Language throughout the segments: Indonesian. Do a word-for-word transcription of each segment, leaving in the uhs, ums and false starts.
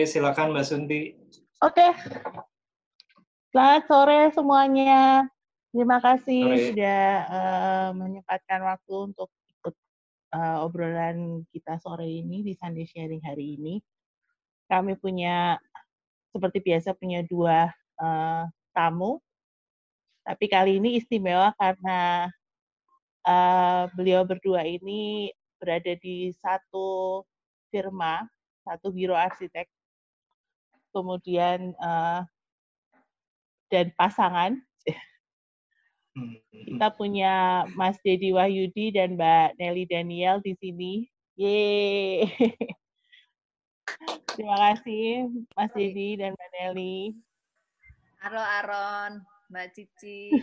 Oke, silakan Mbak Sunti. Oke. Selamat sore semuanya. Terima kasih Sore. sudah uh, menyempatkan waktu untuk ikut uh, obrolan kita sore ini di Sunday Sharing hari ini. Kami punya, seperti biasa, punya dua uh, tamu. Tapi kali ini istimewa karena uh, beliau berdua ini berada di satu firma, satu biro arsitek, kemudian uh, dan pasangan. Kita punya Mas Dedi Wahyudi dan Mbak Nelly Daniel di sini. Yeay. Terima kasih Mas Dedi dan Mbak Nelly. Halo Aron, Mbak Cici.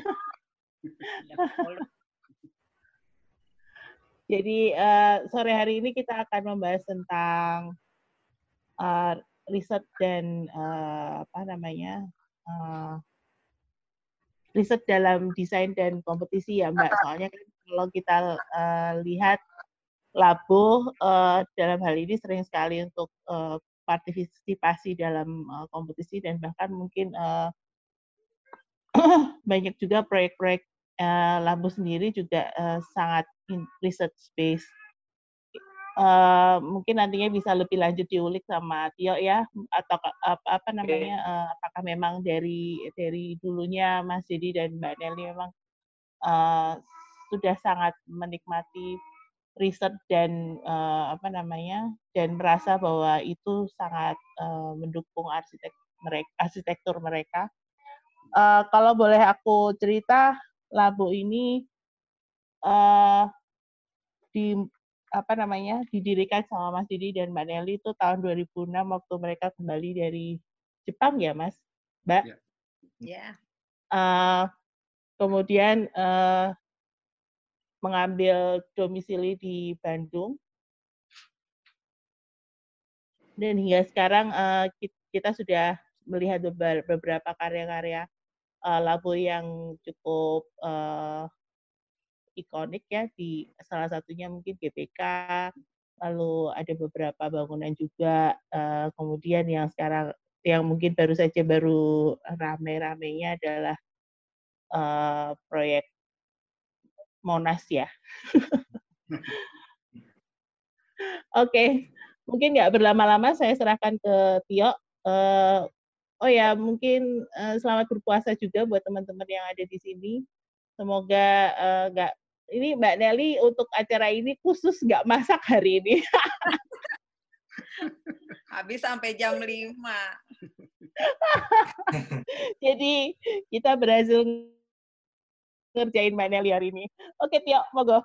Jadi uh, sore hari ini kita akan membahas tentang uh, riset dan uh, apa namanya uh, riset dalam desain dan kompetisi ya Mbak. Soalnya kan kalau kita uh, lihat Labo uh, dalam hal ini sering sekali untuk uh, partisipasi dalam uh, kompetisi dan bahkan mungkin uh, banyak juga proyek-proyek uh, Labo sendiri juga uh, sangat research based. Uh, mungkin nantinya bisa lebih lanjut diulik sama Tio ya, atau apa, apa namanya, uh, apakah memang dari dari dulunya Mas Dedi dan Mbak Nelly memang uh, sudah sangat menikmati riset dan uh, apa namanya dan merasa bahwa itu sangat uh, mendukung arsitek mereka, arsitektur mereka. Uh, kalau boleh aku cerita, Labo ini uh, di apa namanya didirikan sama Mas Didi dan Mbak Nelly itu tahun dua ribu enam waktu mereka kembali dari Jepang ya Mas, Mbak. Ya. Yeah. Uh, kemudian uh, mengambil domisili di Bandung. Dan hingga sekarang uh, kita sudah melihat beberapa karya-karya uh, Labo yang cukup uh, ikonik ya, di salah satunya mungkin G B K, lalu ada beberapa bangunan juga, uh, kemudian yang sekarang yang mungkin baru saja baru rame-ramenya adalah uh, proyek Monas ya. Oke, okay. Mungkin nggak berlama-lama saya serahkan ke Tio. Uh, oh ya, mungkin uh, selamat berpuasa juga buat teman-teman yang ada di sini. Semoga nggak uh, ini Mbak Nelly untuk acara ini khusus nggak masak hari ini. Habis sampai jam lima. Jadi kita berhasil ngerjain Mbak Nelly hari ini. Oke, Tio, mogo.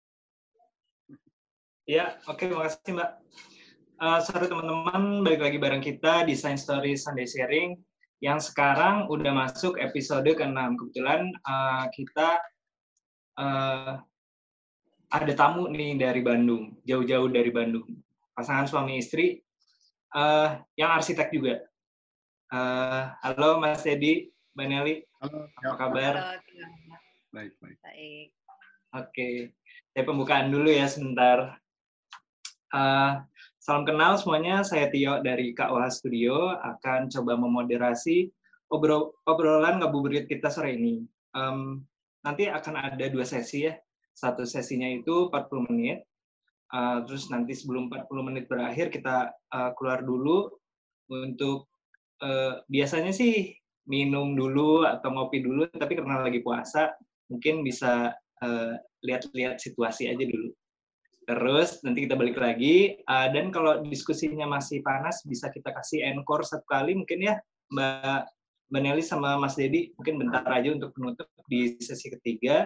Ya, oke, makasih Mbak. Uh, sorry teman-teman, balik lagi bareng kita di Science Story Sunday Sharing yang sekarang udah masuk episode keenam. Kebetulan uh, kita uh, ada tamu nih dari Bandung, jauh-jauh dari Bandung. Pasangan suami istri uh, yang arsitek juga. Uh, halo Mas Dedi, Mbak Nelly. Halo, apa ya. kabar? Halo, baik, baik. Baik. Oke, saya pembukaan dulu ya sebentar. Uh, salam kenal semuanya, saya Tio dari K O H Studio, akan coba memoderasi obrol obrolan ngabuburit kita sore ini. Um, nanti akan ada dua sesi ya. Satu sesinya itu empat puluh menit, uh, terus nanti sebelum empat puluh menit berakhir kita uh, keluar dulu untuk uh, biasanya sih minum dulu atau ngopi dulu, tapi karena lagi puasa mungkin bisa uh, lihat-lihat situasi aja dulu. Terus nanti kita balik lagi, uh, dan kalau diskusinya masih panas bisa kita kasih encore satu kali mungkin ya Mbak Mbak Nelly sama Mas Dedi, mungkin bentar aja untuk penutup di sesi ketiga.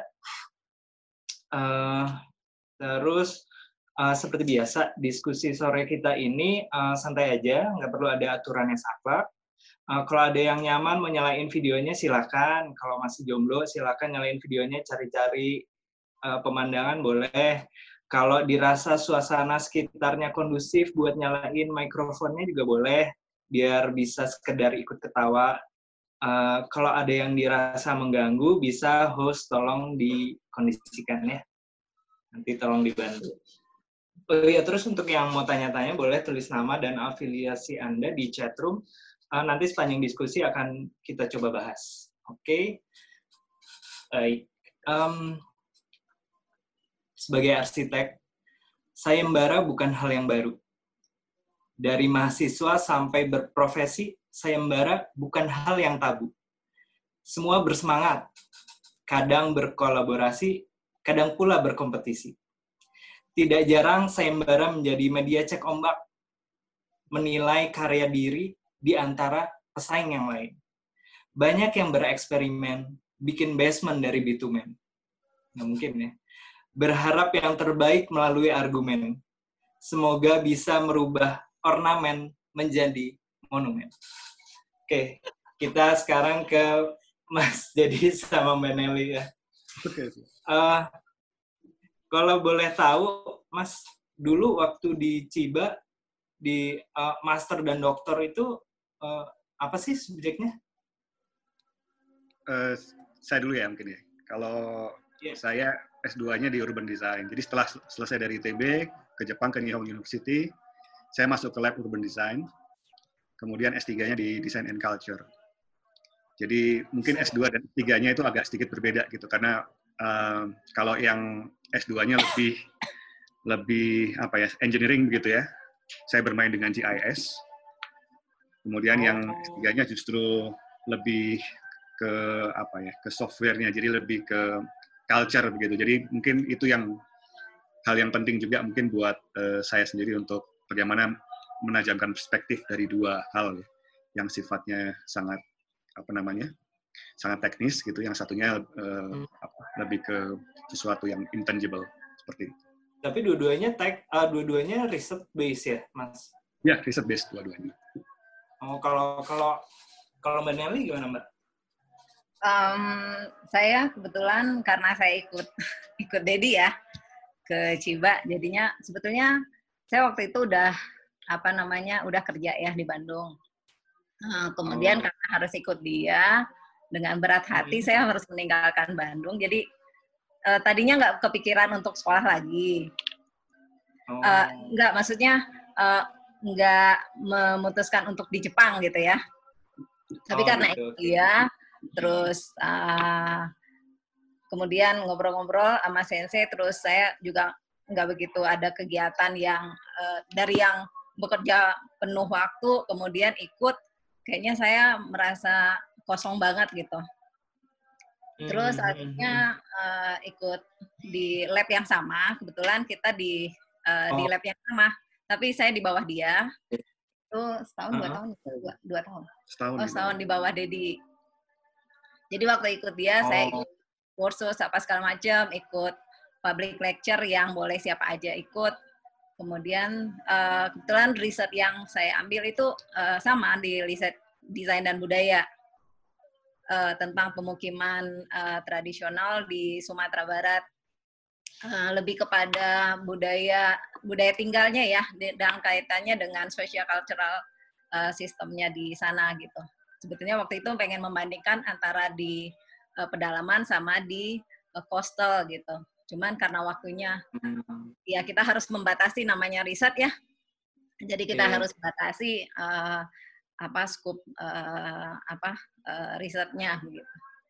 Uh, terus uh, seperti biasa diskusi sore kita ini uh, santai aja, nggak perlu ada aturan yang saklek. Uh, kalau ada yang nyaman mau nyalain videonya silakan, kalau masih jomblo silakan nyalain videonya, cari-cari uh, pemandangan boleh. Kalau dirasa suasana sekitarnya kondusif buat nyalain mikrofonnya juga boleh, biar bisa sekedar ikut ketawa. Uh, kalau ada yang dirasa mengganggu, bisa host tolong dikondisikan ya. Nanti tolong dibantu. Oh iya, terus untuk yang mau tanya-tanya boleh tulis nama dan afiliasi Anda di chat room. Uh, nanti sepanjang diskusi akan kita coba bahas. Oke. Okay? Baik. Um, sebagai arsitek, sayembara bukan hal yang baru. Dari mahasiswa sampai berprofesi, sayembara bukan hal yang tabu. Semua bersemangat, kadang berkolaborasi, kadang pula berkompetisi. Tidak jarang sayembara menjadi media cek ombak, menilai karya diri di antara pesaing yang lain. Banyak yang bereksperimen, bikin basement dari bitumen. Nggak mungkin ya. Berharap yang terbaik melalui argumen. Semoga bisa merubah ornamen menjadi monumen. Oke, kita sekarang ke Mas Jadi sama Mbak Nelly ya. Oke. Uh, kalau boleh tahu, Mas, dulu waktu di Ciba, di uh, master dan doktor itu, uh, apa sih subjeknya? Uh, saya dulu ya mungkin ya. Kalau yeah. saya S dua-nya di Urban Design. Jadi setelah selesai dari I T B, ke Jepang, ke Nihon University, saya masuk ke lab Urban Design. Kemudian S tiga-nya di Design and Culture. Jadi mungkin S dua dan S tiga-nya itu agak sedikit berbeda gitu. Karena uh, kalau yang S dua-nya lebih lebih apa ya, engineering begitu ya. Saya bermain dengan G I S. Kemudian oh. yang S tiga-nya justru lebih ke apa ya, ke software-nya, jadi lebih ke culture begitu. Jadi mungkin itu yang hal yang penting juga mungkin buat uh, saya sendiri untuk bagaimana menajamkan perspektif dari dua hal ya, yang sifatnya sangat apa namanya, sangat teknis gitu. Yang satunya uh, hmm. apa, lebih ke sesuatu yang intangible seperti itu. Tapi dua-duanya tech, uh, dua-duanya riset base ya, Mas? Ya, riset base dua-duanya. Oh, kalau kalau kalau Mbak Nelly gimana, Mbak? Um, saya kebetulan karena saya ikut ikut Dedi ya ke Ciba, jadinya sebetulnya saya waktu itu udah apa namanya udah kerja ya di Bandung. Uh, kemudian oh. karena harus ikut dia dengan berat hati, hmm. saya harus meninggalkan Bandung. Jadi uh, tadinya nggak kepikiran untuk sekolah lagi. Oh. Uh, nggak, maksudnya uh, nggak memutuskan untuk di Jepang gitu ya. Tapi oh, karena gitu. Dia terus uh, kemudian ngobrol-ngobrol sama sensei, terus saya juga nggak begitu ada kegiatan yang uh, dari yang bekerja penuh waktu kemudian ikut, kayaknya saya merasa kosong banget gitu. Terus akhirnya uh, ikut di lab yang sama, kebetulan kita di uh, oh. di lab yang sama, tapi saya di bawah dia itu setahun uh-huh. dua tahun dua, dua tahun setahun, oh, setahun di bawah Dedi. Jadi waktu ikut dia, oh. saya ikut kursus apa segala macam, ikut public lecture yang boleh siapa aja ikut. Kemudian uh, kebetulan riset yang saya ambil itu uh, sama di riset desain dan budaya uh, tentang pemukiman uh, tradisional di Sumatera Barat. Uh, lebih kepada budaya budaya tinggalnya ya, dan kaitannya dengan socio cultural uh, sistemnya di sana gitu. Sebetulnya waktu itu pengen membandingkan antara di uh, pedalaman sama di uh, coastal gitu. Cuman karena waktunya, ya kita harus membatasi namanya riset ya. Jadi kita yeah. harus batasi uh, apa scope uh, apa uh, risetnya gitu.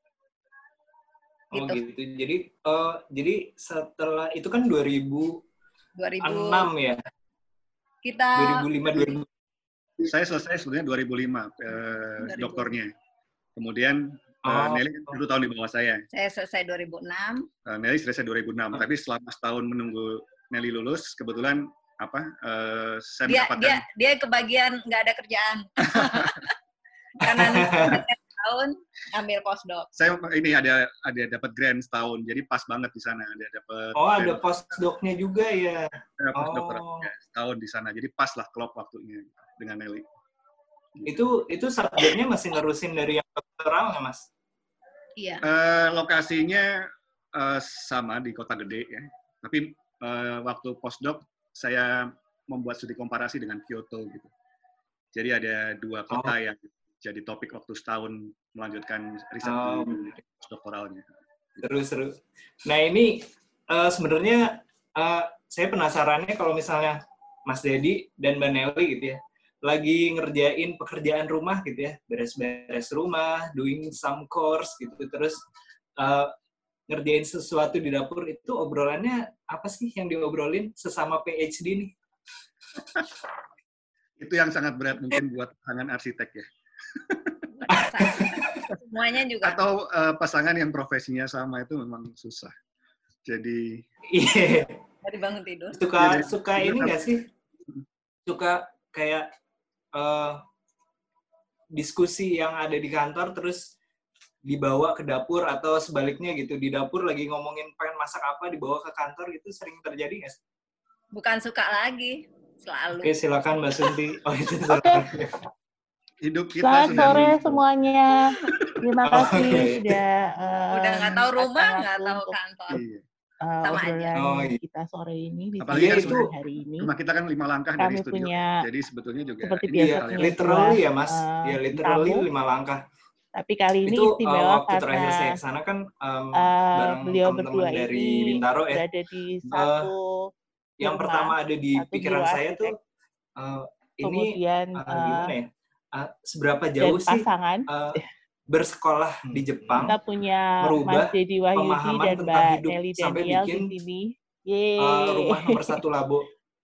Oh gitu. gitu. Jadi uh, jadi setelah itu kan dua ribu enam ya. Kita dua ribu lima dua ribu Saya selesai sebenarnya dua ribu lima eh, doktornya. Kemudian oh. uh, Nelly satu tahun di bawah saya. Saya selesai dua ribu enam. Uh, Nelly selesai dua ribu enam. Oh. Tapi selama setahun menunggu Nelly lulus, kebetulan apa? Uh, saya dia, mendapatkan. Dia dia kebagian nggak ada kerjaan. Karena tahun ambil postdoc. Saya ini ada ada dapat grant setahun, jadi pas banget di sana. Ada dapat. Oh ada postdoc-nya juga ya. Ada postdoc oh. ya, setahun di sana, jadi pas lah klop waktunya dengan Nelly. Itu itu subjeknya masih nerusin dari yang doktoral nggak Mas? Iya. Uh, lokasinya uh, sama di kota gede ya, tapi uh, waktu postdoc saya membuat studi komparasi dengan Kyoto gitu. Jadi ada dua kota oh. yang jadi topik waktu setahun melanjutkan riset oh. di doktoralnya. Seru-seru. Nah ini uh, sebenarnya uh, saya penasarannya kalau misalnya Mas Dedi dan Mbak Nelly gitu ya, lagi ngerjain pekerjaan rumah gitu ya, beres-beres rumah, doing some course gitu, terus uh, ngerjain sesuatu di dapur, itu obrolannya apa sih yang diobrolin sesama P H D nih? Itu yang sangat berat mungkin buat pasangan arsitek ya. Semuanya juga. Atau uh, pasangan yang profesinya sama itu memang susah. Jadi iya. Dari bangun tidur. Suka Jadi, suka ini nggak sih? Suka kayak uh, diskusi yang ada di kantor terus dibawa ke dapur atau sebaliknya gitu, di dapur lagi ngomongin pengen masak apa dibawa ke kantor, gitu sering terjadi nggak sih? Bukan suka lagi, selalu. Oke, silakan Mbak Sunti. Oh itu Oke. Okay. Hidup kita Selamat sudah sore begitu. semuanya. Terima kasih Oke. sudah uh, Udah nggak tahu rumah, nggak tahu untuk, kantor. Iya. uh, Sama aja. obrolan Oh, iya. kita sore ini di Apalagi kan sesi itu- hari ini. Rumah kita kan lima langkah dari Kami studio. punya Jadi sebetulnya juga seperti ini biasa Iya, hal yang punya literally dua, ya Mas. uh, Ya literally tamu. lima langkah. Tapi kali ini Itu uh, istimewa waktu terakhir karena saya ke sana kan um, uh, bareng beliau teman-teman berdua dari ini Bintaro ya. berada di satu Yang firma, pertama ada di satu pikiran biro saya tuh arsitek, uh, ini kemudian uh, uh, gimana ya? Uh, seberapa dan jauh sih pasangan. uh, bersekolah di Jepang Kita punya merubah Mas Dedi Wahyudi pemahaman dan tentang Mbak hidup Nelly sampai Daniel bikin di sini. uh, Yeay. rumah nomor satu Labo.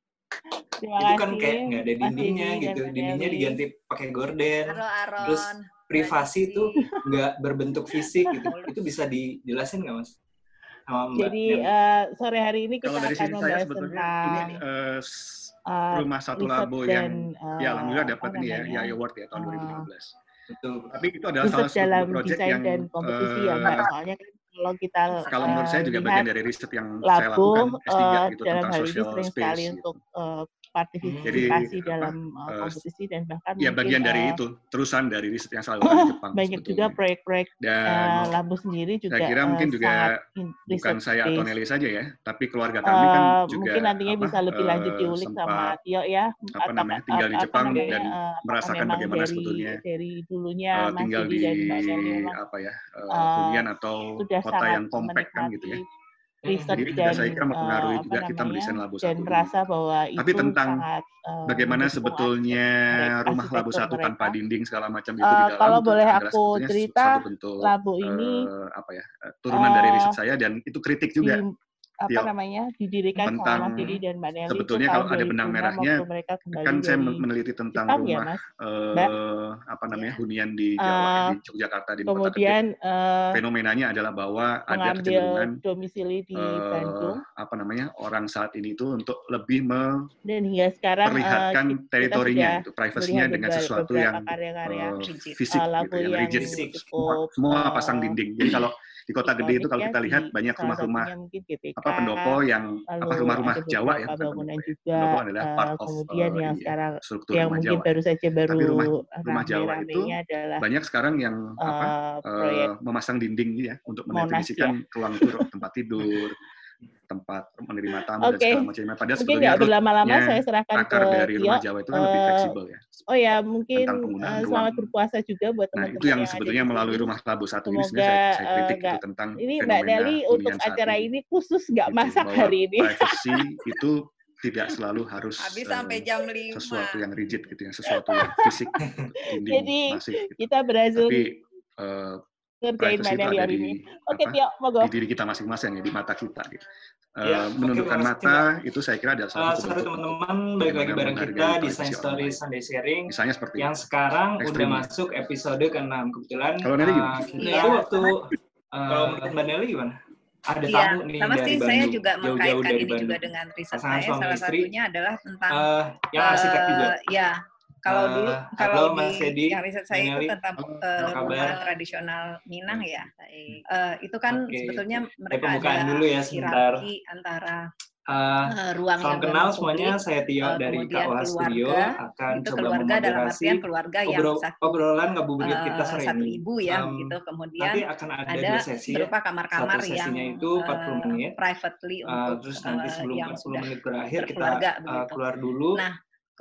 Terima Itu kan kasih, kayak nggak ada Mas dindingnya Dedi dan gitu, Mbak dindingnya Nelly. diganti pakai gorden. Halo Aron. Terus privasi Mbak tuh Desi. nggak berbentuk fisik gitu. Itu bisa dijelasin nggak Mas? Sama Mbak Jadi Nelly? uh, sore hari ini kita Kalau dari akan sisi saya membahas sebetulnya tentang ini eh, s- uh, rumah satu riset labo dan yang uh, ya alhamdulillah apa dapat ini ya, namanya, ya award ya tahun uh, dua ribu lima belas. Betul. Tapi itu adalah riset salah satu dalam proyek desain yang dan kompetisi ya eh, Mbak. Soalnya kan kalau kita kalau menurut saya uh, juga lihat bagian dari riset yang saya Labo lakukan S tiga uh, gitu dalam tentang hal ini social sering space sekali gitu. untuk uh, Jadi partisipasi apa dalam uh, eh, kompetisi dan bahkan ya mungkin bagian dari uh, itu terusan dari riset yang saya lakukan di Jepang banyak juga sebetulnya. proyek-proyek Dan uh, Labo sendiri juga saya kira uh, mungkin juga sangat in- bukan research saya atau based. Nelly saja ya, tapi keluarga kami kan Uh, juga mungkin nantinya apa bisa lebih lanjut eh, diulik sama sempat Tio ya, apa atau namanya tinggal di apa Jepang namanya dan uh, apakah merasakan memang bagaimana dari sebetulnya dari dulunya uh, Mas tinggal Dedi di dan Mbak Nelly memang apa ya uh, uh, hunian atau sudah kota sangat yang kompak kan gitu ya. menikmati riset Jadi itu juga dan saya kira uh, mempengaruhi apa juga kita mendesain namanya Labo dan satu ini. merasa bahwa Tapi itu tentang sangat uh, bagaimana mendukung sebetulnya arsitek- rumah Labo arsitektur satu tanpa mereka. dinding segala macam itu di Uh, dalam kalau itu boleh adalah aku sebetulnya cerita, satu bentuk Labo ini uh, apa ya uh, turunan dari uh, riset saya dan itu kritik di juga apa Tio, namanya didirikan sama tentang Mas Dedi dan Mbak Nelly itu sebetulnya tahun kalau ada dua ribu benang enam merahnya waktu mereka kembali kan saya dari meneliti tentang Jepang ya rumah Mas, Mbak. eh, apa namanya Iya. hunian di Jawa Uh, di Yogyakarta di kota gede. kemudian uh, Fenomenanya adalah bahwa ada mengambil kecenderungan domisili di eh, Bandung apa namanya orang saat ini itu untuk lebih dan hingga sekarang uh, memperlihatkan kita teritorinya sudah itu privasinya melihat dengan beberapa, sesuatu beberapa yang karya-karya eh, Rigid. fisik uh, gitu Labo yang yang rigid Fisik. gitu. cukup semua, semua pasang uh, dinding jadi kalau di kota gede itu kalau ikonik kita ya, lihat di banyak salah rumah-rumah satunya mungkin G B K, apa pendopo yang apa lalu rumah-rumah ada Jawa ya beberapa bukan bangunan pendopo ya. juga, Pendopo adalah part uh, of kemudian eh, yang ini ya, sekarang struktur yang rumah mungkin Jawa. baru saja baru Tapi rumah rumah Jawa itu rame-ramenya adalah banyak sekarang yang apa uh, eh, proyek memasang dinding ya untuk Monas ya. mendefinisikan ruang itu tempat tidur, tempat menerima tamu dan Oke, segala macamnya. Padahal mungkin sebetulnya nggak berlama-lama rootnya saya serahkan ke akar dari Tio. rumah Jawa itu kan lebih Uh, fleksibel ya oh ya, tentang mungkin penggunaan uh, ruang. selamat berpuasa juga buat Nah itu teman-teman yang yang ada sebetulnya di melalui sini. rumah Labo satu ini Semoga sebenarnya saya, saya uh, kritik nggak itu tentang ini Mbak fenomena Nelly untuk hunian acara satu ini khusus nggak gitu masak bahwa hari ini. privacy itu tidak selalu harus Habis eh, sampai jam lima. sesuatu yang rigid gitu ya, sesuatu yang fisik, dinding Jadi masif gitu. kita berhasil Tapi eh, ngerjain privacy Mbak itu Nelly ada hari di ini. Oke apa Tio, monggo. di diri kita masing-masing ya, di mata kita gitu. Eh, Ya, oke, menundukkan makasih, mata Mbak. itu saya kira adalah Uh, salah satu sorry bentuk untuk teman-teman, balik lagi bagaimana bareng menghargai kita di privasi Science orang Story lain. Sunday Sharing Misalnya seperti yang sekarang udah ekstrimnya. masuk episode keenam. Kebetulan Kalau Nelly gimana? uh, kita Iya. tuh waktu uh, kalau menurut Mbak Nelly gimana? Ada Iya, tamu nih sama dari sih Bandung, saya juga jauh-jauh mengkaitkan dari ini Bandung. juga dengan riset Pasangan saya. suami Salah istri, satunya adalah tentang uh, yang arsitek juga. eh, ya kalau Uh, dulu halo kalau Mas di Edi, yang riset saya Mbak itu Nelly. tentang Halo, eh, apa kabar? rumah tradisional Minang ya. Eh, itu kan Oke. sebetulnya Saya mereka pembukaan ada dulu ya sebentar. hierarki antara Uh, eh, ruang salam yang kenal memang semuanya, publik, saya Tio eh, dari kemudian K O H Studio keluarga, akan itu coba keluarga dalam memoderasi artian keluarga yang obrol satu obrolan ngabuburit kita eh, sore satu ini. ibu ya Um, begitu. nanti Kemudian akan ada, ada dua sesi ya. berupa Satu kamar-kamar yang sesinya itu empat puluh eh, menit. privately Uh, untuk terus nanti eh, sebelum yang empat puluh sudah menit berakhir kita berkeluarga uh, begitu. keluar dulu. Nah,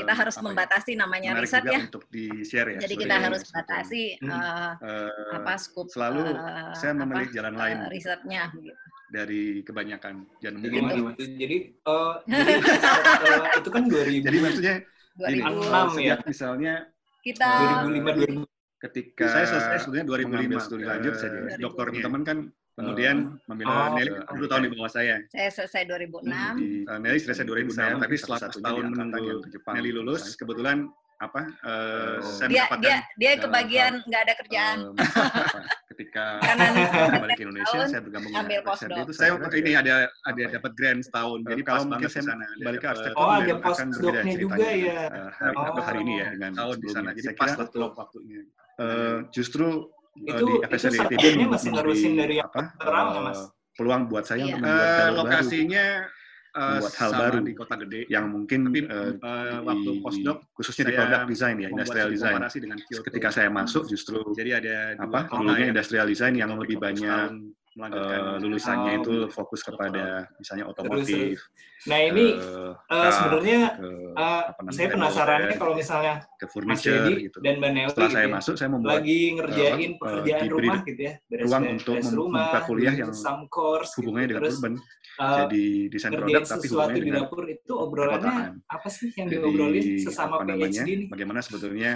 kita harus apa ya, membatasi namanya menarik riset juga ya. untuk di-share ya. Jadi Sorry kita ya, harus sebetulnya. batasi Hmm. uh, Eh, apa scope selalu uh, saya memilih apa, jalan uh, lain gitu, risetnya gitu. dari kebanyakan. Jangan Jadi memilih gimana mana. Mas? Jadi uh, jadi uh, itu kan dua ribu Jadi maksudnya dua gini, ribu enam uh, ya. sejak misalnya kita dua ribu lima dua ribu ketika saya selesai sebenarnya dua ribu lima studi lanjut saja. Uh, doktornya teman kan kemudian uh, memilih oh, Nelly sepuluh tahun di bawah saya. Saya selesai dua ribu enam. Di, uh, Nelly selesai dua ribu enam, tapi setelah setahun menunggu Nelly lulus, kebetulan apa? Uh, saya dia, mendapatkan dia dia kebagian nggak ada kerjaan. Uh, ketika balik ke Indonesia, saya bergabung ambil postdoc. Itu saya ini ada ada dapat grant setahun. Jadi kalau mungkin saya balik ke arsitektur, oh ada postdoc-nya juga ya. Hari, oh. hari ini ya dengan tahun di sana. Jadi pas betul waktunya. Uh, justru itu, uh, di F S R D itu masih nerusin dari apa? Terang, Mas. Peluang buat saya iya. untuk membuat uh, lokasinya Uh, buat hal baru di kota gede yang mungkin tapi, uh, uh, waktu postdoc khususnya di product design ya industrial design dengan ketika saya masuk justru jadi ada apa dulunya industrial design yang lebih banyak uh, lulusannya oh, itu fokus kepada misalnya otomotif. Nah ini uh, uh, sebenarnya uh, saya penasarannya kalau misalnya ke furniture gitu. Dan Mbak Nelly setelah saya gitu masuk saya membuat lagi ngerjain uh, pekerjaan uh, rumah gitu ya, ruang untuk membuka kuliah yang course, hubungannya gitu. dengan Terus, urban. Uh, jadi desain produk tapi hubungannya di dengan dapur itu obrolannya perkotaan. Apa sih yang diobrolin sesama apa P H D nih? Bagaimana sebetulnya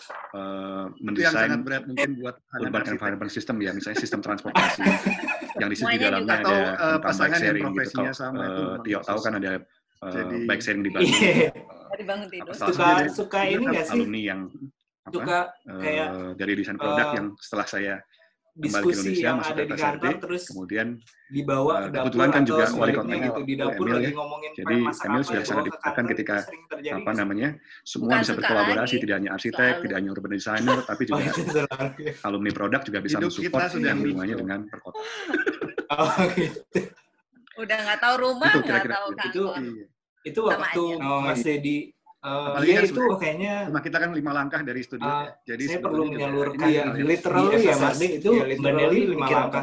uh, mendesain berat mungkin buat urban environment system ya, misalnya sistem transportasi yang di sini dalamnya atau, ada uh, pasangan bike sharing yang profesinya gitu. sama uh, itu Tio tahu kan ada uh, jadi, bike sharing di Bandung. Dari bangun tidur. Suka suka ini nggak sih? Alumni yang apa, suka kayak uh, dari desain produk uh, yang setelah saya kembali ke Indonesia yang masuk ada ke di F S R D, kantor terus kemudian dibawa uh, ke dapur kebetulan kan juga wali kotanya gitu di dapur Emil lagi ya. ngomongin Jadi Emil sudah sangat diperhatikan ketika apa namanya semua bukan bisa berkolaborasi, lagi. tidak hanya arsitek, Selalu. tidak hanya urban designer, tapi juga oh, alumni produk juga bisa hidup mensupport kita sudah yang hubungannya dengan perkotaan. Oh gitu. Udah nggak tahu rumah, Itu nggak kira-kira tahu gitu. kantor. Itu, itu waktu oh, Mas Dedi Uh, apalagi iya kan itu kayaknya rumah kita kan lima langkah dari studio uh, ya. Jadi saya perlu menyalurkan ya, literal ya Mas itu ya, Mbak Nelly lima langkah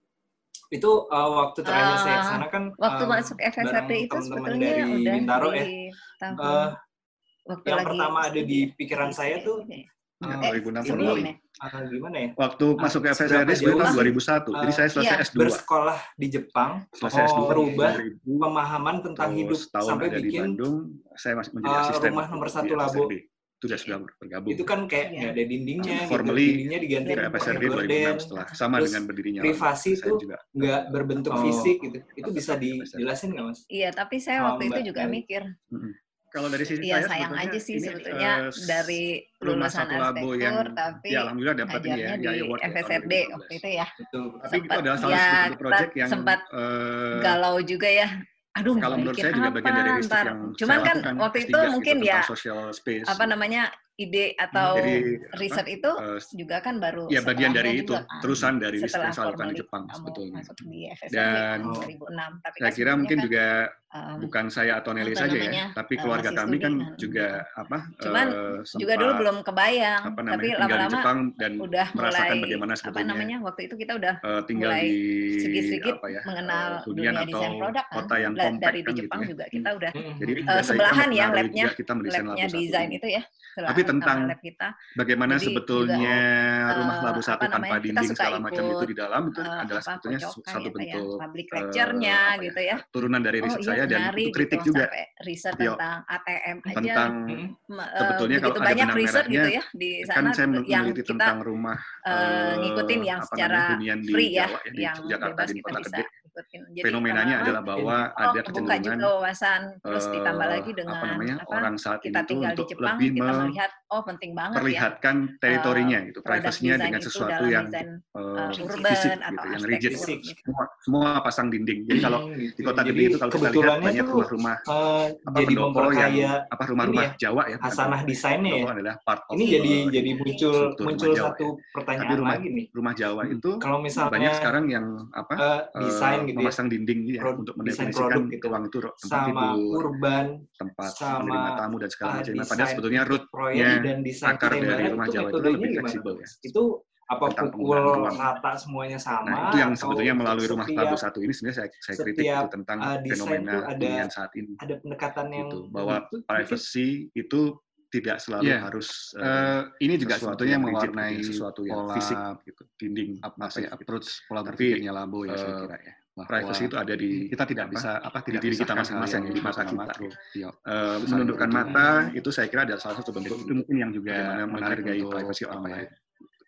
itu uh, waktu terakhir uh, saya kesana kan waktu um, masuk F S R D itu sebetulnya dari udah Bintaro di ya tahun uh, waktu yang lagi pertama ada di pikiran saya tuh Uh, eh, dua ribu enam ini, uh, gimana ya? Waktu uh, masuk ke F S R D sebenarnya tahun dua ribu satu. Uh, Jadi saya selesai iya, S dua. Bersekolah di Jepang. Selesai oh, S dua. Berubah pemahaman tentang hidup sampai ada bikin di Bandung, saya masih menjadi uh, asisten rumah nomor satu Labo. Itu sudah sudah bergabung. Itu kan kayak ya. ada dindingnya, uh, formally, gitu. Dindingnya diganti ke F S R D dua ribu enam setelah sama terus dengan berdirinya. Privasi itu nggak berbentuk oh. fisik gitu. Itu bisa dijelasin nggak Mas? Iya, tapi saya waktu oh, itu juga mikir. Kalau dari sisi ya, saya sayang aja sih ini, sebetulnya uh, dari lulusan arsitektur yang, tapi ya alhamdulillah dapat ini ya, di ya, F S R D waktu itu ya. Betul. Tapi itu adalah salah satu ya, proyek yang sempat uh, galau juga ya. Aduh, kalau menurut saya juga bagian dari riset yang cuman kan waktu itu mungkin gitu, ya space, apa namanya ide atau jadi, riset itu uh, juga kan baru ya bagian dari itu juga, terusan dari riset yang saya lakukan di Jepang sebetulnya. Dan dua ribu enam tapi saya kira mungkin kan, juga um, bukan saya atau Nelly saja namanya, ya, tapi keluarga uh, kami kan juga apa? Cuman uh, juga dulu belum kebayang, apa namanya, tapi lama-lama dan udah merasakan mulai, bagaimana sebetulnya apa namanya waktu itu kita udah uh, tinggal mulai di sedikit-sedikit ya, mengenal uh, dunia desain produk kan. Kota yang dari di kan Jepang gitu, juga kita udah jadi uh, sebelahan ya labnya, labnya desain itu ya. Tapi tentang lab kita. Bagaimana Jadi sebetulnya juga, rumah Labu satu tanpa dinding segala macam itu di dalam itu uh, adalah apa, sebetulnya pocokan, satu ya, bentuk ya, public lecture-nya uh, gitu ya. Turunan dari riset oh, saya iya, dan itu kritik gitu, juga. Riset Yo, tentang A T M aja. Tentang uh, sebetulnya kalau ada banyak benang riset merahnya, gitu ya di sana kan saya yang meneliti kita tentang rumah uh, ngikutin yang secara free ya, Jawa, ya yang di Jakarta bebas di kita Kota bisa Gede. ikutin. Jadi fenomenanya adalah bahwa oh, ada kecenderungan juga wawasan terus uh, ditambah lagi dengan apa namanya apa, orang saat kita itu tinggal untuk di Jepang lebih kita melihat oh penting banget perlihatkan ya teritorinya uh, itu privasinya dengan sesuatu yang uh, fisik urban gitu, atau yang rigid gitu. semua semua pasang dinding. Jadi kalau di Kota Gede itu kalau kita lihat banyak rumah-rumah uh, apa jadi pendopo yang apa rumah-rumah ya, Jawa ya hasanah desainnya ya adalah part of ini jadi uh, jadi muncul muncul satu ya. pertanyaan Tapi rumah, lagi nih rumah Jawa itu kalau misalnya banyak sekarang yang apa uh, desain uh, gitu memasang ya, dinding ya pro, untuk mendefinisikan gitu. ruang itu tempat sama tidur, urban tempat sama menerima tamu dan segala macam. Uh, padahal sebetulnya rootnya akar dari rumah Jawa itu lebih fleksibel ya. Itu apa pukul rata semuanya sama? Nah, itu yang sebetulnya melalui rumah Labu satu ini sebenarnya saya, saya kritik itu tentang uh, fenomena ada, saat ini. Ada pendekatan yang gitu, bahwa itu, privacy itu tidak selalu yeah. harus uh, uh, ini juga sebetulnya mewarnai sesuatu yang pola, fisik gitu, dinding apa ya approach pola berpikirnya Labu ya uh, saya kira ya. Bahwa privacy itu ada di kita tidak apa, bisa apa tidak diri kita masing-masing di mata kita. Makro, ya. uh, menundukkan mata itu saya kira adalah salah satu bentuk itu mungkin yang juga menghargai privasi orang lain.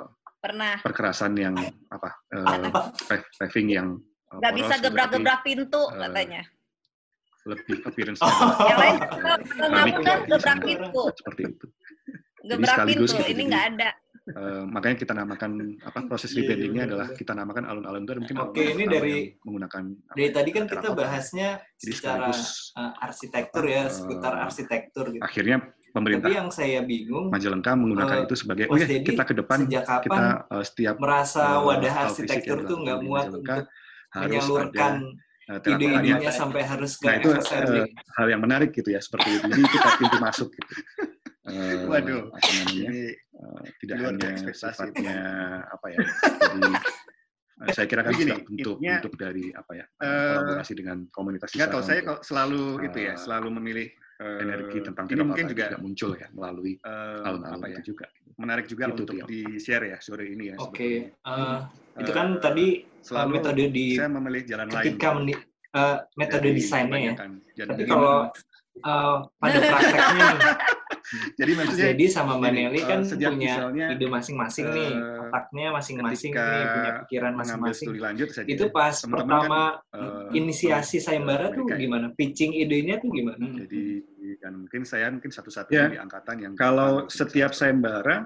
Pernah. perkerasan yang apa uh, paving yang uh, nggak bisa poros, gebrak-gebrak pintu uh, katanya. Lebih appearance Yang lain kalau melakukan gebrak pintu. Seperti itu. Gebrak pintu, gitu, ini jadi, nggak ada. Uh, makanya kita namakan apa proses rebrandingnya adalah kita namakan alun-alun itu mungkin Oke, ini dari menggunakan dari apa, tadi kan kita terakota. bahasnya Jadi secara uh, arsitektur ya, seputar uh, arsitektur gitu. Akhirnya pemerintah Tapi yang saya bingung, Majalengka menggunakan uh, itu sebagai Mas oh ya Dedi, kita ke depan sejak kapan kita uh, setiap merasa uh, wadah hal fisik arsitektur yang tuh nggak dilakukan di muat Majalengka, untuk harus menyalurkan ada uh, terapannya. ide-idenya sampai harus ke nah, itu F S R D. uh, hal yang menarik gitu ya, seperti itu. Jadi kita pintu masuk gitu. Uh, Waduh, apa namanya? ini uh, tidak luar hanya ekspektasi. sifatnya apa ya? Jadi uh, saya kira kan Begini, juga bentuk intinya, bentuk dari apa ya? Uh, kolaborasi dengan komunitas. Nggak tahu, saya kalau selalu uh, itu ya, selalu memilih uh, energi tentang ini mungkin juga, juga muncul ya melalui uh, alun-alun apa ya? itu juga. Menarik juga gitu, untuk Tio. di-share ya sore ini ya. Oke, okay. uh, uh, itu kan tadi selalu metode di saya memilih jalan ketika lain. Meni, uh, metode Jadi, desainnya ya. Jadi, Tapi kalau uh, pada prakteknya nih, jadi maksudnya jadi sama Mbak Nelly kan uh, punya misalnya, ide masing-masing uh, nih, otaknya masing-masing nih, punya pikiran masing-masing. Lanjut saja, itu pas teman-teman pertama kan, uh, inisiasi uh, sayembara tuh gimana? Pitching idenya tuh gimana? Jadi kan mungkin saya mungkin satu-satunya ya, di angkatan yang kalau setiap sayembara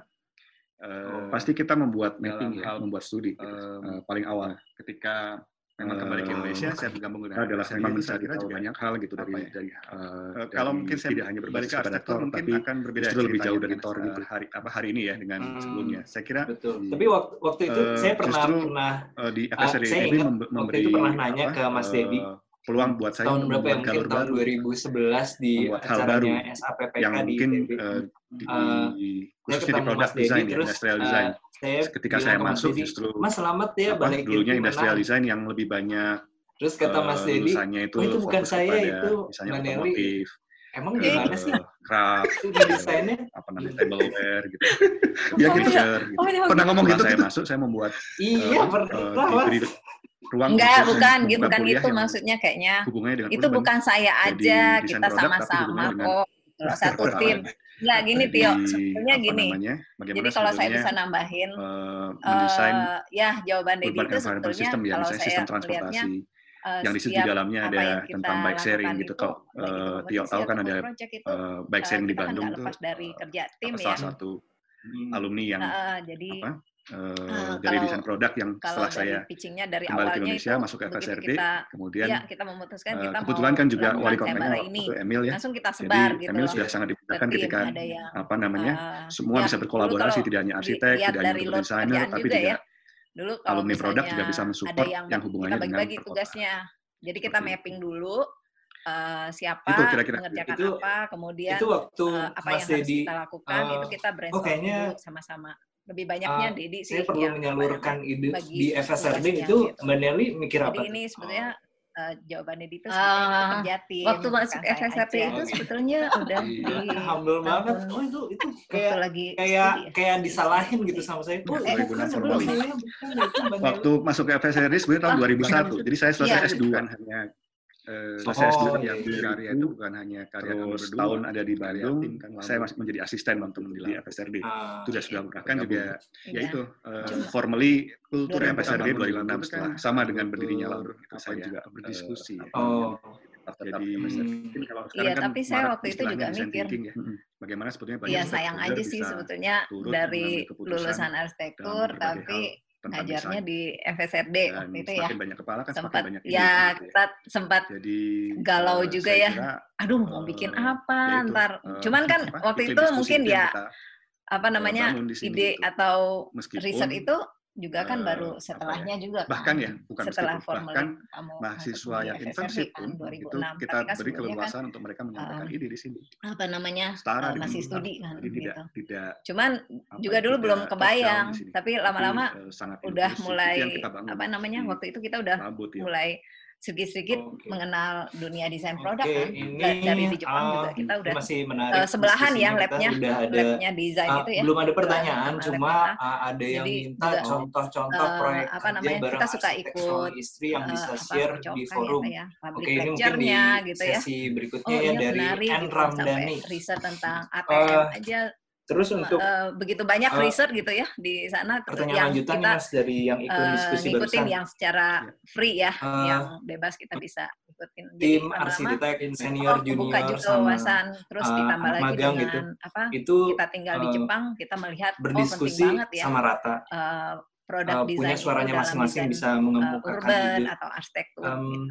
uh, pasti kita membuat mapping ya, hal, membuat studi uh, uh, paling awal. Ketika memang kembali ke Indonesia, uh, saya gabung dengan adalah memang saya mencari tahu juga banyak hal gitu dari ya? dari, uh, uh, dari kalau mungkin saya tidak hanya berbalik ke pada arsitektur mungkin tapi akan berbeda justru lebih jauh dari Tor uh, gitu hari apa hari ini ya dengan hmm, sebelumnya. Saya kira betul. Di, tapi waktu waktu itu uh, saya pernah justru, pernah uh, di uh, saya ingat memberi, waktu itu pernah nanya apa, ke Mas Dedi uh, peluang buat saya tahun berapa ya, mungkin tahun baru, dua ribu sebelas di acaranya S A P P K yang di mungkin I T B. uh, di, uh, khususnya di produk design ya, industrial design. Uh, saya ketika saya masuk Dedi, justru Mas selamat ya apa, balik dulunya industrial design yang lebih banyak. Terus kata Mas uh, Dedi, itu, oh itu bukan saya, itu misalnya otomotif. Emang gimana sih? Craft, itu desainnya apa namanya tableware gitu. Dia picture gitu. Oh, pernah ngomong gitu saya masuk saya membuat iya uh, pernah uh, diberi ruang enggak bukan gitu bukan itu maksudnya kayaknya dengan itu urban. Bukan saya aja jadi kita sama-sama kok kalau satu tim enggak gini Tio sebetulnya gini namanya, jadi kalau saya bisa nambahin uh, mendesain uh, ya jawaban Dedi itu sebetulnya system, ya, kalau sistem saya transportasi Uh, yang di situ di dalamnya ada tentang bike sharing gitu. Kalau uh, Tio tahu kan ada itu, uh, bike sharing uh, di Bandung tuh dari kerja tim salah ya. satu hmm. alumni yang uh, jadi apa, uh, uh, dari kalau, desain produk yang setelah saya pitchingnya dari kembali ke Indonesia itu, masuk ke F S R D kita, kemudian ya, kita memutuskan uh, kita kebetulan mau kan juga wali kotanya ini. waktu Emil ya. Langsung kita sebar jadi gitu Emil loh. sudah sangat dimudahkan ketika yang, apa namanya uh, semua ya, bisa berkolaborasi tidak hanya arsitek tidak hanya desainer tapi juga ya. Dulu kalau alumni produk juga bisa mensupport yang, yang hubungannya kita bagi-bagi dengan tugasnya. Jadi kita Oke. mapping dulu uh, siapa itu kira-kira mengerjakan itu, apa, kemudian itu waktu uh, apa Mas yang harus Dedi, kita lakukan uh, itu kita brainstorm oh kayaknya, dulu sama-sama. Lebih banyaknya uh, Dedi sih saya perlu yang menyalurkan ide di F S R D itu gitu. Mbak Nelly mikir Jadi apa? Jadi ini sebetulnya uh, jawaban Dedi itu uh, kerja tim. Waktu masuk F S R D itu okay. sebetulnya udah di humble banget. Oh itu itu kayak lagi kayak ya? kayak disalahin gitu sama saya. Oh, eh, bukan sebelum saya bukan itu Mbak waktu masuk ke F S R D sebenarnya tahun dua ribu satu. Jadi saya selesai ya. S dua hanya Uh, selesai S dua oh, yang iya. karya itu bukan hanya karya nomor tahun ada di Bandung, tim, kan, saya masih menjadi asisten waktu di F S R D. Ah, itu sudah sudah bahkan juga ya, ya itu uh, formally kultur F S R D dua ribu enam setelah sama dengan berdirinya Laur apa juga berdiskusi. Uh, ya. Oh. Jadi hmm. kalau iya kan tapi saya waktu itu juga mikir ya. Bagaimana sebetulnya iya sayang aja sih sebetulnya dari lulusan arsitektur tapi ngajarnya di F S R D waktu itu ya. Banyak kepala kan sempat banyak ya kita sempat jadi galau uh, juga ya. Kira, aduh mau bikin apa ya itu, ntar. Uh, Cuman kan apa, waktu itu mungkin ya kita, apa namanya uh, ide gitu. atau Meskipun, riset itu juga kan uh, baru setelahnya ya, juga kan. Bahkan ya, bukan setelah meskipun, bahkan mahasiswa yang internship kan, pun itu kita beri keleluasan kan, untuk mereka menyampaikan uh, ide di sini. Apa namanya? Setara uh, masih dengan studi kan jadi gitu. Tidak, tidak Cuman juga dulu belum kebayang, tapi lama-lama uh, udah mulai apa namanya? Waktu itu kita udah Rabut, ya. mulai sedikit-sedikit okay. mengenal dunia desain produk okay. kan. Ini, dari di Jepang uh, juga kita udah masih menarik uh, sebelahan ya labnya, ada, labnya desain uh, itu ya. Belum ada pertanyaan, cuma uh, ada yang Jadi, minta contoh-contoh uh, proyek apa namanya, kerja kita suka ikut istri yang bisa uh, share apa, di forum. Ya, Oke, ini mungkin di gitu ya. sesi berikutnya oh, ya iya, dari menarik, N. gitu, Ramdhani. Riset tentang A T M uh, aja. Terus untuk uh, begitu banyak uh, riset gitu ya di sana pertanyaan yang lanjutan kita Mas dari yang ikut uh, diskusi ngikutin barusan. yang secara free ya, uh, yang bebas kita bisa ikutin. Tim arsitek senior, oh, junior buka juga sama wawasan, terus uh, ditambah lagi magang dengan gitu. apa? Itu kita tinggal uh, di Jepang, kita melihat berdiskusi oh, penting banget ya, sama rata. Uh, produk uh, desain punya suaranya masing-masing bisa mengemukakan uh, urban ide atau arsitektur. Um, gitu.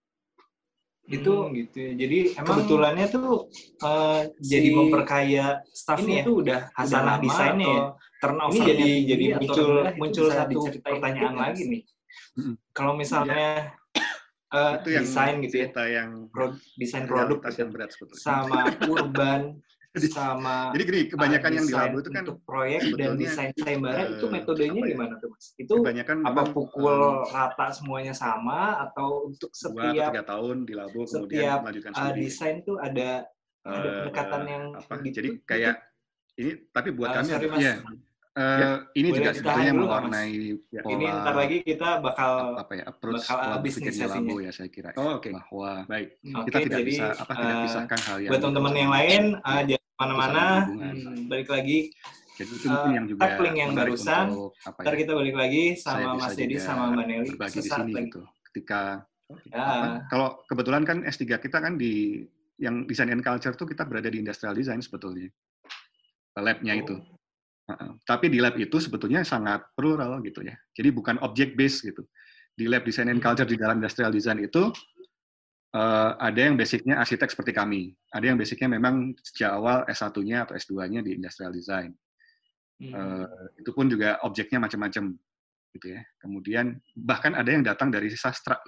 itu hmm, gitu ya. Jadi emang kebetulannya tuh uh, si jadi memperkaya staffnya ya? tuh udah hasanah desainnya ya. Turn ini jadi jadi muncul muncul satu pertanyaan lagi nih. Mm-mm. Kalau misalnya uh, Itu yang desain gitu ya, cerita yang pro, desain produk realitas gitu, yang berat sebetulnya. sama urban, Jadi, sama jadi gini, kebanyakan uh, yang di desain labo itu kan untuk proyek dan sebetulnya desain sayembara eh, itu metodenya apa ya, gimana tuh Mas? Itu kebanyakan apa memang pukul em, rata semuanya sama atau untuk dua atau setiap tiga tahun di labo kemudian setiap melanjutkan uh, studi. desain tuh ada ada Eh, pendekatan yang apa? gitu? Jadi kayak ini, tapi buat Uh, kami sorry adalah Mas, ya, eh, ini boleh juga ditahan sebetulnya dulu nggak Mas? mewarnai Ini pola ntar lagi kita bakal apa ya approach bakal pola habis berpikir nih di labo sesinya. ya saya kira Oh, oke. bahwa Baik. Oke, kita tidak jadi bisa apa tidak uh, pisahkan hal yang buat teman-teman yang lain uh, jangan saling kemana-mana. berhubungan. Hmm, balik lagi Jadi itu mungkin uh, yang juga tag link yang menarik barusan. untuk apa Ntar ya kita balik lagi saya sama bisa Mas Dedi juga sama Mbak Nelly berbagi di sesaat sini lagi. gitu. Ketika Ya. apa kalau kebetulan kan S tiga kita kan di yang design and culture tuh kita berada di industrial design sebetulnya labnya itu. Uh, tapi di lab itu sebetulnya sangat plural gitu ya. Jadi bukan object based gitu. Di lab design and culture di dalam industrial design itu uh, ada yang basicnya arsitek seperti kami. Ada yang basicnya memang sejak awal S satu-nya atau S dua-nya di industrial design. Uh, itu pun juga objeknya macam-macam gitu ya. Kemudian bahkan ada yang datang dari sastra.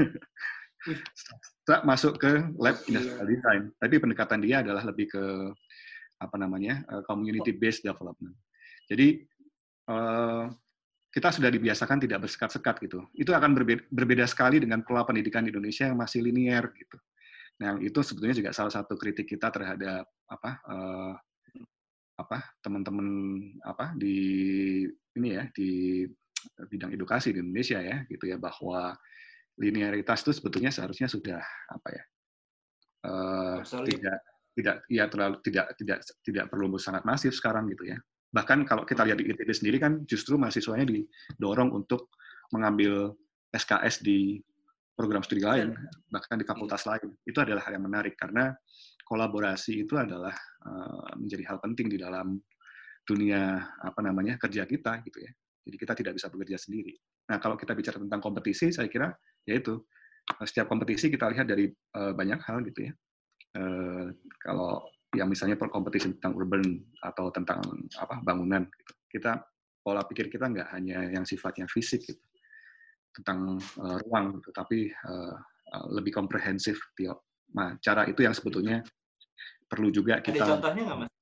Sastra masuk ke lab industrial design. Tapi pendekatan dia adalah lebih ke apa namanya uh, community based development. Jadi uh, kita sudah dibiasakan tidak bersekat-sekat gitu. Itu akan berbeda, berbeda sekali dengan pola pendidikan di Indonesia yang masih linier gitu. Nah itu sebetulnya juga salah satu kritik kita terhadap apa uh, apa teman-teman apa di ini ya di bidang edukasi di Indonesia ya gitu ya bahwa linearitas itu sebetulnya seharusnya sudah apa ya uh, tidak tidak ya terlalu tidak tidak tidak perlu sangat masif sekarang gitu ya. Bahkan kalau kita lihat di I T B sendiri kan justru mahasiswanya didorong untuk mengambil S K S di program studi lain, bahkan di fakultas lain. Itu adalah hal yang menarik karena kolaborasi itu adalah uh, menjadi hal penting di dalam dunia apa namanya kerja kita gitu ya. Jadi kita tidak bisa bekerja sendiri. Nah kalau kita bicara tentang kompetisi, saya kira yaitu setiap kompetisi kita lihat dari uh, banyak hal gitu ya. Uh, kalau yang misalnya kompetisi tentang urban atau tentang apa bangunan gitu. Kita pola pikir kita nggak hanya yang sifatnya fisik gitu tentang uh, ruang gitu, tapi uh, uh, lebih komprehensif. Nah cara itu yang sebetulnya perlu juga kita. Ada contohnya nggak Mas?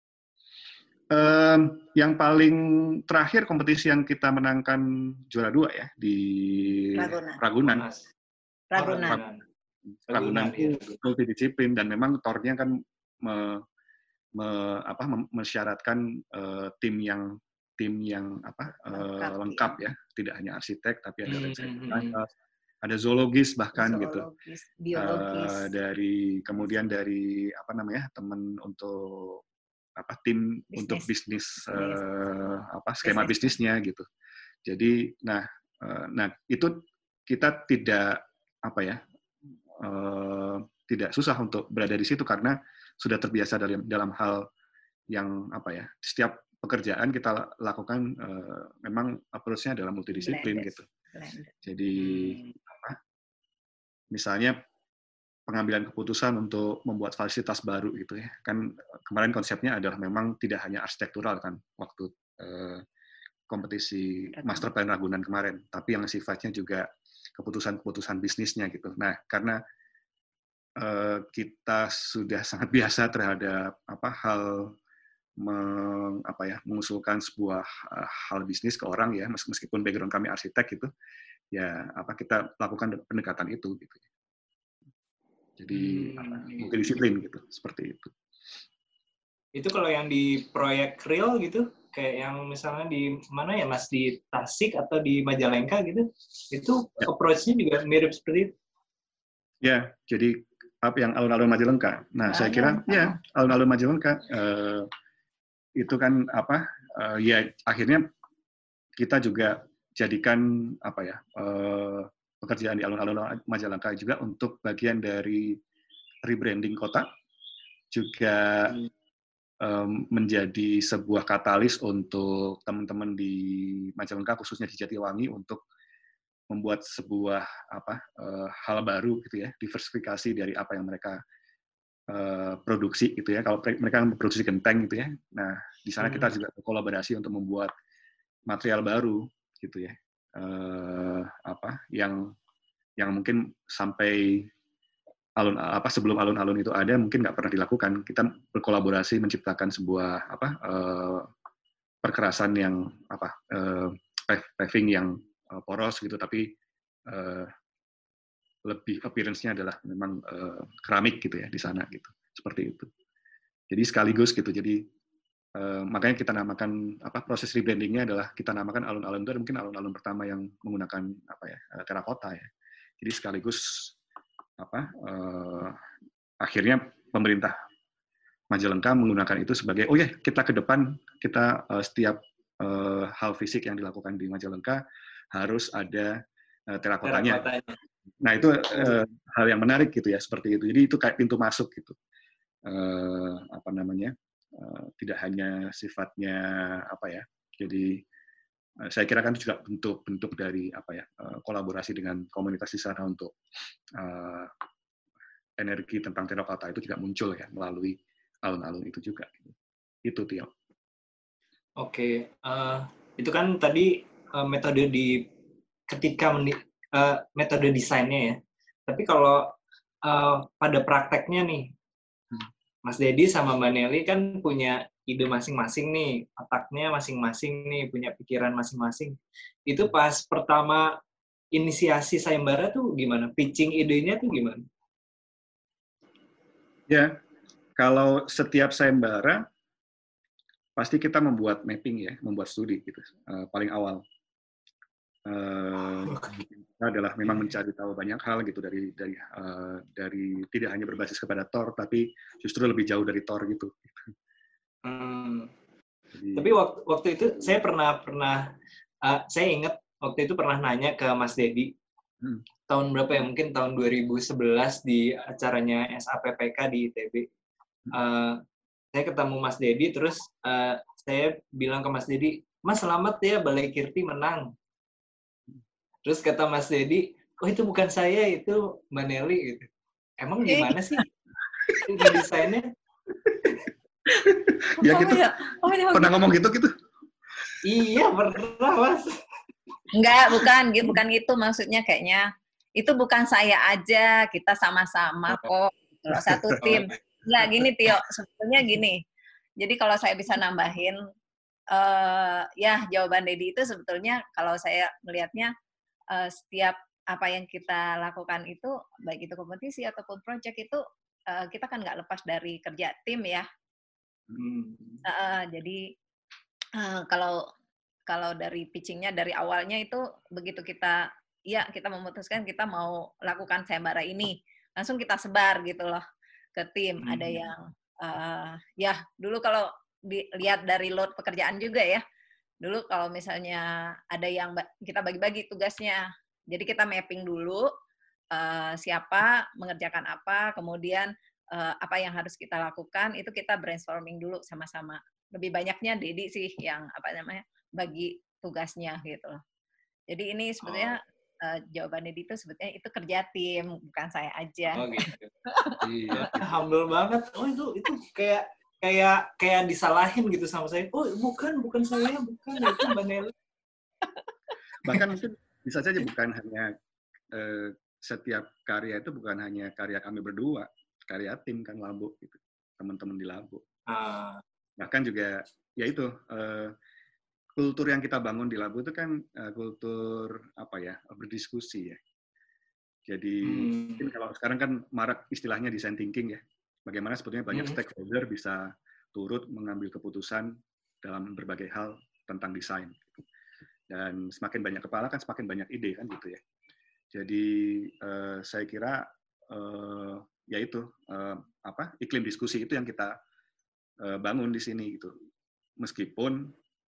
Um, yang paling terakhir kompetisi yang kita menangkan juara dua ya di Ragunan. Ragunan. Ragunan. Ragunan itu multidisiplin dan memang tornya kan me, me, apa, mensyaratkan uh, tim yang tim yang apa lengkap, uh, lengkap ya. ya, tidak hanya arsitek tapi ada mm-hmm. ada zoologis bahkan zoologis, gitu, biologis. Uh, dari kemudian dari apa namanya teman untuk apa tim bisnis. Untuk bisnis, bisnis. Uh, apa skema bisnis. Bisnisnya gitu. Jadi nah uh, nah itu kita tidak apa ya uh, tidak susah untuk berada di situ karena sudah terbiasa dalam dalam hal yang apa ya setiap pekerjaan kita lakukan uh, memang approach-nya adalah multidisiplin Blended. Gitu. Blended. Jadi apa misalnya pengambilan keputusan untuk membuat fasilitas baru gitu ya. Kan kemarin konsepnya adalah memang tidak hanya arsitektural kan waktu eh, kompetisi master plan Ragunan kemarin, tapi yang sifatnya juga keputusan-keputusan bisnisnya gitu. Nah, karena eh, kita sudah sangat biasa terhadap apa hal meng, apa ya, mengusulkan sebuah uh, hal bisnis ke orang ya, meskipun background kami arsitek gitu, ya apa kita lakukan pendekatan itu gitu. Jadi hmm, multidisiplin gitu, seperti itu. Itu kalau yang di proyek real gitu, kayak yang misalnya di mana ya Mas, di Tasik atau di Majalengka gitu, itu ya. Approach-nya juga mirip seperti itu? Ya, jadi apa yang alun-alun Majalengka. Nah, nah saya kira ya alun-alun Majalengka uh, itu kan apa uh, ya akhirnya kita juga jadikan apa ya uh, pekerjaan di alun-alun Majalengka juga untuk bagian dari rebranding kota, juga um, menjadi sebuah katalis untuk teman-teman di Majalengka khususnya di Jatiwangi untuk membuat sebuah apa uh, hal baru gitu ya, diversifikasi dari apa yang mereka Uh, produksi gitu ya. Kalau mereka memproduksi genteng gitu ya. Nah, di sana hmm. kita juga berkolaborasi untuk membuat material baru gitu ya. uh, apa yang yang mungkin sampai alun apa sebelum alun-alun itu ada mungkin nggak pernah dilakukan. Kita berkolaborasi menciptakan sebuah apa uh, perkerasan yang apa uh, paving yang uh, poros gitu, tapi uh, lebih appearance-nya adalah memang uh, keramik gitu ya di sana gitu, seperti itu. Jadi sekaligus gitu. Jadi uh, makanya kita namakan apa proses rebranding-nya adalah kita namakan alun-alun itu mungkin alun-alun pertama yang menggunakan apa ya terakota ya. Jadi sekaligus apa uh, akhirnya pemerintah Majalengka menggunakan itu sebagai oh ya kita ke depan kita uh, setiap uh, hal fisik yang dilakukan di Majalengka harus ada uh, terakotanya. terakotanya. Nah itu uh, hal yang menarik gitu ya seperti itu. Jadi itu kayak pintu masuk gitu. Uh, apa namanya uh, tidak hanya sifatnya apa ya. Jadi uh, saya kira kan juga bentuk-bentuk dari apa ya uh, kolaborasi dengan komunitas di sana untuk uh, energi tentang terakota itu juga muncul ya melalui alun-alun itu juga. Itu Tio. Oke, uh, itu kan tadi uh, metode di ketika meni, uh, metode desainnya ya. Tapi kalau uh, pada prakteknya nih, Mas Dedi sama Mbak Nelly kan punya ide masing-masing nih, otaknya masing-masing nih, punya pikiran masing-masing. Itu pas pertama inisiasi sayembara tuh gimana? Pitching idenya tuh gimana? Ya, kalau setiap sayembara pasti kita membuat mapping ya, membuat studi gitu. Uh, paling awal uh, adalah memang mencari tahu banyak hal gitu dari dari uh, dari tidak hanya berbasis kepada Tor, tapi justru lebih jauh dari Tor gitu. Hmm. Jadi, tapi waktu waktu itu saya pernah pernah uh, saya ingat waktu itu pernah nanya ke Mas Dedi. Hmm. Tahun berapa ya? Mungkin tahun dua ribu sebelas di acaranya S A P P K di I T B. Uh, saya ketemu Mas Dedi, terus uh, saya bilang ke Mas Dedi, Mas selamat ya Balai Kirti menang. Terus kata Mas Dedi, oh itu bukan saya, itu Mbak Nelly gitu. Emang gimana sih ini desainnya? Ya gitu. Oh, ya. Pernah ngomong gitu gitu? Iya pernah Mas. Enggak, bukan, bukan gitu maksudnya kayaknya. Itu bukan saya aja, kita sama-sama kok. Kalau satu tim. Enggak, gini Tio, sebetulnya gini. Jadi kalau saya bisa nambahin, uh, ya jawaban Dedi itu sebetulnya kalau saya melihatnya uh, setiap apa yang kita lakukan itu, baik itu kompetisi ataupun project itu, uh, kita kan nggak lepas dari kerja tim ya. Hmm. Uh, jadi uh, kalau kalau dari pitching-nya dari awalnya itu begitu kita ya kita memutuskan kita mau lakukan sayembara ini, langsung kita sebar gitu loh ke tim. Hmm. Ada yang uh, ya dulu kalau dilihat dari load pekerjaan juga ya, dulu kalau misalnya ada yang kita bagi-bagi tugasnya, jadi kita mapping dulu uh, siapa mengerjakan apa, kemudian uh, apa yang harus kita lakukan itu kita brainstorming dulu sama-sama. Lebih banyaknya Dedi sih yang apa namanya bagi tugasnya gitu loh. Jadi ini sebetulnya oh. Uh, jawaban Dedi itu sebetulnya itu kerja tim, bukan saya aja. Oh gitu. Iya, humble banget. Oh itu itu kayak kayak kayak disalahin gitu sama saya. Oh bukan bukan saya, bukan itu Mbak Nelly. Bahkan mungkin bisa saja bukan hanya eh, setiap karya itu bukan hanya karya kami berdua, karya tim kan Labu gitu, teman-teman di Labu. Ah. Bahkan juga ya itu. Eh, kultur yang kita bangun di Labu itu kan uh, kultur apa ya berdiskusi ya. Jadi hmm. mungkin kalau sekarang kan marak istilahnya design thinking ya. Bagaimana sebetulnya banyak hmm. stakeholder bisa turut mengambil keputusan dalam berbagai hal tentang desain. Dan semakin banyak kepala kan semakin banyak ide kan gitu ya. Jadi uh, saya kira uh, ya itu uh, apa iklim diskusi itu yang kita uh, bangun di sini gitu. Meskipun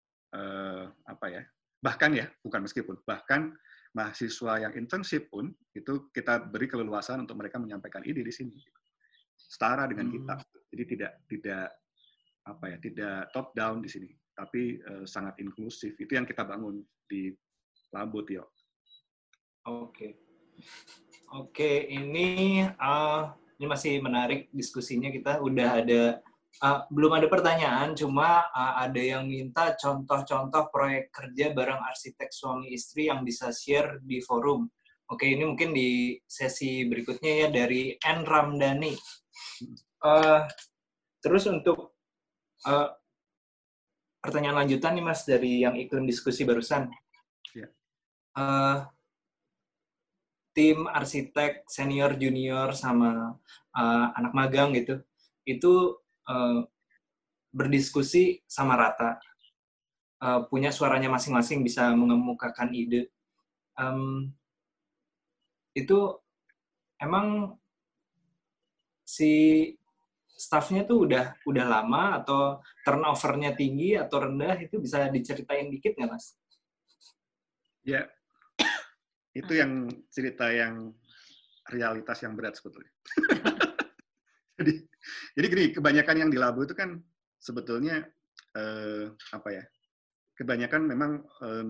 Uh, apa ya bahkan ya bukan meskipun bahkan mahasiswa yang internship pun itu kita beri keleluasan untuk mereka menyampaikan ide di sini setara dengan hmm. kita, jadi tidak tidak apa ya tidak top down di sini tapi uh, sangat inklusif. Itu yang kita bangun di Labu Tio. Oke oke ini uh, ini masih menarik diskusinya. Kita udah ada Uh, belum ada pertanyaan, cuma uh, ada yang minta contoh-contoh proyek kerja bareng arsitek suami istri yang bisa share di forum. Oke, ini mungkin di sesi berikutnya ya, dari N. Ramdhani. Uh, terus untuk uh, pertanyaan lanjutan nih Mas, dari yang ikut diskusi barusan. Ya. Uh, tim arsitek senior, junior, sama uh, anak magang gitu, itu Uh, berdiskusi sama rata, uh, punya suaranya masing-masing, bisa mengemukakan ide. Um, itu emang si staffnya tuh udah udah lama atau turnover-nya tinggi atau rendah, itu bisa diceritain dikit nggak Mas? Ya, itu yang cerita yang realitas yang berat sebetulnya. Jadi, jadi gini, kebanyakan yang di labo itu kan sebetulnya eh, apa ya? Kebanyakan memang eh,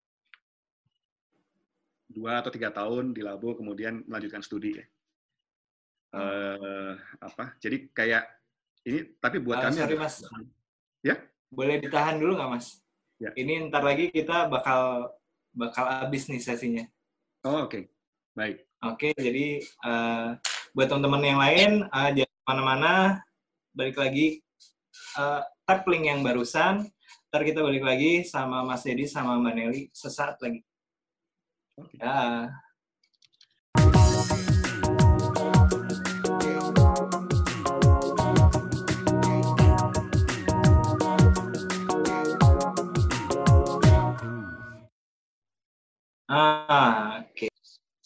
dua atau tiga tahun di labo kemudian melanjutkan studi ya. Eh, apa? Jadi kayak ini, tapi buat uh, kami sorry ada, Mas, ya? Boleh ditahan dulu nggak Mas? Ya. Ini ntar lagi kita bakal bakal habis nih sesinya. Oh oke, okay. Baik. Oke, okay, jadi uh, buat teman-teman yang lain, uh, jangan kemana-mana, balik lagi, uh, tap link yang barusan, ntar kita balik lagi sama Mas Dedi sama Mbak Nelly sesaat lagi. Okay. Ya. Ah, oke. Okay.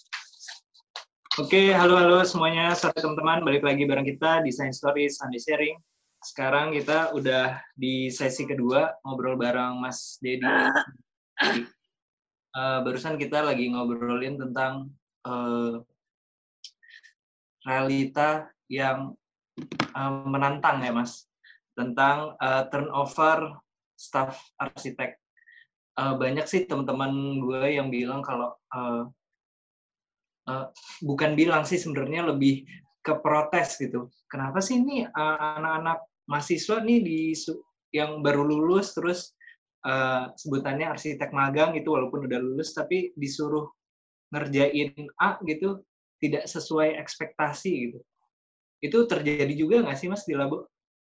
Oke, halo-halo semuanya, sahabat teman-teman, balik lagi bareng kita di Science Stories Sunday Sharing. Sekarang kita udah di sesi kedua, ngobrol bareng Mas Dedi. Uh, barusan kita lagi ngobrolin tentang uh, realita yang uh, menantang ya Mas, tentang uh, turnover staff arsitek. Uh, banyak sih teman-teman gue yang bilang kalau uh, Uh, bukan bilang sih, sebenarnya lebih ke protes gitu. Kenapa sih ini uh, anak-anak mahasiswa nih di yang baru lulus terus uh, sebutannya arsitek magang itu, walaupun udah lulus tapi disuruh ngerjain A gitu, tidak sesuai ekspektasi gitu. Itu terjadi juga nggak sih Mas di labo?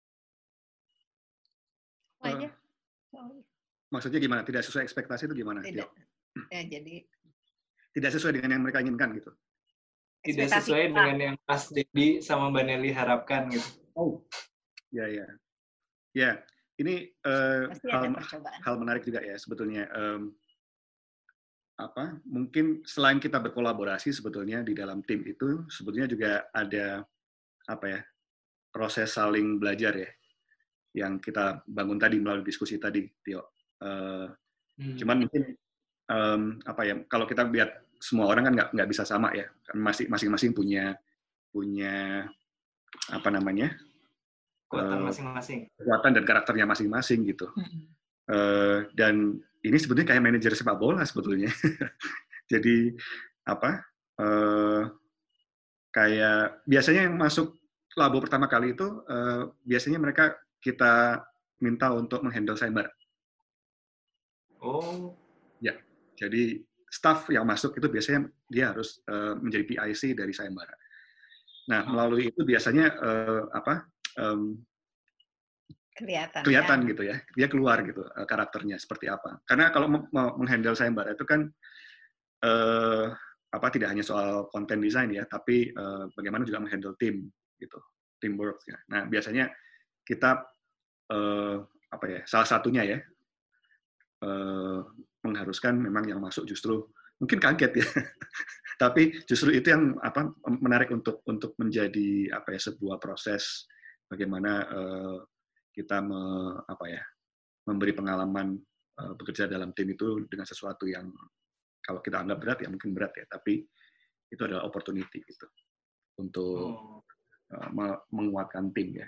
Uh, maksudnya gimana? Tidak sesuai ekspektasi itu gimana? Tidak. Ya, jadi tidak sesuai dengan yang mereka inginkan gitu. Tidak sesuai dengan yang Mas Dedi sama Mbak Nelly harapkan gitu. Oh, ya ya, ya. Ini uh, hal, hal menarik juga ya sebetulnya. Um, apa? Mungkin selain kita berkolaborasi sebetulnya di dalam tim itu sebetulnya juga ada apa ya? Proses saling belajar ya, yang kita bangun tadi melalui diskusi tadi, Tio. Uh, hmm. Cuman mungkin Um, apa ya, kalau kita lihat semua orang kan nggak nggak bisa sama ya, kan masing-masing punya punya apa namanya kekuatan masing-masing, kekuatan dan karakternya masing-masing gitu. Mm-hmm. uh, dan ini sebetulnya kayak manajer sepak bola sebetulnya. Jadi apa uh, kayak biasanya yang masuk labo pertama kali itu uh, biasanya mereka kita minta untuk menghandle sayembara. Oh ya. Jadi staff yang masuk itu biasanya dia harus uh, menjadi P I C dari sayembara. Nah, melalui itu biasanya uh, apa um, kelihatan, kelihatan ya. gitu ya, dia keluar gitu uh, karakternya seperti apa. Karena kalau mau menghandle sayembara itu kan uh, apa tidak hanya soal konten desain ya, tapi uh, bagaimana juga menghandle tim gitu, teamwork. Ya. Nah, biasanya kita uh, apa ya, salah satunya ya. Uh, mengharuskan memang yang masuk justru mungkin kaget ya, tapi justru itu yang apa menarik untuk untuk menjadi apa ya sebuah proses bagaimana uh, kita me, apa ya memberi pengalaman uh, bekerja dalam tim itu dengan sesuatu yang kalau kita anggap berat ya mungkin berat ya, tapi itu adalah opportunity gitu untuk uh, menguatkan tim ya.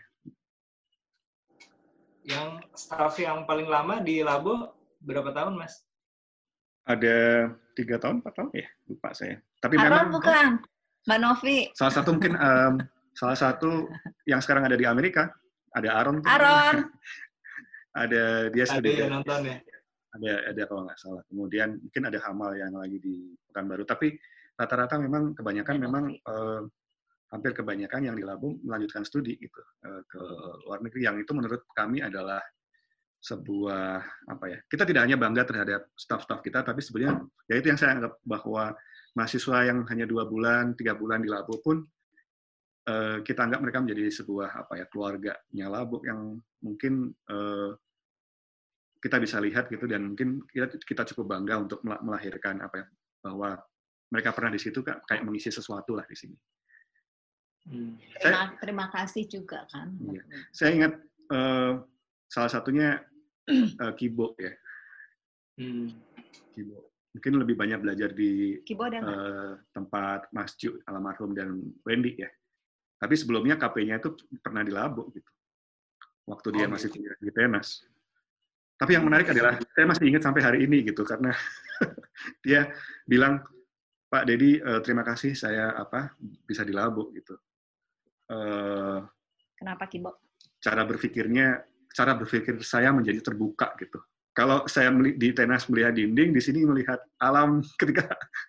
Yang staff yang paling lama di labo berapa tahun Mas? Ada tiga tahun, empat tahun ya, lupa saya. Tapi Halo, memang bukan, Mbak Novi. Salah satu mungkin um, salah satu yang sekarang ada di Amerika, ada Aaron. Aaron. Ada dia Ada studi yang nonton ya. Ada ada kalau nggak salah. Kemudian mungkin ada Hamal yang lagi di Pekanbaru. Tapi rata-rata memang kebanyakan Ya, memang eh, hampir kebanyakan yang di Labu melanjutkan studi gitu eh, ke luar negeri. Yang itu menurut kami adalah sebuah apa ya? Kita tidak hanya bangga terhadap staf-staf kita, tapi sebenarnya ya itu yang saya anggap bahwa mahasiswa yang hanya dua bulan, tiga bulan di Labu pun eh, kita anggap mereka menjadi sebuah apa ya keluarganya Labu yang mungkin eh, kita bisa lihat gitu dan mungkin kita, kita cukup bangga untuk melahirkan apa ya bahwa mereka pernah di situ kayak mengisi sesuatu lah di sini. Hmm. Terima, terima kasih juga kan. Iya. Saya ingat uh, salah satunya uh, Kibo ya. Hmm. Kibo. Mungkin lebih banyak belajar di Kibo uh, tempat Mas Ju almarhum dan Wendy ya. Tapi sebelumnya K P-nya itu pernah di Labu gitu. Waktu dia oh, masih kuliah di Tenas. Tapi yang menarik adalah saya masih ingat sampai hari ini gitu karena dia bilang Pak Dedi uh, terima kasih saya apa bisa di Labu gitu. Uh, Kenapa Kibo? Cara berpikirnya, cara berpikir saya menjadi terbuka gitu. Kalau saya di Tenas melihat dinding, di sini melihat alam ketika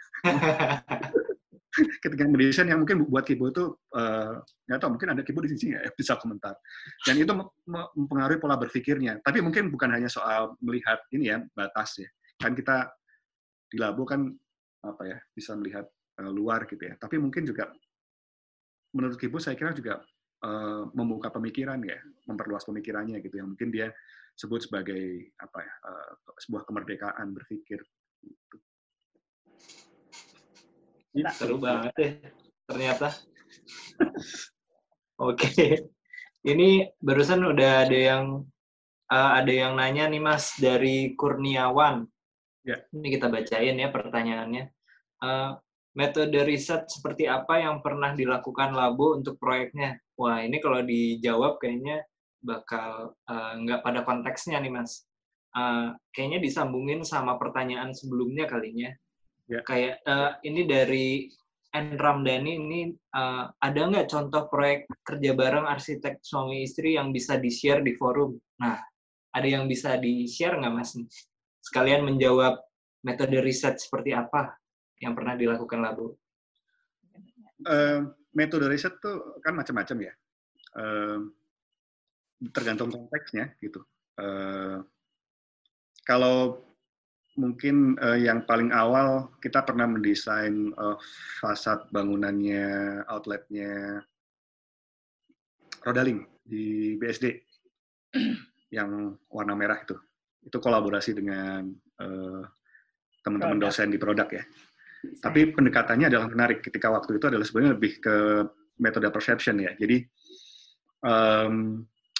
ketika mendesain yang mungkin buat Kibo itu nggak uh, tahu mungkin ada Kibo di sini ya bisa komentar dan itu mempengaruhi pola berpikirnya tapi mungkin bukan hanya soal melihat ini ya batas ya kan kita di Labu kan apa ya bisa melihat uh, luar gitu ya tapi mungkin juga menurut Kibo saya kira juga uh, membuka pemikiran ya memperluas pemikirannya gitu yang mungkin dia sebut sebagai apa ya uh, sebuah kemerdekaan berpikir gitu. Seru banget ya, ternyata. Oke, okay. Ini barusan udah ada yang uh, ada yang nanya nih Mas dari Kurniawan. Ya. Ini kita bacain ya pertanyaannya. Uh, metode riset seperti apa yang pernah dilakukan Labu untuk proyeknya? Wah ini kalau dijawab kayaknya bakal uh, nggak pada konteksnya nih Mas. Uh, kayaknya disambungin sama pertanyaan sebelumnya kalinya. Ya. Kayak uh, ini dari N. Ramdhani ini uh, ada nggak contoh proyek kerja bareng arsitek suami istri yang bisa di-share di forum? Nah, ada yang bisa di-share nggak Mas? Sekalian menjawab metode riset seperti apa yang pernah dilakukan Labu? Uh, metode riset tuh kan macam-macam ya. Uh, tergantung konteksnya gitu. Uh, kalau mungkin uh, yang paling awal kita pernah mendesain uh, fasad bangunannya, outletnya Rodaling di B S D yang warna merah itu. Itu kolaborasi dengan uh, teman-teman dosen di produk ya. Tapi pendekatannya adalah menarik ketika waktu itu adalah sebenarnya lebih ke metode perception ya. Jadi um,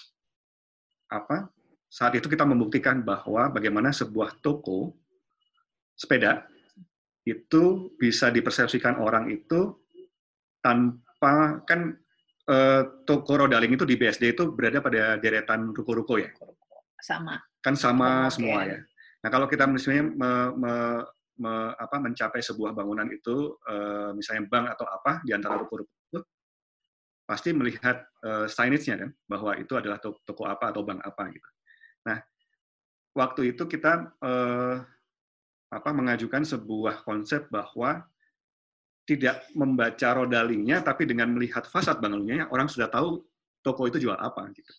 apa? Saat itu kita membuktikan bahwa bagaimana sebuah toko sepeda itu bisa dipersepsikan orang itu tanpa kan eh, toko Rodaling itu di B S D itu berada pada deretan ruko-ruko ya. Sama. Kan sama oh, semua okay. ya. Nah kalau kita misalnya me, me, me, apa, mencapai sebuah bangunan itu eh, misalnya bank atau apa di antara ruko-ruko itu pasti melihat eh, signage-nya kan bahwa itu adalah toko, toko apa atau bank apa gitu. Nah waktu itu kita eh, apa mengajukan sebuah konsep bahwa tidak membaca Rodalingnya, tapi dengan melihat fasad bangunannya, orang sudah tahu toko itu jual apa gitu.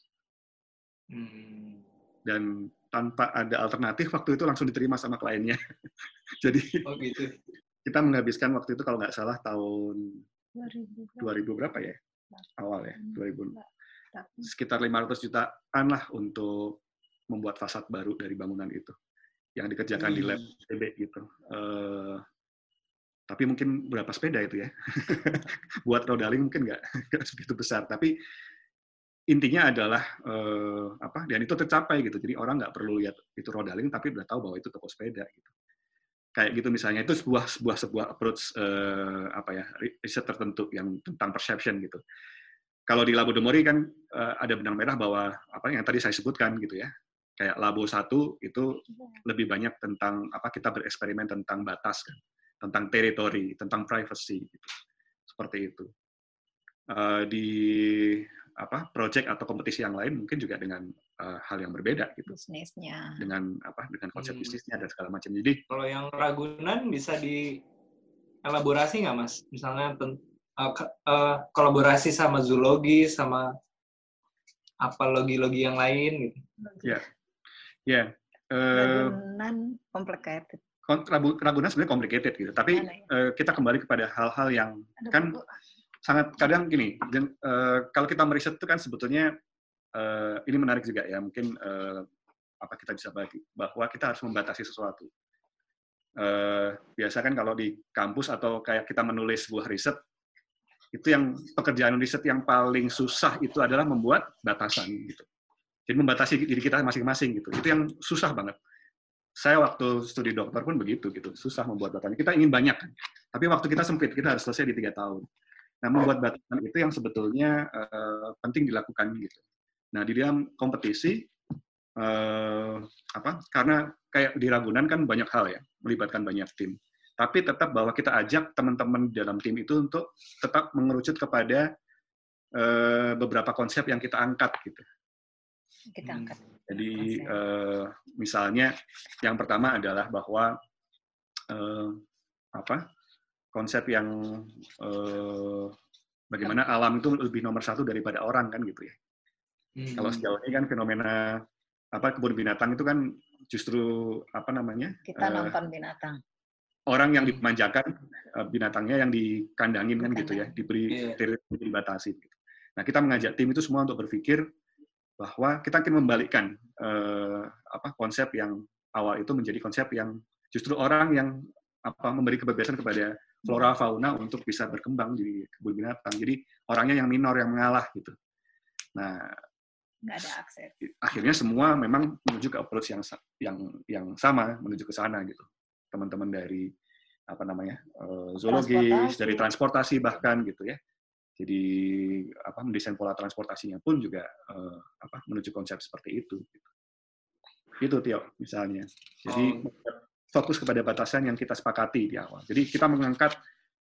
Hmm. Dan tanpa ada alternatif, waktu itu langsung diterima sama kliennya. Jadi oh, gitu. Kita menghabiskan waktu itu kalau nggak salah tahun dua ribu berapa ya? Awal ya, dua ribu sekitar lima ratus jutaan lah untuk membuat fasad baru dari bangunan itu. Yang dikerjakan hmm. di lab T B gitu. Uh, tapi mungkin berapa sepeda itu ya? Buat Rodaling mungkin nggak segitu besar. Tapi intinya adalah uh, apa? Dan itu tercapai gitu. Jadi orang nggak perlu lihat itu Rodaling, tapi udah tahu bahwa itu toko sepeda gitu. Kayak gitu misalnya itu sebuah sebuah sebuah approach uh, apa ya riset tertentu yang tentang perception gitu. Kalau di Labu Demori kan uh, ada benang merah bahwa apa yang tadi saya sebutkan gitu ya. Kayak Labo satu itu lebih banyak tentang apa kita bereksperimen tentang batas kan, tentang teritori, tentang privacy gitu. Seperti itu. Uh, di apa project atau kompetisi yang lain mungkin juga dengan uh, hal yang berbeda gitu. Bisnisnya. Dengan apa dengan konsep Hmm. bisnisnya dan segala macam. Jadi Kalau yang Ragunan bisa dielaborasi nggak, Mas? Misalnya ten- uh, ke- uh, kolaborasi sama zoologi, sama apa logi-logi yang lain gitu. ya, ya. Uh, Ragunan complicated. Ragu- Ragunan sebenarnya complicated gitu. Tapi Mana ya? uh, kita kembali kepada hal-hal yang Ada kan buku. sangat kadang gini. Dan, uh, kalau kita meriset itu kan sebetulnya uh, ini menarik juga ya. Mungkin uh, apa kita bisa bagi bahwa kita harus membatasi sesuatu. Uh, biasa kan kalau di kampus atau kayak kita menulis sebuah riset, itu yang pekerjaan riset yang paling susah itu adalah membuat batasan gitu. Jadi membatasi diri kita masing-masing gitu. Itu yang susah banget. Saya waktu studi dokter pun begitu gitu, susah membuat batasan. Kita ingin banyak kan, tapi waktu kita sempit, kita harus selesai di tiga tahun. Nah, membuat batasan itu yang sebetulnya uh, penting dilakukan gitu. Nah, di dalam kompetisi uh, apa? Karena kayak di Ragunan kan banyak hal ya, melibatkan banyak tim. Tapi tetap bahwa kita ajak teman-teman dalam tim itu untuk tetap mengerucut kepada uh, beberapa konsep yang kita angkat gitu. Kita angkat. Jadi uh, misalnya yang pertama adalah bahwa uh, apa konsep yang uh, bagaimana alam itu lebih nomor satu daripada orang kan gitu ya. Hmm. Kalau sejauh ini kan fenomena apa kebun binatang itu kan justru apa namanya? Kita uh, nonton binatang. Orang yang dimanjakan, binatangnya yang dikandangin kan gitu ya, diberi yeah. teritori dibatasi. Nah, kita mengajak tim itu semua untuk berpikir bahwa kita akan membalikkan eh, apa konsep yang awal itu menjadi konsep yang justru orang yang apa memberi kebebasan kepada flora fauna untuk bisa berkembang di kebun binatang. Jadi orangnya yang minor yang mengalah gitu. Nah, nggak ada akses. Akhirnya semua memang menuju ke approach yang yang yang sama, menuju ke sana gitu. Teman-teman dari apa namanya uh, zoologis, dari transportasi bahkan gitu ya. Jadi apa mendesain pola transportasinya pun juga uh, apa menuju konsep seperti itu. Gitu. Itu Tio misalnya. Jadi oh. fokus kepada batasan yang kita sepakati di awal. Jadi kita mengangkat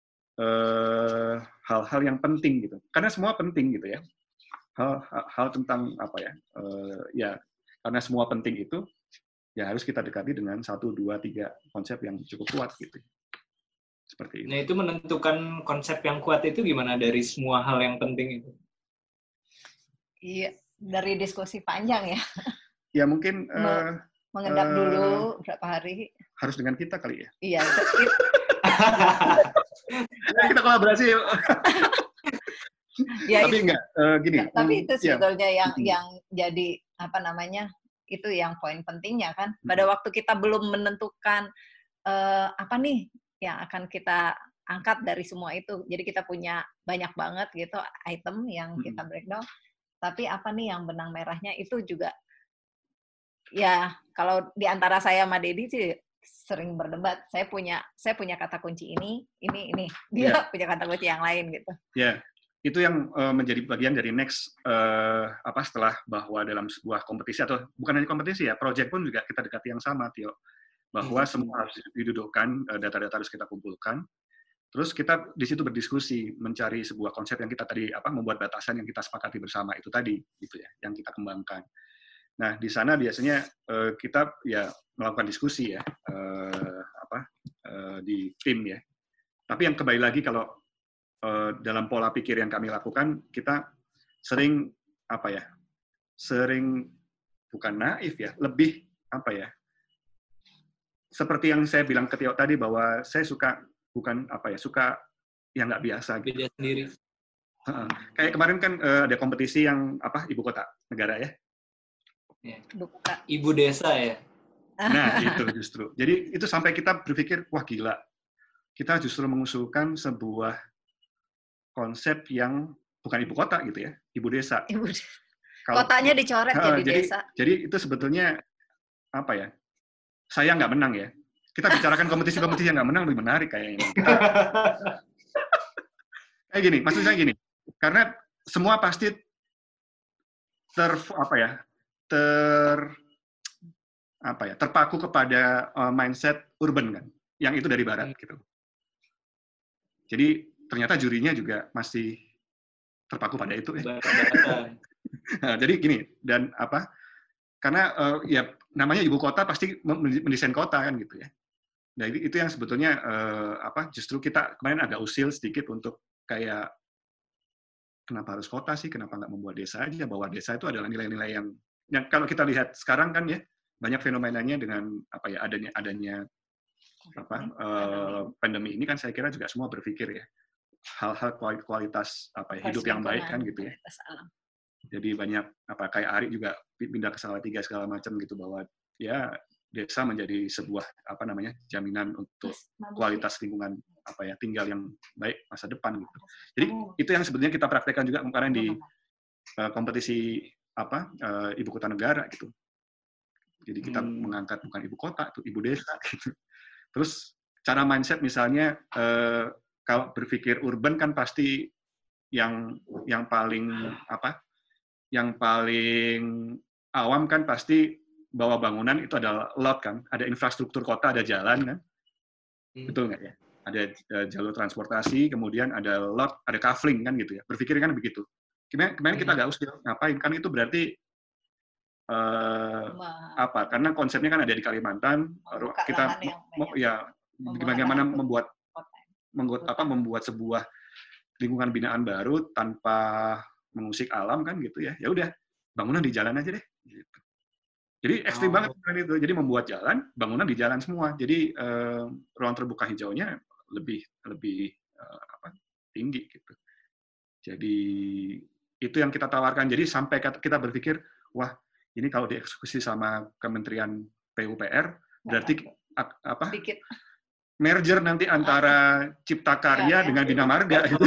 uh, hal-hal yang penting gitu. Karena semua penting gitu ya. Hal, hal tentang apa ya? Uh, ya karena semua penting itu. Ya harus kita dekati dengan satu, dua, tiga konsep yang cukup kuat gitu. Seperti itu. Nah itu menentukan konsep yang kuat itu gimana dari semua hal yang penting itu? Iya, dari diskusi panjang ya. Ya mungkin uh, mengendap uh, dulu berapa hari. Harus dengan kita kali ya. Iya. Kita kolaborasi yuk. Ya, tapi itu, enggak uh, gini. Enggak, tapi itu sebetulnya ya. yang hmm. yang jadi apa namanya? Itu yang poin pentingnya kan. Pada hmm. waktu kita belum menentukan uh, apa nih yang akan kita angkat dari semua itu. Jadi kita punya banyak banget gitu item yang hmm. kita breakdown. Tapi apa nih yang benang merahnya itu juga ya kalau di antara saya sama Dedi sih sering berdebat. Saya punya saya punya kata kunci ini, ini, ini. Dia yeah. punya kata kunci yang lain gitu. Iya. Yeah. Itu yang uh, menjadi bagian dari next uh, apa setelah bahwa dalam sebuah kompetisi atau bukan hanya kompetisi ya, project pun juga kita dekati yang sama, Tio. Bahwa hmm. semua harus didudukkan, uh, data-data harus kita kumpulkan. Terus kita di situ berdiskusi, mencari sebuah konsep yang kita tadi apa membuat batasan yang kita sepakati bersama itu tadi gitu ya, yang kita kembangkan. Nah, di sana biasanya uh, kita ya melakukan diskusi ya uh, apa uh, di tim ya. Tapi yang kembali lagi kalau Uh, dalam pola pikir yang kami lakukan, kita sering apa ya, sering bukan naif ya, lebih apa ya, seperti yang saya bilang ke Tio tadi bahwa saya suka bukan apa ya, suka yang nggak biasa. Gitu. Beda sendiri. Uh, kayak kemarin kan uh, ada kompetisi yang apa ibu kota negara ya. ya. Ibu desa ya. Nah itu justru. Jadi itu sampai kita berpikir wah gila, kita justru mengusulkan sebuah konsep yang bukan ibu kota gitu ya, ibu desa. Ibu desa. Kalau, kotanya dicoret uh, jadi, jadi desa. Jadi itu sebetulnya apa ya? Saya nggak menang ya. Kita bicarakan kompetisi-kompetisi yang nggak menang lebih menarik kayaknya. Kita, kayak gini, maksud saya gini. Karena semua pasti ter apa ya? Ter apa ya? Terpaku kepada uh, mindset urban kan, yang itu dari barat gitu. Jadi ternyata jurinya juga masih terpaku pada itu. Ya. Nah, jadi gini, dan apa? Karena uh, ya namanya ibu kota pasti mendesain kota kan gitu ya. Nah itu yang sebetulnya uh, apa? Justru kita kemarin agak usil sedikit untuk kayak kenapa harus kota sih? Kenapa nggak membuat desa aja? Bahwa desa itu adalah nilai-nilai yang, yang kalau kita lihat sekarang kan ya banyak fenomenanya dengan apa ya adanya adanya apa uh, pandemi ini kan saya kira juga semua berpikir ya hal-hal kualitas apa ya, hidup yang baik kan gitu ya. Jadi banyak apa kayak Ari juga pindah ke Salatiga segala macam gitu bahwa ya desa menjadi sebuah apa namanya jaminan untuk kualitas lingkungan apa ya tinggal yang baik masa depan gitu. Jadi itu yang sebenarnya kita praktekkan juga kemarin di uh, kompetisi apa uh, ibu kota negara gitu. Jadi kita hmm. mengangkat bukan ibu kota, itu ibu desa gitu. Terus cara mindset misalnya uh, kalau berpikir urban kan pasti yang yang paling apa? Yang paling awam kan pasti bahwa bangunan itu adalah lot kan, ada infrastruktur kota, ada jalan kan, hmm. betul nggak ya? Ada uh, jalur transportasi, kemudian ada lot, ada kafling kan gitu ya. Berpikir kan begitu. Kemarin, kemarin hmm. kita nggak usah ngapain kan itu berarti uh, apa? Karena konsepnya kan ada di Kalimantan, membuka kita mau ya bagaimana membuat membuat apa? Membuat sebuah lingkungan binaan baru tanpa mengusik alam kan gitu ya. Ya udah, bangunan di jalan aja deh. Gitu. Jadi ekstrim oh. banget itu. Jadi membuat jalan, bangunan di jalan semua. Jadi eh, ruang terbuka hijaunya lebih lebih eh, apa, tinggi gitu. Jadi itu yang kita tawarkan. Jadi sampai kita berpikir, wah ini kalau dieksekusi sama Kementerian P U P R, berarti apa? Dikit. Merger nanti antara Cipta Karya ya, dengan ya. Bina Marga gitu.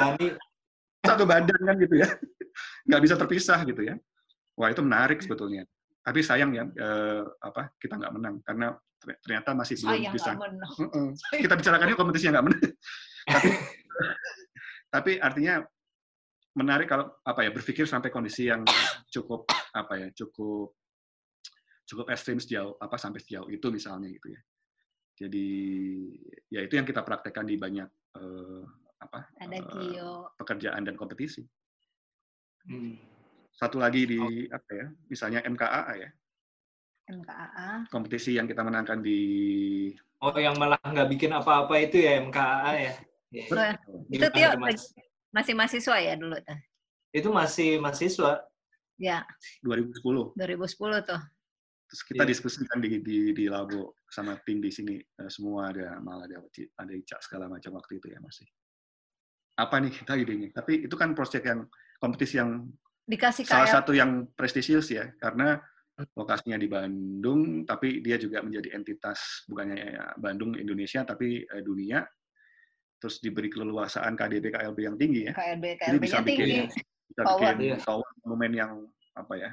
Satu badan kan gitu ya, nggak bisa terpisah gitu ya. Wah itu menarik sebetulnya. Tapi sayang ya, eh, apa kita nggak menang karena ternyata masih belum sayang bisa. Uh-uh. Kita bicarakannya kompetisi yang nggak menang. tapi, tapi artinya menarik kalau apa ya berpikir sampai kondisi yang cukup apa ya cukup cukup ekstrim sejauh apa sampai sejauh itu misalnya gitu ya. Jadi ya itu yang kita praktekkan di banyak eh, apa ada uh, pekerjaan dan kompetisi. Hmm. Satu lagi di oh. apa ya, misalnya M K A A ya. M K A A. Kompetisi yang kita menangkan di. Oh, yang malah nggak bikin apa-apa itu ya M K A A ya. ya. Itu Tio masih mahasiswa ya dulu tuh. Itu masih mahasiswa. Ya. dua ribu sepuluh. dua ribu sepuluh tuh. Terus kita yeah. diskusikan di di di Labo sama tim di sini semua ada malah ada ada Ica segala macam waktu itu ya masih. Apa nih kita idenya? Tapi itu kan proyek yang kompetisi yang dikasih salah kayak... satu yang prestisius ya, karena lokasinya di Bandung, tapi dia juga menjadi entitas bukannya ya, Bandung Indonesia, tapi eh, dunia. Terus diberi keleluasaan K D B K L B yang tinggi ya. K L B K L B Jadi bisa bikin, tinggi. Bisa bikin ya. Tower monumen yang apa ya?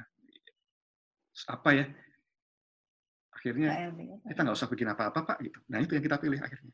Apa ya? Akhirnya kita nggak usah bikin apa-apa Pak gitu. Nah itu yang kita pilih akhirnya.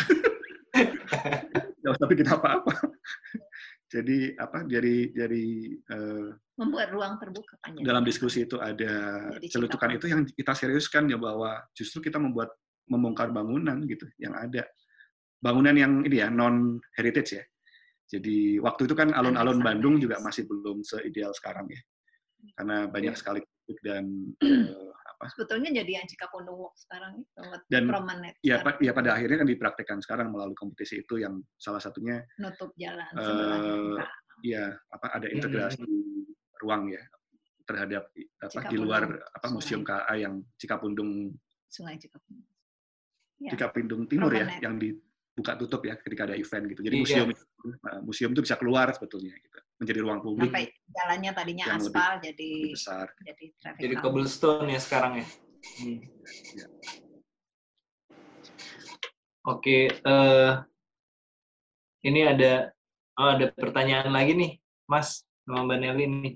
Nggak usah bikin apa-apa. Jadi apa dari dari uh, membuat ruang terbuka kan. Dalam diskusi itu ada celutukan itu yang kita seriuskan ya bahwa justru kita membuat membongkar bangunan gitu yang ada. Bangunan yang ini ya non heritage ya. Jadi waktu itu kan alun-alun Bandung juga masih belum seideal sekarang ya. Karena banyak sekali dan uh, apa? Sebetulnya jadi yang Cikapundung Walk sekarang itu dan ya, pa, ya pada akhirnya kan dipraktekkan sekarang melalui kompetisi itu yang salah satunya nutup jalan uh, ya apa ada integrasi hmm. ruang ya terhadap apa Cikapundung. Di luar apa Sungai. Museum K A yang Cikapundung Sungai Cikapundung ya. Cikapundung Timur Promenade. Ya yang dibuka tutup ya ketika ada event gitu jadi museum yeah. itu, museum itu bisa keluar sebetulnya gitu menjadi ruang publik. Sampai jalannya tadinya aspal lebih, jadi lebih besar. Jadi, jadi cobblestone ya sekarang ya. Hmm. ya. Oke, uh, ini ada oh, ada pertanyaan lagi nih, Mas sama Mbak Nelly nih.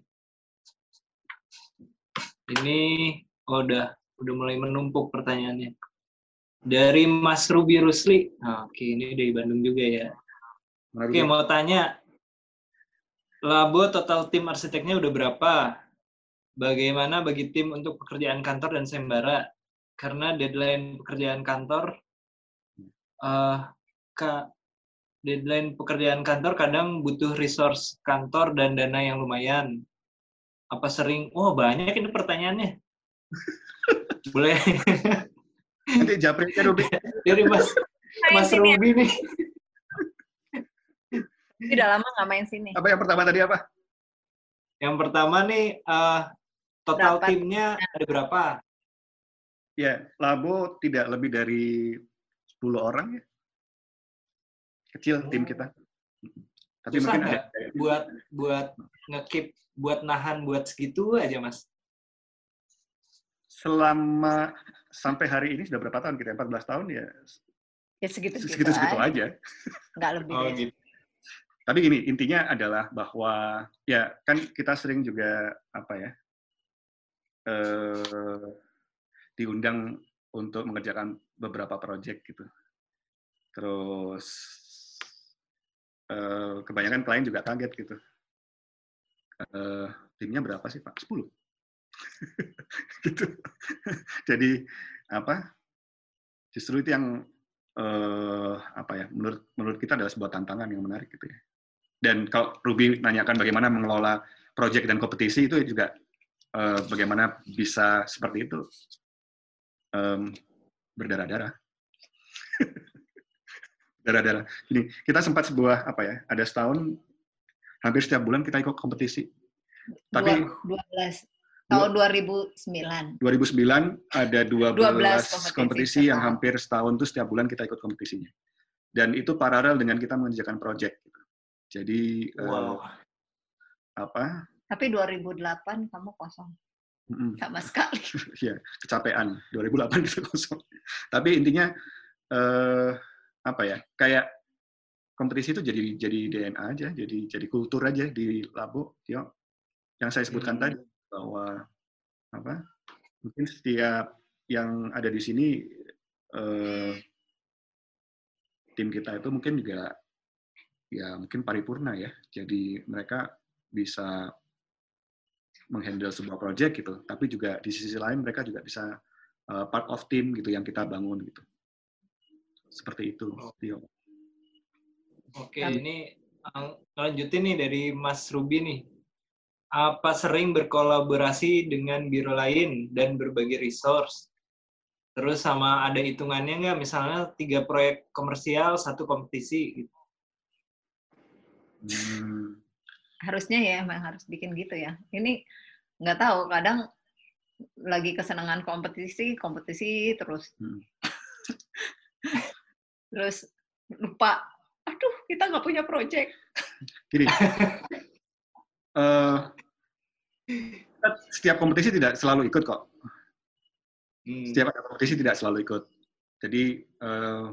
Ini oh, udah udah mulai menumpuk pertanyaannya. Dari Mas Ruby Rusli. Nah, oke, ini dari Bandung juga ya. Oke, okay, mau tanya. Labo total tim arsiteknya udah berapa? Bagaimana bagi tim untuk pekerjaan kantor dan sembara? Karena deadline pekerjaan kantor uh, Kak deadline pekerjaan kantor kadang butuh resource kantor dan dana yang lumayan. Apa sering, oh banyak ini pertanyaannya. Boleh. Nanti japri aja Ruby. Dari Mas, Main Mas sini ya. Ruby nih. Udah lama nggak main sini. Apa yang pertama tadi apa? Yang pertama nih, eh, total Berapa timnya ada berapa? Ya, Labo tidak lebih dari sepuluh orang ya. Kecil tim kita. Tapi Susah mungkin nggak ada buat buat nge-keep, buat nahan, buat segitu aja, Mas? selama sampai hari ini sudah berapa tahun kita? empat belas tahun ya. Ya segitu-segitu Segitu-segitu aja. aja. Nggak lebih Oh, dari gitu. Tapi gini, intinya adalah bahwa ya kan kita sering juga apa ya eh, diundang untuk mengerjakan beberapa proyek gitu. Terus eh, kebanyakan klien juga kaget gitu. Eh, timnya berapa sih Pak? sepuluh. Gitu. Jadi apa? Justru itu yang eh, apa ya? Menurut menurut kita adalah sebuah tantangan yang menarik gitu ya. Dan kalau Ruby nanyakan bagaimana mengelola proyek dan kompetisi itu juga eh, bagaimana bisa seperti itu um, berdarah-darah. Darah-darah. Jadi kita sempat sebuah apa ya? Ada setahun hampir setiap bulan kita ikut kompetisi. Tapi dua belas tahun dua ribu sembilan. dua ribu sembilan ada dua belas, dua belas kompetisi, kompetisi yang setahun. hampir setahun tuh setiap bulan kita ikut kompetisinya. Dan itu paralel dengan kita mengerjakan proyek. Gitu. Jadi Wow. eh, apa? Tapi dua ribu delapan kamu kosong. Mm-mm. Sama sekali. Ya, kecapean. dua ribu delapan kita kosong. Tapi intinya eh, apa ya? Kayak kompetisi itu jadi jadi D N A aja, jadi jadi kultur aja di Labo. Ya, yang saya sebutkan Hmm. tadi bahwa apa? Mungkin setiap yang ada di sini eh, tim kita itu mungkin juga ya mungkin paripurna ya. Jadi mereka bisa menghandle sebuah project gitu, tapi juga di sisi lain mereka juga bisa uh, part of team gitu yang kita bangun gitu. Seperti itu, Tio. Oke, ini uh, lanjutin nih dari Mas Ruby nih. Apa sering berkolaborasi dengan biro lain dan berbagi resource? Terus sama ada hitungannya nggak? Misalnya tiga proyek komersial, satu kompetisi. Gitu. Hmm. Harusnya ya emang harus bikin gitu ya. Ini nggak tahu, kadang lagi kesenangan kompetisi, kompetisi terus. Hmm. Terus lupa, aduh kita nggak punya project. Gini, uh, setiap kompetisi tidak selalu ikut kok. Hmm. Setiap ada kompetisi tidak selalu ikut. Jadi uh,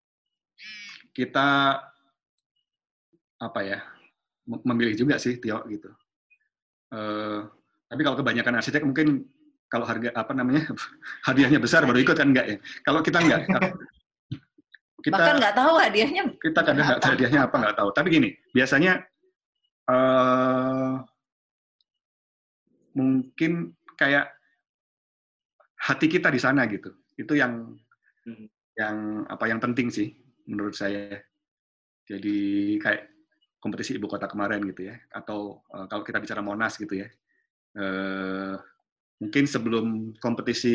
kita apa ya memilih juga sih Tio gitu. Uh, tapi kalau kebanyakan arsitek mungkin kalau harga apa namanya hadiahnya besar baru ikut kan enggak ya. Kalau kita enggak. Kita, bahkan nggak tahu hadiahnya. Kita kadang nggak tahu hadiahnya apa nggak tahu. Tapi gini, biasanya uh, mungkin kayak hati kita di sana gitu. Itu yang hmm. yang apa yang penting sih menurut saya. Jadi kayak kompetisi ibu kota kemarin gitu ya. Atau uh, kalau kita bicara Monas gitu ya. Uh, mungkin sebelum kompetisi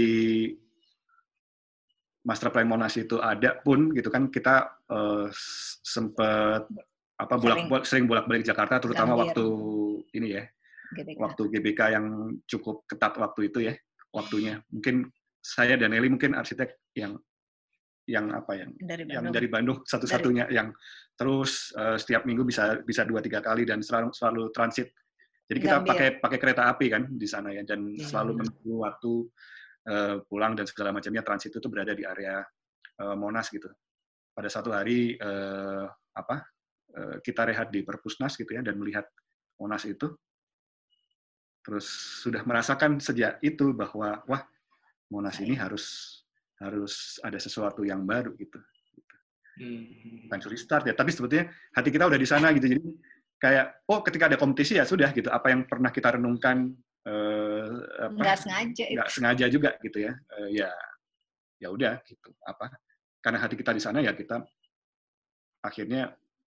Master Plan Monas itu ada pun gitu kan kita uh, sempat apa bolak sering bolak-balik Jakarta terutama Gambir. Waktu ini ya G B K. Waktu G B K yang cukup ketat waktu itu ya waktunya mungkin saya dan Eli mungkin arsitek yang yang apa yang dari yang dari Bandung satu-satunya dari... yang terus uh, setiap minggu bisa bisa dua tiga kali dan selalu selalu transit jadi kita Gambir. pakai pakai kereta api kan di sana ya dan hmm. selalu menunggu waktu Uh, pulang dan segala macamnya transit itu berada di area uh, Monas gitu. Pada satu hari uh, apa uh, kita rehat di Perpusnas gitu ya dan melihat Monas itu, terus sudah merasakan sejak itu bahwa wah Monas ini harus harus ada sesuatu yang baru gitu. Hmm. Bukan curi start ya, tapi sebetulnya hati kita udah di sana gitu. Jadi kayak oh ketika ada kompetisi ya sudah gitu. Apa yang pernah kita renungkan Uh, apa, nggak sengaja nggak sengaja juga gitu ya uh, ya ya udah gitu apa karena hati kita di sana ya kita akhirnya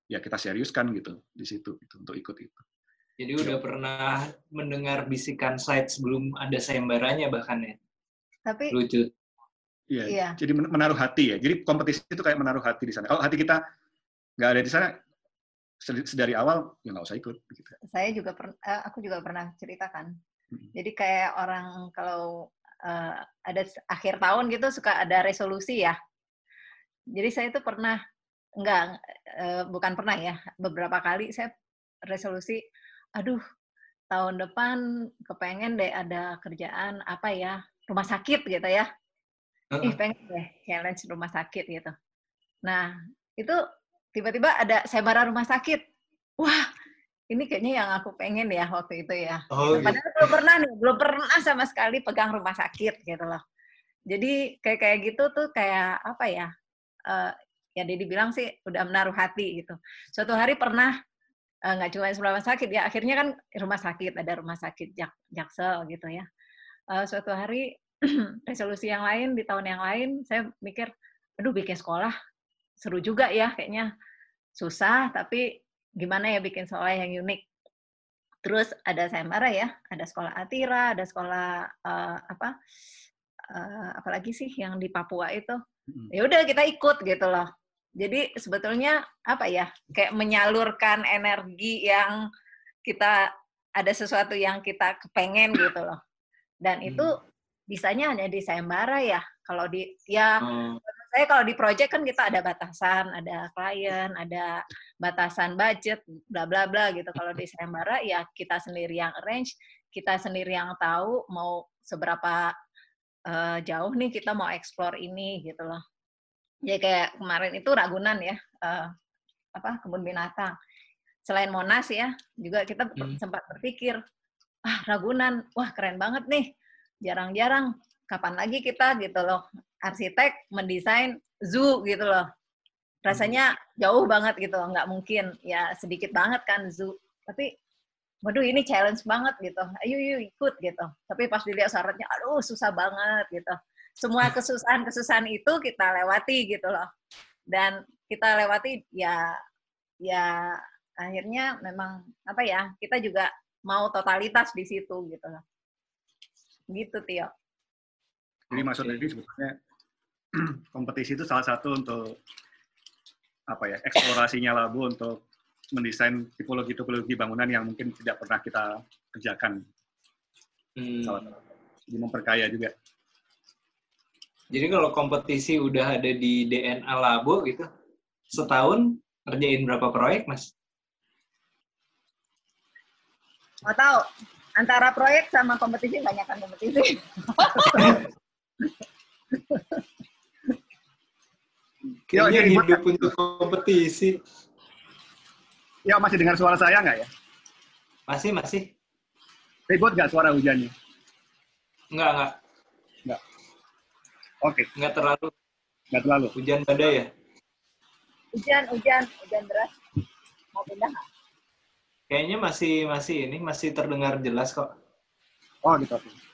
ya kita seriuskan gitu di situ gitu, untuk ikut itu. Jadi udah pernah mendengar bisikan site sebelum ada sayembaranya bahkan ya. Tapi Lucu. Iya, Iya. jadi men- menaruh hati ya. Jadi kompetisi itu kayak menaruh hati di sana. Kalau hati kita nggak ada di sana, sed- sedari awal ya nggak usah ikut. Gitu. saya juga per, eh, aku juga pernah ceritakan. Hmm. Jadi kayak orang kalau eh, ada s- akhir tahun gitu suka ada resolusi ya. Jadi saya itu pernah enggak eh, bukan pernah ya, beberapa kali saya resolusi, aduh tahun depan kepengen deh ada kerjaan apa ya, rumah sakit gitu ya. Ih pengen deh challenge rumah sakit gitu. Nah itu tiba-tiba ada sayembara rumah sakit. Wah ini kayaknya yang aku pengen ya waktu itu ya. Oh, Gitu. Padahal belum pernah nih, belum pernah sama sekali pegang rumah sakit gitu loh. Jadi kayak kayak gitu tuh kayak apa ya? Uh, ya Dedi bilang sih udah menaruh hati gitu. Suatu hari pernah uh, nggak cuma rumah sakit ya, akhirnya kan rumah sakit ada rumah sakit Jak Jaksel gitu ya. Uh, suatu hari resolusi yang lain di tahun yang lain saya mikir, aduh bikin sekolah seru juga ya kayaknya susah tapi gimana ya bikin sekolah yang unik. Terus ada sayembara ya, ada sekolah Atira, ada sekolah uh, apa, uh, apalagi sih yang di Papua itu. Ya udah kita ikut gitu loh. Jadi sebetulnya apa ya, kayak menyalurkan energi yang kita ada sesuatu yang kita kepengen gitu loh. Dan itu bisanya hanya di sayembara ya. Kalau di ya hmm. saya kalau di project kan kita ada batasan, ada klien, ada batasan budget, bla bla bla gitu. Kalau di sayembara ya kita sendiri yang arrange, kita sendiri yang tahu mau seberapa uh, jauh nih kita mau explore ini gitu loh. Jadi kayak kemarin itu Ragunan ya, uh, apa kebun binatang. Selain Monas ya, juga kita hmm. sempat berpikir, ah Ragunan, wah keren banget nih. Jarang-jarang, kapan lagi kita gitu loh, arsitek mendesain zoo gitu loh. Rasanya jauh banget gitu, nggak mungkin. Ya sedikit banget kan zoo. Tapi, waduh ini challenge banget gitu. Ayo yuk ikut gitu. Tapi pas dilihat syaratnya, aduh susah banget gitu. Semua kesusahan-kesusahan itu kita lewati gitu loh. Dan kita lewati ya, ya akhirnya memang apa ya, kita juga mau totalitas di situ gitu loh. Gitu, Tio. Jadi maksud dari sebetulnya kompetisi itu salah satu untuk apa ya, eksplorasinya Labu untuk mendesain tipologi-tipologi bangunan yang mungkin tidak pernah kita kerjakan. Hmm. Salah satu. Jadi memperkaya juga. Jadi kalau kompetisi udah ada di D N A Labu gitu, setahun ngerjain berapa proyek, Mas? Mau tahu? Antara proyek sama kompetisi, banyakkan kompetisi. Kayaknya hidup untuk kompetisi. Ya, masih dengar suara saya nggak ya? Masih, masih. Ribut nggak suara hujannya? Nggak, nggak. Nggak. Oke. Okay. Nggak terlalu. Nggak terlalu. Hujan badai ya? Hujan, hujan, hujan deras. Mau pindah nggak? Kayaknya masih masih ini masih terdengar jelas kok. Oh gitu.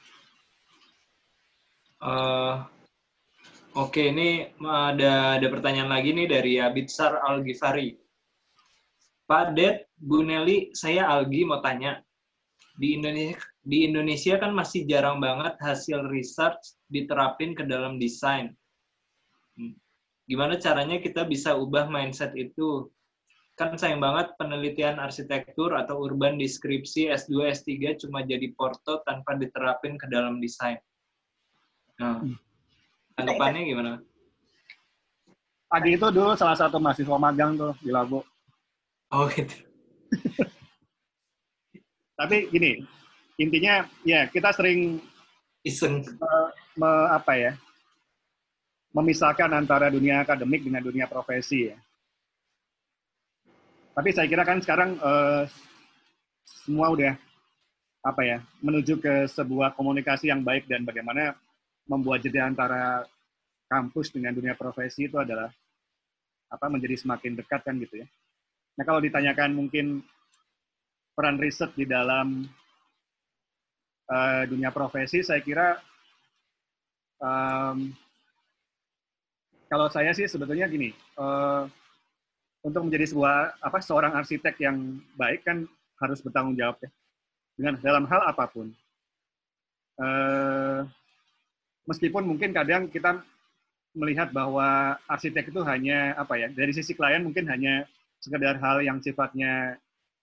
Uh, Oke, okay, ini ada ada pertanyaan lagi nih dari Abitsar Al-Ghifari. Pak Det, Bu Nelly, saya Algi mau tanya. Di Indonesia di Indonesia kan masih jarang banget hasil research diterapin ke dalam desain. Gimana caranya kita bisa ubah mindset itu? Kan sayang banget penelitian arsitektur atau urban deskripsi S dua, S tiga cuma jadi porto tanpa diterapin ke dalam desain. Nah, tanggapannya gimana? Pagi itu dulu salah satu mahasiswa magang tuh di Labu. Oh gitu. Tapi gini, intinya ya kita sering iseng me, me, apa ya, memisahkan antara dunia akademik dengan dunia profesi ya. Tapi saya kira kan sekarang uh, semua udah apa ya, menuju ke sebuah komunikasi yang baik dan bagaimana membuat jeda antara kampus dengan dunia profesi itu adalah apa menjadi semakin dekat kan gitu ya. Nah kalau ditanyakan mungkin peran riset di dalam uh, dunia profesi, saya kira um, kalau saya sih sebetulnya gini. Uh, untuk menjadi sebuah apa seorang arsitek yang baik kan harus bertanggung jawab ya dengan dalam hal apapun. Uh, meskipun mungkin kadang kita melihat bahwa arsitek itu hanya apa ya dari sisi klien mungkin hanya sekedar hal yang sifatnya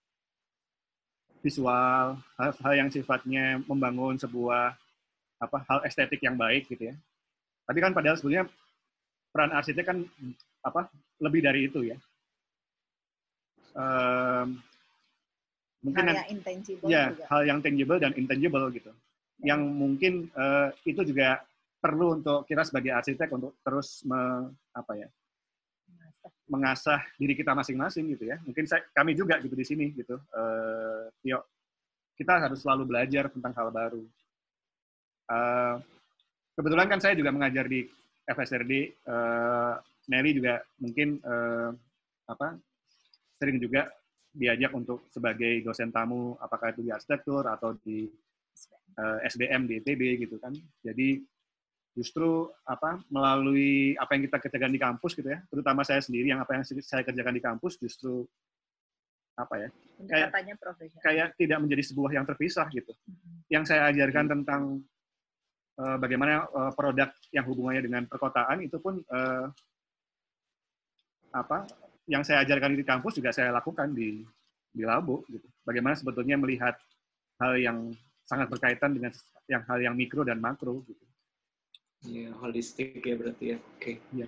visual, hal, hal yang sifatnya membangun sebuah apa hal estetik yang baik gitu ya. Tapi kan padahal sebenarnya peran arsitek kan apa lebih dari itu ya. Um, mungkin hal yang intangible ya juga. Hal yang tangible dan intangible gitu. Yang mungkin uh, itu juga perlu untuk kita sebagai arsitek untuk terus me, apa ya mengasah diri kita masing-masing gitu ya. Mungkin saya, kami juga gitu di sini gitu. Uh, Tio, kita harus selalu belajar tentang hal baru. Uh, kebetulan kan saya juga mengajar di F S R D. Uh, Nelly juga mungkin uh, apa sering juga diajak untuk sebagai dosen tamu, apakah itu di arsitektur atau di uh, S B M di I T B gitu kan. Jadi justru apa melalui apa yang kita kerjakan di kampus gitu ya, terutama saya sendiri yang apa yang saya kerjakan di kampus justru apa ya kayak kayak tidak menjadi sebuah yang terpisah gitu. Mm-hmm. Yang saya ajarkan mm-hmm. tentang uh, bagaimana uh, produk yang hubungannya dengan perkotaan itu pun uh, apa yang saya ajarkan di kampus juga saya lakukan di di Labo gitu. Bagaimana sebetulnya melihat hal yang sangat berkaitan dengan yang hal yang mikro dan makro gitu. Ya, holistik ya berarti ya. Oke. Okay. Ya.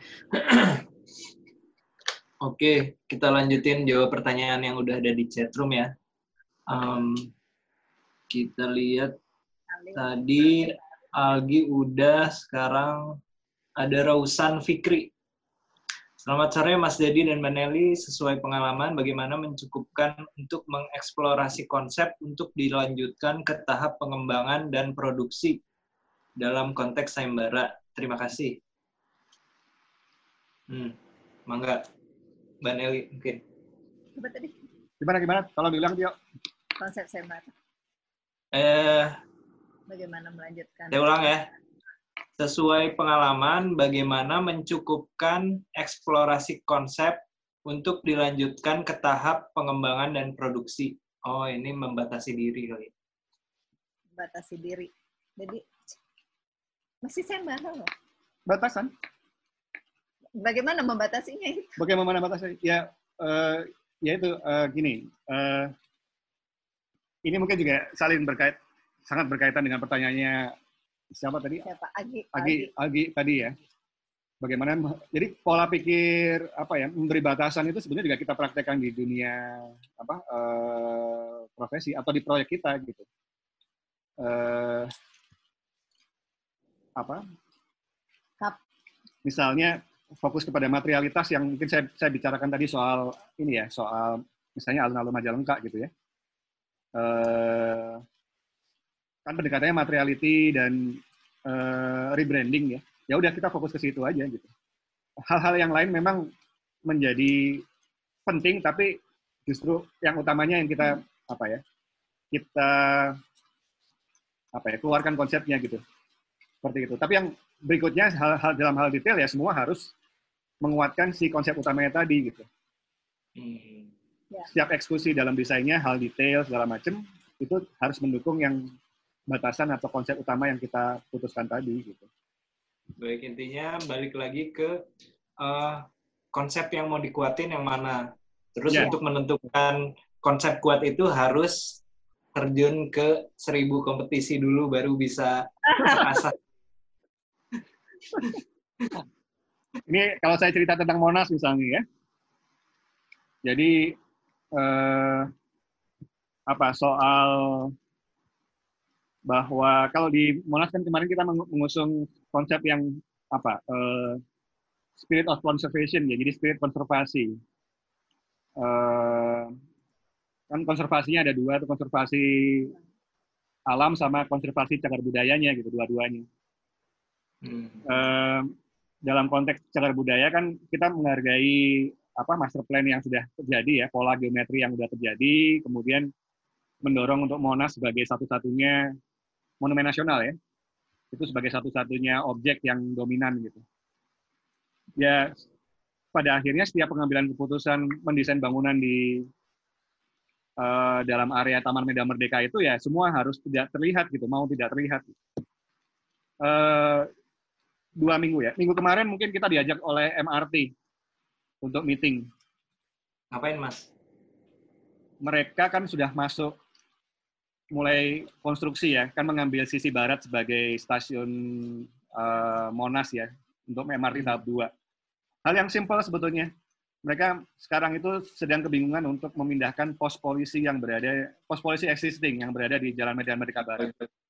Oke, kita lanjutin jawab pertanyaan yang udah ada di chatroom ya. Um, kita lihat tadi Algi udah, sekarang ada Rausan Fikri. Selamat sore Mas Dedi dan Mbak Nelly, sesuai pengalaman bagaimana mencukupkan untuk mengeksplorasi konsep untuk dilanjutkan ke tahap pengembangan dan produksi dalam konteks sayembara. Terima kasih. Hmm, mangga Mbak Nelly mungkin. Coba tadi. Gimana gimana? Kalau bilang Tio. Konsep sayembara. Eh, bagaimana melanjutkan? Saya ulang ya. Sesuai pengalaman, bagaimana mencukupkan eksplorasi konsep untuk dilanjutkan ke tahap pengembangan dan produksi. Oh, ini membatasi diri kali. Membatasi diri. Jadi, masih sayembara loh. Batasan. Bagaimana membatasinya? Bagaimana membatasi? Ya, uh, ya itu uh, gini. Uh, ini mungkin juga saling berkait, sangat berkaitan dengan pertanyaannya siapa tadi? Siapa? Agi. Agi, Agi tadi ya. Bagaimana? Jadi pola pikir apa ya memberi batasan itu sebenarnya juga kita praktekkan di dunia apa uh, profesi atau di proyek kita gitu. Uh, apa? Kap. Misalnya fokus kepada materialitas yang mungkin saya saya bicarakan tadi soal ini ya soal misalnya alun-alun Majalengka gitu ya. Uh, kan pendekatannya materiality dan uh, rebranding ya. Ya udah kita fokus ke situ aja gitu. Hal-hal yang lain memang menjadi penting tapi justru yang utamanya yang kita apa ya? Kita apa ya? Keluarkan konsepnya gitu. Seperti itu. Tapi yang berikutnya hal-hal dalam hal detail ya semua harus menguatkan si konsep utamanya tadi gitu. Hmm. Setiap eksekusi dalam desainnya hal detail segala macam itu harus mendukung yang batasan atau konsep utama yang kita putuskan tadi gitu. Baik, intinya balik lagi ke uh, konsep yang mau dikuatin yang mana. Terus yeah. Untuk menentukan konsep kuat itu harus terjun ke seribu kompetisi dulu baru bisa terasa. Ini kalau saya cerita tentang Monas misalnya ya. Jadi eh, apa soal bahwa kalau di Monas kan kemarin kita mengusung konsep yang apa uh, spirit of conservation ya, jadi spirit konservasi. Uh, kan konservasinya ada dua, tuh konservasi alam sama konservasi cagar budayanya gitu, dua-duanya. Hmm. Uh, dalam konteks cagar budaya kan kita menghargai apa master plan yang sudah terjadi ya, pola geometri yang sudah terjadi, kemudian mendorong untuk Monas sebagai satu-satunya monumen nasional ya, itu sebagai satu-satunya objek yang dominan gitu. Ya, pada akhirnya setiap pengambilan keputusan mendesain bangunan di uh, dalam area Taman Medan Merdeka itu ya semua harus tidak terlihat gitu, mau tidak terlihat. Uh, dua minggu ya, minggu kemarin mungkin kita diajak oleh M R T untuk meeting. Ngapain, Mas? Mereka kan sudah masuk mulai konstruksi ya, kan mengambil sisi barat sebagai stasiun uh, Monas ya, untuk M R T tahap dua. Hal yang simpel sebetulnya. Mereka sekarang itu sedang kebingungan untuk memindahkan pos polisi yang berada, pos polisi existing yang berada di Jalan Medan Merdeka Barat.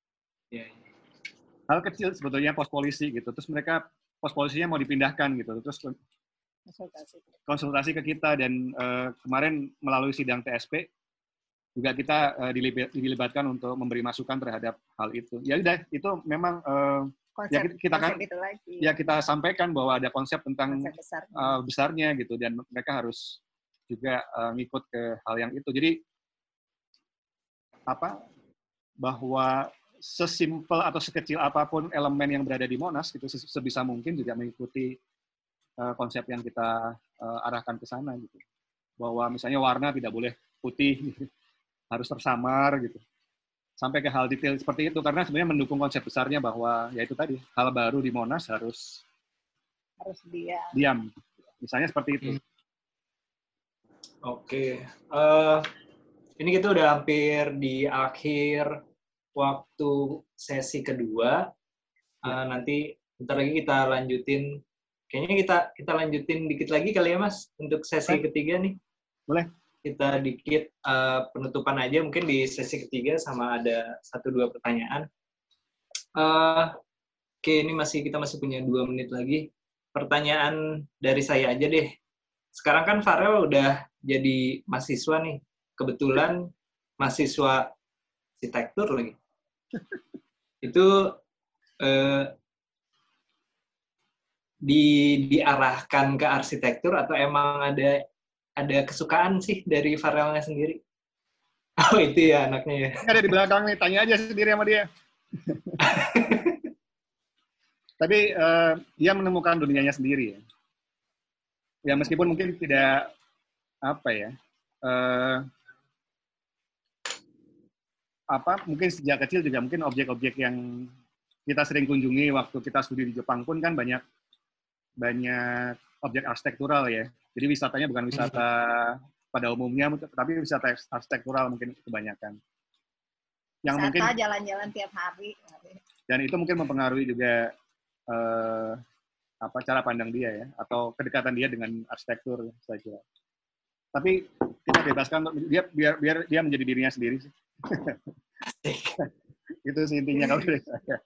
Hal kecil sebetulnya pos polisi gitu. Terus mereka pos polisinya mau dipindahkan gitu. Terus konsultasi, konsultasi ke kita dan uh, kemarin melalui sidang T S P juga kita uh, dilibatkan untuk memberi masukan terhadap hal itu. Ya udah, itu memang uh, konsep, ya kita, kita kan itu lagi. Ya kita sampaikan bahwa ada konsep tentang konsep besarnya. Uh, besarnya gitu dan mereka harus juga uh, ngikut ke hal yang itu. Jadi apa bahwa sesimpel atau sekecil apapun elemen yang berada di Monas gitu sebisa mungkin juga mengikuti uh, konsep yang kita uh, arahkan ke sana gitu. Bahwa misalnya warna tidak boleh putih gitu. Harus tersamar gitu. Sampai ke hal detail seperti itu karena sebenarnya mendukung konsep besarnya bahwa ya itu tadi hal baru di Monas harus harus diam. Diam. Misalnya seperti itu. Hmm. Oke. Uh, ini kita udah hampir di akhir waktu sesi kedua. Uh, ya. Nanti bentar lagi kita lanjutin. Kayaknya kita kita lanjutin dikit lagi kali ya Mas untuk sesi Boleh. ketiga nih. Boleh. Kita dikit uh, penutupan aja mungkin di sesi ketiga sama ada satu dua pertanyaan. Uh, Oke, okay, ini masih kita masih punya dua menit lagi. Pertanyaan dari saya aja deh. Sekarang kan Farel udah jadi mahasiswa nih. Kebetulan mahasiswa arsitektur lagi. Itu uh, di diarahkan ke arsitektur atau emang ada ada kesukaan sih dari Farelnya sendiri? Oh, itu ya anaknya ya. Ada di belakang nih, tanya aja sendiri sama dia. Tapi uh, dia menemukan dunianya sendiri ya. Ya meskipun mungkin tidak, apa ya, uh, apa mungkin sejak kecil juga mungkin objek-objek yang kita sering kunjungi waktu kita studi di Jepang pun kan banyak banyak objek arsitektural ya. Jadi wisatanya bukan wisata pada umumnya, tapi wisata arsitektural mungkin kebanyakan. Yang wisata mungkin jalan-jalan tiap hari. Dan itu mungkin mempengaruhi juga eh, apa cara pandang dia ya, atau kedekatan dia dengan arsitektur saya kira. Tapi kita bebaskan dia biar biar dia menjadi dirinya sendiri. Itu sih intinya kalau dari saya.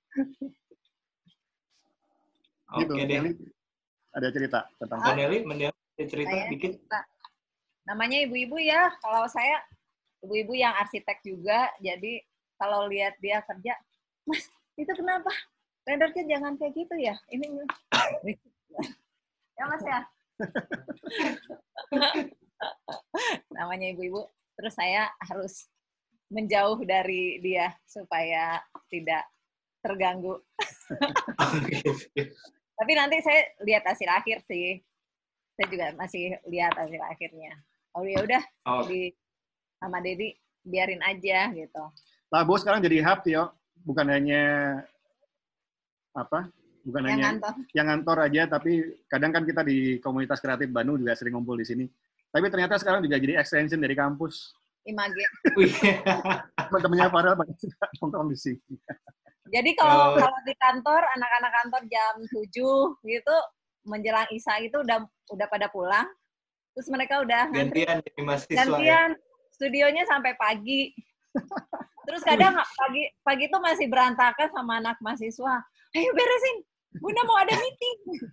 Oke gitu. deh. Jadi, ada cerita tentang Mbak Nelly, Mbak cerita saya dikit. Cerita. Namanya ibu-ibu ya, kalau saya ibu-ibu yang arsitek juga, jadi kalau lihat dia kerja, Mas, itu kenapa? Rendernya jangan kayak gitu ya? Ini ya Mas ya. Namanya ibu-ibu, terus saya harus menjauh dari dia supaya tidak terganggu. Tapi nanti saya lihat hasil akhir sih. Saya juga masih lihat hasil akhirnya. Oh ya udah, oh. di sama Dedi biarin aja gitu. Labo sekarang jadi hub Tio, bukan hanya apa? Bukan yang hanya ngantor. yang ngantor aja, tapi kadang kan kita di komunitas kreatif Bandung juga sering ngumpul di sini. Tapi ternyata sekarang juga jadi extension dari kampus. Image. Teman-temannya Farel nongkrong di sini. Jadi kalau oh. kalau di kantor, anak-anak kantor jam tujuh gitu, menjelang Isya itu udah udah pada pulang. Terus mereka udah gantian jadi mahasiswa. Gantian, ya? Studionya sampai pagi. Terus kadang pagi pagi itu masih berantakan sama anak mahasiswa. Ayo beresin, Bunda mau ada meeting.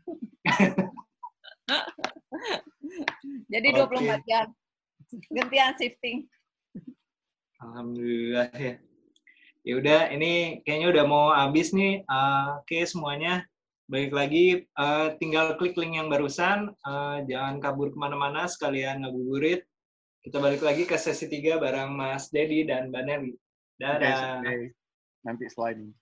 Jadi okay. dua puluh empat jam. Gantian shifting. Alhamdulillah ya. Ya udah, ini kayaknya udah mau habis nih. Uh, Oke okay, semuanya, balik lagi. Uh, tinggal klik link yang barusan. Uh, jangan kabur kemana-mana, sekalian ngabuburit. Kita balik lagi ke sesi tiga bareng Mas Dedi dan Mbak Nelly. Dadah. Okay, nanti slide.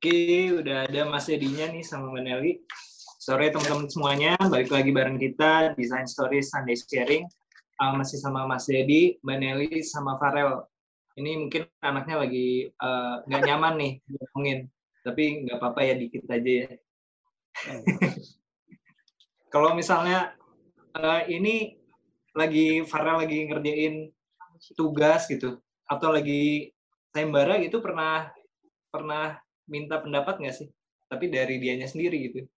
Oke, udah ada Mas Dedinya nih sama Mbak Nelly. Sore teman-teman semuanya, balik lagi bareng kita Design Stories Sunday Sharing. Uh, masih sama Mas Dedi, Mbak Nelly, sama Farel. Ini mungkin anaknya lagi nggak uh, nyaman nih ngomongin, tapi nggak apa-apa ya, dikit aja ya. Kalau misalnya uh, ini lagi Farel lagi ngerjain tugas gitu, atau lagi sayembara gitu, pernah pernah minta pendapat nggak sih? Tapi dari dianya sendiri gitu.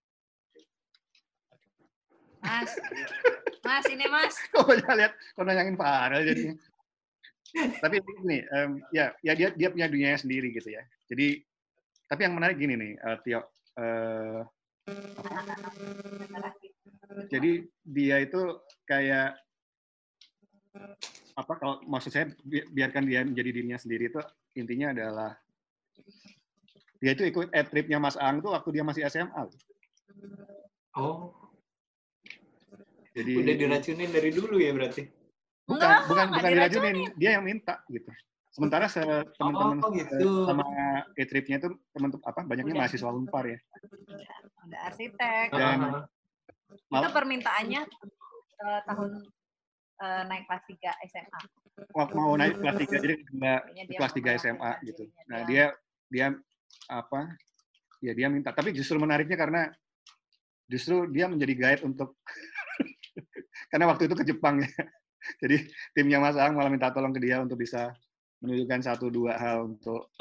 Mas, Mas ini Mas. Kok banyak lihat, kok nanyangin Farel jadinya. Tapi ini, um, ya, ya dia dia punya dunianya sendiri gitu ya. Jadi, tapi yang menarik gini nih, uh, Tio. Uh, jadi dia itu kayak apa? Kalau maksud saya bi biarkan dia menjadi dirinya sendiri itu intinya adalah dia itu ikut ad trip-nya Mas Ang tuh waktu dia masih S M A. Oh. Jadi udah diracunin dari dulu ya berarti? Bukan, Enggak, bukan bukan diracunin, dia yang minta gitu. Sementara teman-teman oh, gitu. sama ad trip-nya itu teman apa banyaknya udah. Mahasiswa Unpar ya. Udah arsitek. Dan uh -huh. Itu permintaannya uh, tahun uh, naik kelas tiga S M A. Waktu mau naik kelas tiga jadi nggak kelas tiga S M A gitu. Nah, dia dia apa ya dia minta, tapi justru menariknya karena justru dia menjadi guide untuk karena waktu itu ke Jepang ya, jadi timnya Mas Ang malah minta tolong ke dia untuk bisa menunjukkan satu dua hal untuk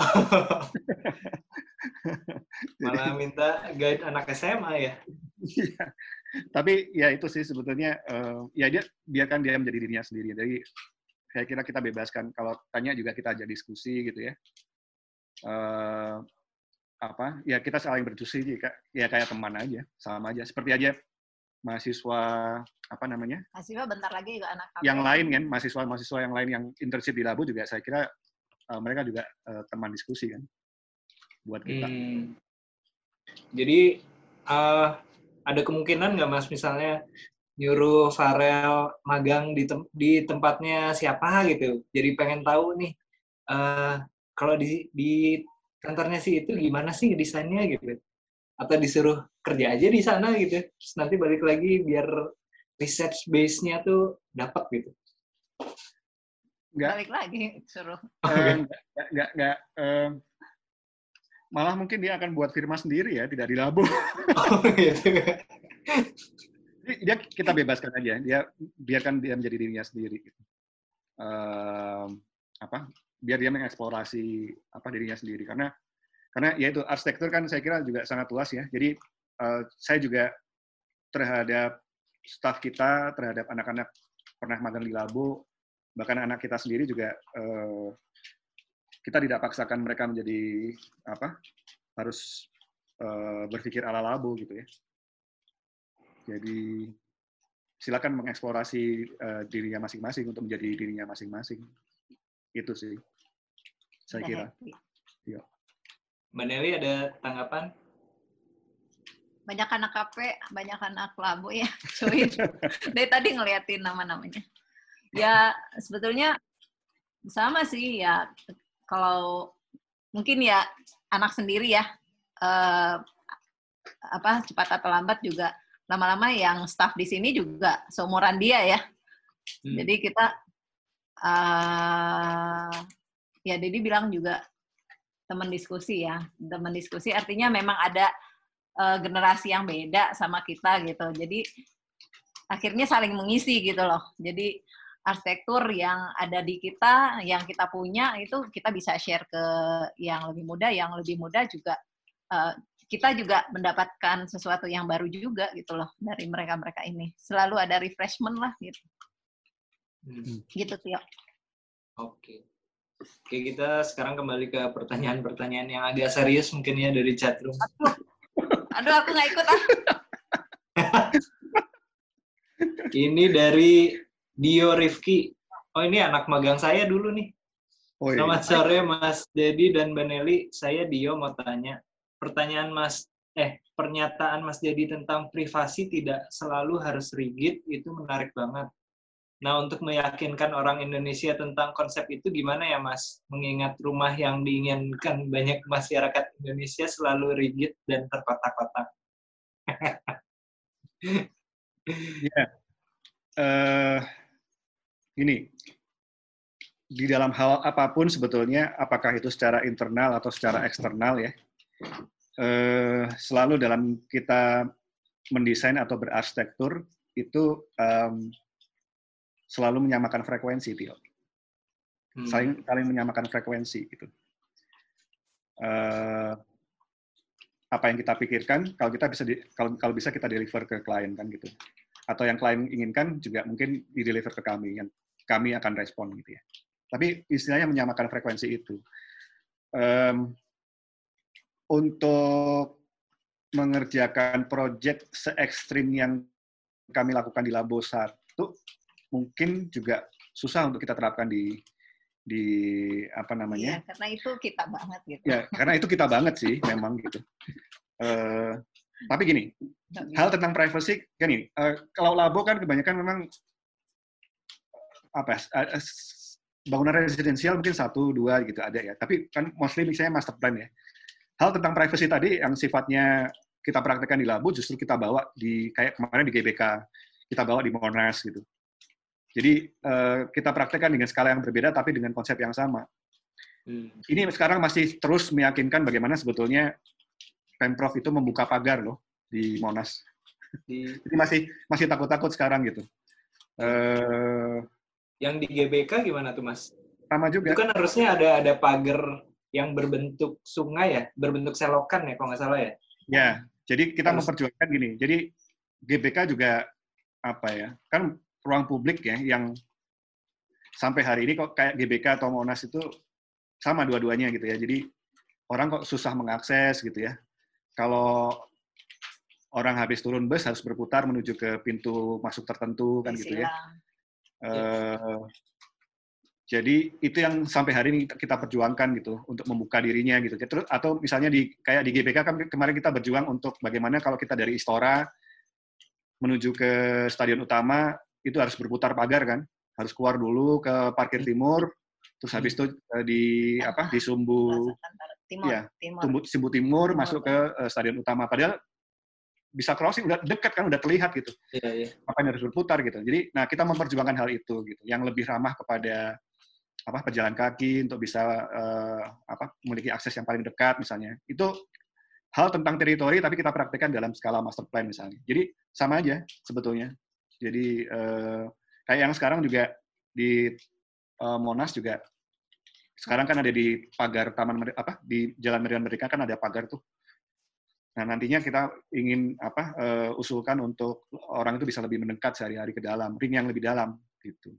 malah jadi, minta guide anak S M A ya. Iya. Tapi ya itu sih sebetulnya uh, ya dia biarkan dia menjadi dirinya sendiri. Jadi saya kira kita bebaskan, kalau tanya juga kita aja diskusi gitu ya. Uh, apa ya kita saling berdiskusi ya kayak teman aja, sama aja seperti aja mahasiswa apa namanya mahasiswa bentar lagi juga anak yang lain kan, mahasiswa mahasiswa yang lain yang internship di Labu juga saya kira uh, mereka juga uh, teman diskusi kan buat kita. Hmm. Jadi uh, ada kemungkinan nggak Mas misalnya nyuruh Farel magang di tem di tempatnya siapa gitu, jadi pengen tahu nih uh, kalau di di kantornya sih itu gimana sih desainnya gitu, atau disuruh kerja aja di sana gitu, terus nanti balik lagi biar research base-nya tuh dapat gitu. Nggak. Balik lagi suruh. Uh, nggak nggak nggak uh, malah mungkin dia akan buat firma sendiri ya, tidak di Labu. Oh gitu. Dia kita bebaskan aja, dia biarkan dia menjadi dirinya sendiri. Gitu. Uh, apa? Biar dia mengeksplorasi apa dirinya sendiri, karena karena ya itu arsitektur kan saya kira juga sangat luas ya. Jadi uh, saya juga terhadap staf kita, terhadap anak-anak pernah magang di Labu, bahkan anak kita sendiri juga uh, kita tidak paksakan mereka menjadi apa harus uh, berpikir ala Labu gitu ya. Jadi silakan mengeksplorasi uh, dirinya masing-masing untuk menjadi dirinya masing-masing. Itu sih, saya kira. Iya. Mbak Nelly ada tanggapan? Banyak anak K P, banyak anak Labu ya, cuy. Dari tadi ngeliatin nama-namanya. Ya, sebetulnya sama sih ya. Kalau mungkin ya anak sendiri ya, eh, apa cepat atau lambat juga lama-lama yang staff di sini juga seumuran dia ya. Hmm. Jadi kita Uh, ya Dedi bilang juga teman diskusi ya, teman diskusi artinya memang ada uh, generasi yang beda sama kita gitu, jadi akhirnya saling mengisi gitu loh. Jadi arsitektur yang ada di kita, yang kita punya itu kita bisa share ke yang lebih muda, yang lebih muda juga uh, kita juga mendapatkan sesuatu yang baru juga gitu loh dari mereka-mereka ini. Selalu ada refreshment lah gitu. Hmm. Gitu Tio. Oke. Oke, kita sekarang kembali ke pertanyaan-pertanyaan yang agak serius mungkin ya dari chatroom. Aduh, Aduh aku nggak ikut ah. Ini dari Dio Rifki. Oh ini anak magang saya dulu nih. Oh, iya. Selamat sore Mas Dedi dan Mbak Nelly. Saya Dio mau tanya. Pertanyaan Mas, eh pernyataan Mas Dedi tentang privasi tidak selalu harus rigid itu menarik banget. Nah, untuk meyakinkan orang Indonesia tentang konsep itu gimana ya, Mas? Mengingat rumah yang diinginkan banyak masyarakat Indonesia selalu rigid dan terkotak-kotak. Ya, uh, ini di dalam hal apapun sebetulnya, apakah itu secara internal atau secara eksternal ya, uh, selalu dalam kita mendesain atau berarsitektur itu um, selalu menyamakan frekuensi, Tio. Hmm. Saling, saling menyamakan frekuensi gitu. Uh, apa yang kita pikirkan, kalau kita bisa di, kalau, kalau bisa kita deliver ke klien kan gitu. Atau yang klien inginkan juga mungkin di deliver ke kami, yang kami akan respon gitu ya. Tapi istilahnya menyamakan frekuensi itu. Um, untuk mengerjakan proyek se-ekstrim yang kami lakukan di Labo satu, mungkin juga susah untuk kita terapkan di di apa namanya? Iya, karena itu kita banget gitu. Ya, karena itu kita banget sih, memang gitu. Uh, tapi gini, hal tentang privacy, gini, uh, kalau Labo kan kebanyakan memang apa? Uh, bangunan residensial mungkin satu dua gitu ada ya. Tapi kan mostly misalnya master plan ya. Hal tentang privacy tadi yang sifatnya kita praktekkan di Labo justru kita bawa di kayak kemarin di G B K, kita bawa di Monas gitu. Jadi uh, kita praktekkan dengan skala yang berbeda tapi dengan konsep yang sama. Hmm. Ini sekarang masih terus meyakinkan bagaimana sebetulnya Pemprov itu membuka pagar loh di Monas. Di... Jadi masih masih takut-takut sekarang gitu. Uh, yang di G B K gimana tuh, Mas? Sama juga. Itu kan harusnya ada ada pagar yang berbentuk sungai ya, berbentuk selokan ya kalau nggak salah ya. Ya, jadi kita harus memperjuangkan gini. Jadi G B K juga apa ya? Kan ruang publik ya, yang sampai hari ini kok kayak G B K atau Monas itu sama dua-duanya gitu ya. Jadi orang kok susah mengakses gitu ya. Kalau orang habis turun bus harus berputar menuju ke pintu masuk tertentu kan gitu ya. Uh, jadi itu yang sampai hari ini kita perjuangkan gitu untuk membuka dirinya gitu. Terus atau misalnya di kayak di G B K kan kemarin kita berjuang untuk bagaimana kalau kita dari Istora menuju ke stadion utama itu harus berputar pagar kan, harus keluar dulu ke parkir timur, terus habis itu di apa di Sumbu, timur, ya, timur. Sumbu, Sumbu timur, timur masuk ke uh, stadion utama. Padahal bisa crossing udah dekat kan, udah terlihat gitu. Iya, iya. Makanya harus berputar gitu. Jadi, nah kita memperjuangkan hal itu gitu, yang lebih ramah kepada apa pejalan kaki untuk bisa uh, apa memiliki akses yang paling dekat misalnya. Itu hal tentang teritori tapi kita praktekkan dalam skala master plan misalnya. Jadi sama aja sebetulnya. Jadi eh, kayak yang sekarang juga di eh, Monas juga sekarang kan ada di pagar Taman apa di Jalan Medan Merdeka kan ada pagar tuh. Nah nantinya kita ingin apa eh, usulkan untuk orang itu bisa lebih mendekat sehari-hari ke dalam, ring yang lebih dalam gitu.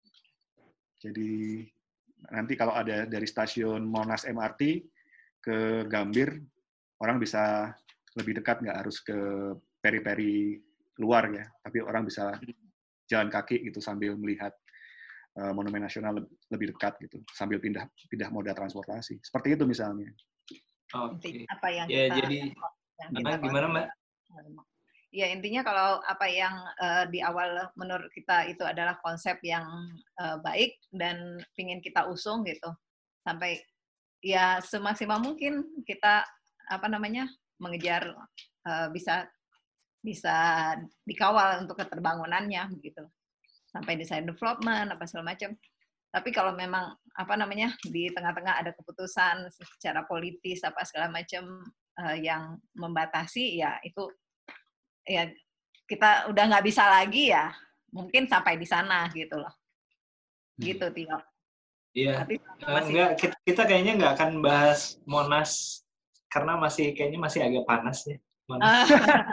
Jadi nanti kalau ada dari stasiun Monas M R T ke Gambir orang bisa lebih dekat, nggak harus ke peri-peri luar ya, tapi orang bisa jalan kaki gitu sambil melihat uh, monumen nasional lebih dekat gitu, sambil pindah pindah moda transportasi. Seperti itu misalnya. Oke. Okay. Apa yang ya, kita, jadi yang kita gimana, Mbak? Ya intinya kalau apa yang uh, di awal menurut kita itu adalah konsep yang uh, baik dan ingin kita usung gitu, sampai ya semaksimal mungkin kita apa namanya mengejar uh, bisa bisa dikawal untuk keterbangunannya begitu sampai desain development apa segala macam. Tapi kalau memang apa namanya di tengah-tengah ada keputusan secara politis apa segala macam uh, yang membatasi, ya itu ya kita udah nggak bisa lagi ya mungkin sampai di sana gitu loh. Gitu Tio. Iya. Uh, enggak kita, kita kayaknya nggak akan bahas Monas karena masih kayaknya masih agak panas ya. Monas.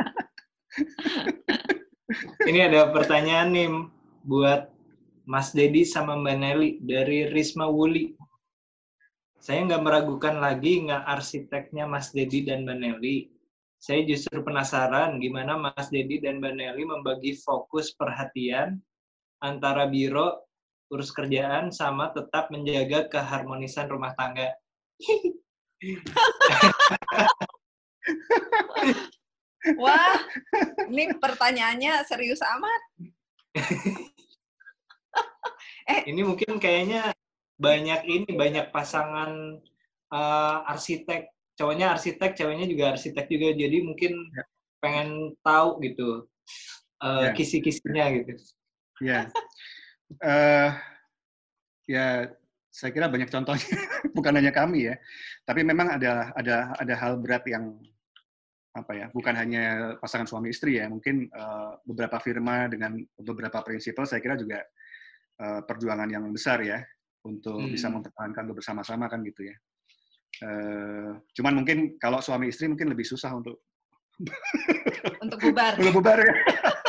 Ini ada pertanyaan nih buat Mas Dedi sama Mbak Nelly dari Risma Wuli. Saya nggak meragukan lagi nggak arsiteknya Mas Dedi dan Mbak Nelly. Saya justru penasaran gimana Mas Dedi dan Mbak Nelly membagi fokus perhatian antara biro, urus kerjaan, sama tetap menjaga keharmonisan rumah tangga. Wah, ini pertanyaannya serius amat. Eh, Ini mungkin kayaknya banyak ini banyak pasangan uh, arsitek, cowoknya arsitek, ceweknya juga arsitek juga. Jadi mungkin Ya. pengen tahu gitu uh, Ya. kisi-kisinya gitu. Ya, uh, ya saya kira banyak contohnya, bukan hanya kami ya, tapi memang ada ada ada hal berat yang apa ya, bukan hanya pasangan suami istri ya, mungkin uh, beberapa firma dengan beberapa prinsipal saya kira juga uh, perjuangan yang besar ya untuk Hmm. bisa mempertahankan bersama-sama kan gitu ya. Uh, cuman mungkin kalau suami istri mungkin lebih susah untuk untuk bubar. untuk bubar ya.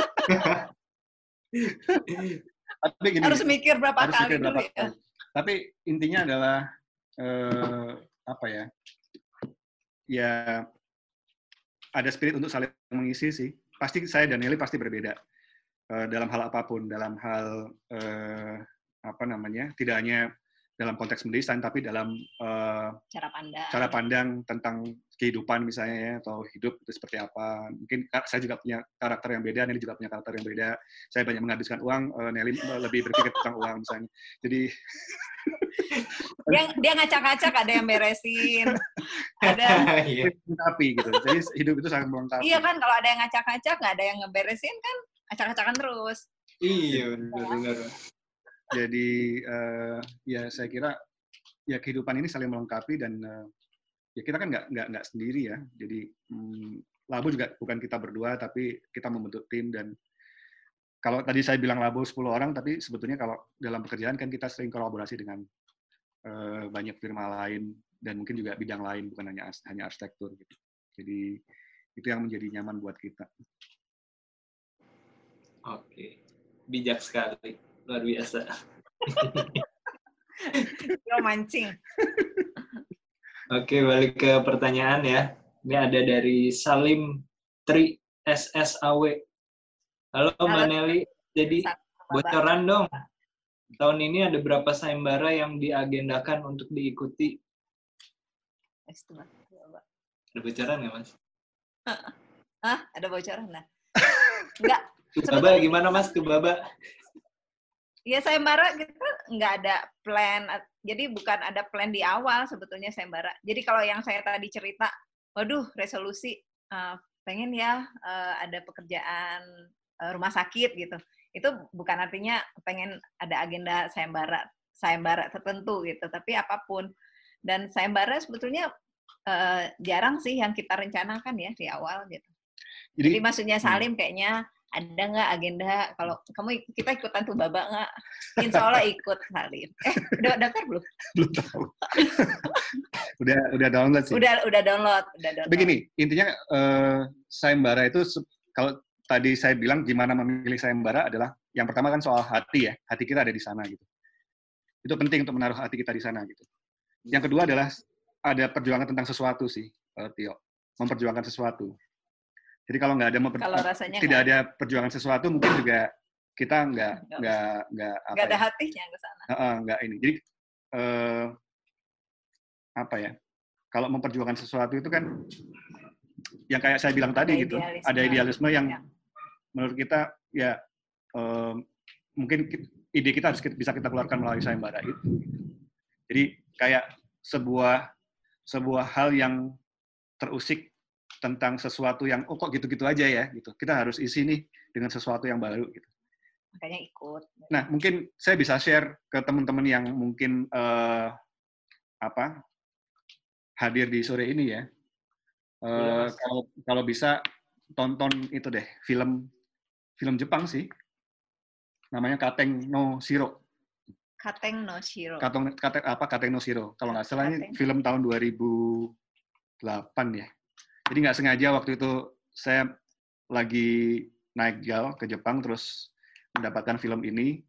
Tapi gini, Harus mikir berapa harus kali mikir berapa dulu ya. kali. Tapi intinya adalah eh, apa ya? Ya ada spirit untuk saling mengisi sih. Pasti saya dan Nelly pasti berbeda eh, dalam hal apapun, dalam hal eh, apa namanya? Tidak hanya dalam konteks mendesain, tapi dalam uh, cara pandang cara pandang tentang kehidupan misalnya ya, atau hidup itu seperti apa. Mungkin saya juga punya karakter yang beda, Nelly juga punya karakter yang beda. Saya banyak menghabiskan uang, uh, Nelly lebih berpikir tentang uang misalnya. Jadi dia dia ngacak-ngacak, ada yang beresin, ada melengkapi gitu. Jadi hidup itu sangat melengkapi. Iya kan, kalau ada yang ngacak-ngacak, nggak ada yang ngeberesin kan, acak-acakan terus. Iya benar-benar. Jadi uh, ya saya kira ya kehidupan ini saling melengkapi dan uh, ya kita kan nggak nggak nggak sendiri ya. Jadi hmm, Labo juga bukan kita berdua, tapi kita membentuk tim. Dan kalau tadi saya bilang Labo sepuluh orang, tapi sebetulnya kalau dalam pekerjaan kan kita sering kolaborasi dengan uh, banyak firma lain dan mungkin juga bidang lain, bukan hanya hanya arsitektur gitu. Jadi itu yang menjadi nyaman buat kita. Oke, bijak sekali. Luar biasa. Yo mancing. Oke, balik ke pertanyaan ya. Ini ada dari Salim Tri S S A W. Halo Mbak Nelly. Jadi bocoran dong. Tahun ini ada berapa sayembara yang diagendakan untuk diikuti? Ada bocoran nggak, Mas? Hah? Ada bocoran lah? Enggak. Tubaba gimana, Mas? Tubaba? Ya sayembara kita nggak ada plan, jadi bukan ada plan di awal sebetulnya sayembara. Jadi kalau yang saya tadi cerita, waduh resolusi uh, pengen ya uh, ada pekerjaan uh, rumah sakit gitu, itu bukan artinya pengen ada agenda sayembara sayembara tertentu gitu, tapi apapun. Dan sayembara sebetulnya uh, jarang sih yang kita rencanakan ya di awal gitu. Jadi, Jadi maksudnya Salim kayaknya ada nggak agenda, kalau kamu kita ikutan tuh Baba nggak? Insya Allah ikut Salim. Eh, udah daftar belum? Belum tahu. udah udah download sih. Udah udah download, udah download. Begini, intinya uh, sayembara itu kalau tadi saya bilang gimana memilih sayembara adalah yang pertama kan soal hati ya, hati kita ada di sana gitu. Itu penting untuk menaruh hati kita di sana gitu. Yang kedua adalah ada perjuangan tentang sesuatu sih, uh, Tio, memperjuangkan sesuatu. Jadi kalau nggak ada memper- kalau rasanya tidak gak ada perjuangan sesuatu, mungkin juga kita nggak nggak nggak nggak ada ya? hatinya ke sana. Uh, nggak ini. Jadi uh, apa ya? Kalau memperjuangkan sesuatu itu kan yang kayak saya bilang tadi ada gitu, idealisme. Ada idealisme yang ya. Menurut kita ya uh, mungkin ide kita harus bisa kita keluarkan melalui sayembara itu. Jadi kayak sebuah sebuah hal yang terusik tentang sesuatu yang oh kok gitu-gitu aja ya gitu. Kita harus isi nih dengan sesuatu yang baru gitu. Makanya ikut. Nah, mungkin saya bisa share ke teman-teman yang mungkin uh, apa hadir di sore ini ya. Uh, kalau kalau bisa tonton itu deh, film film Jepang sih. Namanya Kateng no Shiro. Kateng no Shiro. Kateng, Kateng apa Kateng no Shiro. Kalau nggak salah ini film tahun dua ribu delapan ya. Jadi nggak sengaja waktu itu saya lagi naik J A L ke Jepang, terus mendapatkan film ini,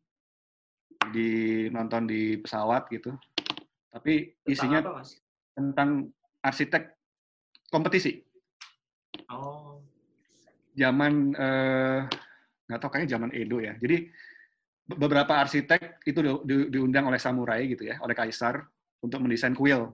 di nonton di pesawat gitu. Tapi isinya apa, Mas? Tentang arsitek kompetisi. Oh. Zaman, eh, nggak tahu kayaknya zaman Edo ya. Jadi beberapa arsitek itu di, di, diundang oleh samurai gitu ya, oleh kaisar, untuk mendesain kuil.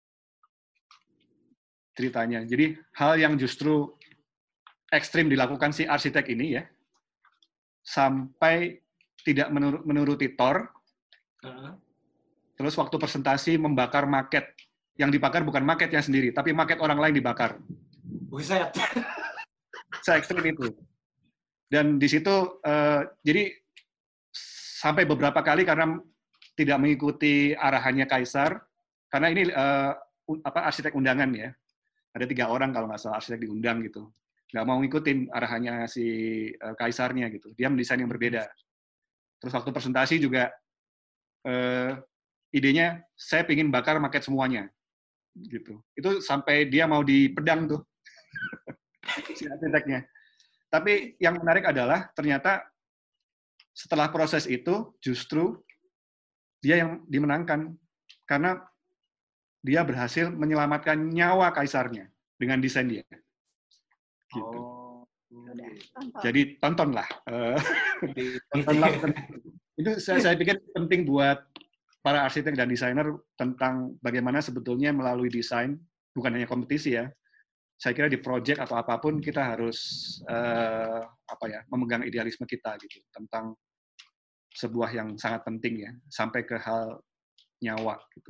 Ceritanya. Jadi hal yang justru ekstrim dilakukan si arsitek ini ya, sampai tidak menur- menuruti Thor, Heeh. Terus waktu presentasi membakar market. Yang dibakar bukan marketnya sendiri, tapi market orang lain dibakar. Buset. Saya ekstrim itu. Dan di situ, uh, jadi sampai beberapa kali karena tidak mengikuti arahannya Kaisar, karena ini uh, apa arsitek undangan ya, ada tiga orang kalau nggak salah arsitek diundang gitu, nggak mau ngikutin arahannya si uh, Kaisarnya gitu, dia mendesain yang berbeda. Terus waktu presentasi juga uh, idenya saya pingin bakar market semuanya, gitu. Itu sampai dia mau dipedang tuh si arsiteknya. Tapi yang menarik adalah ternyata setelah proses itu justru dia yang dimenangkan karena dia berhasil menyelamatkan nyawa Kaisarnya dengan desain dia. Gitu. Oh. Jadi tontonlah. Uh, tontonlah. Itu saya, saya pikir penting buat para arsitek dan desainer tentang bagaimana sebetulnya melalui desain, bukan hanya kompetisi ya, saya kira di project atau apapun kita harus uh, apa ya memegang idealisme kita gitu tentang sebuah yang sangat penting ya sampai ke hal nyawa gitu.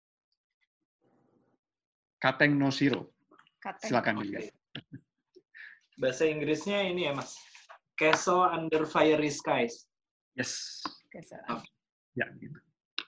Kateng no shiro. Kateng. Silakan dilihat. Bahasa Inggrisnya ini ya Mas. Castle under fiery skies. Yes. Castle. Ya gitu.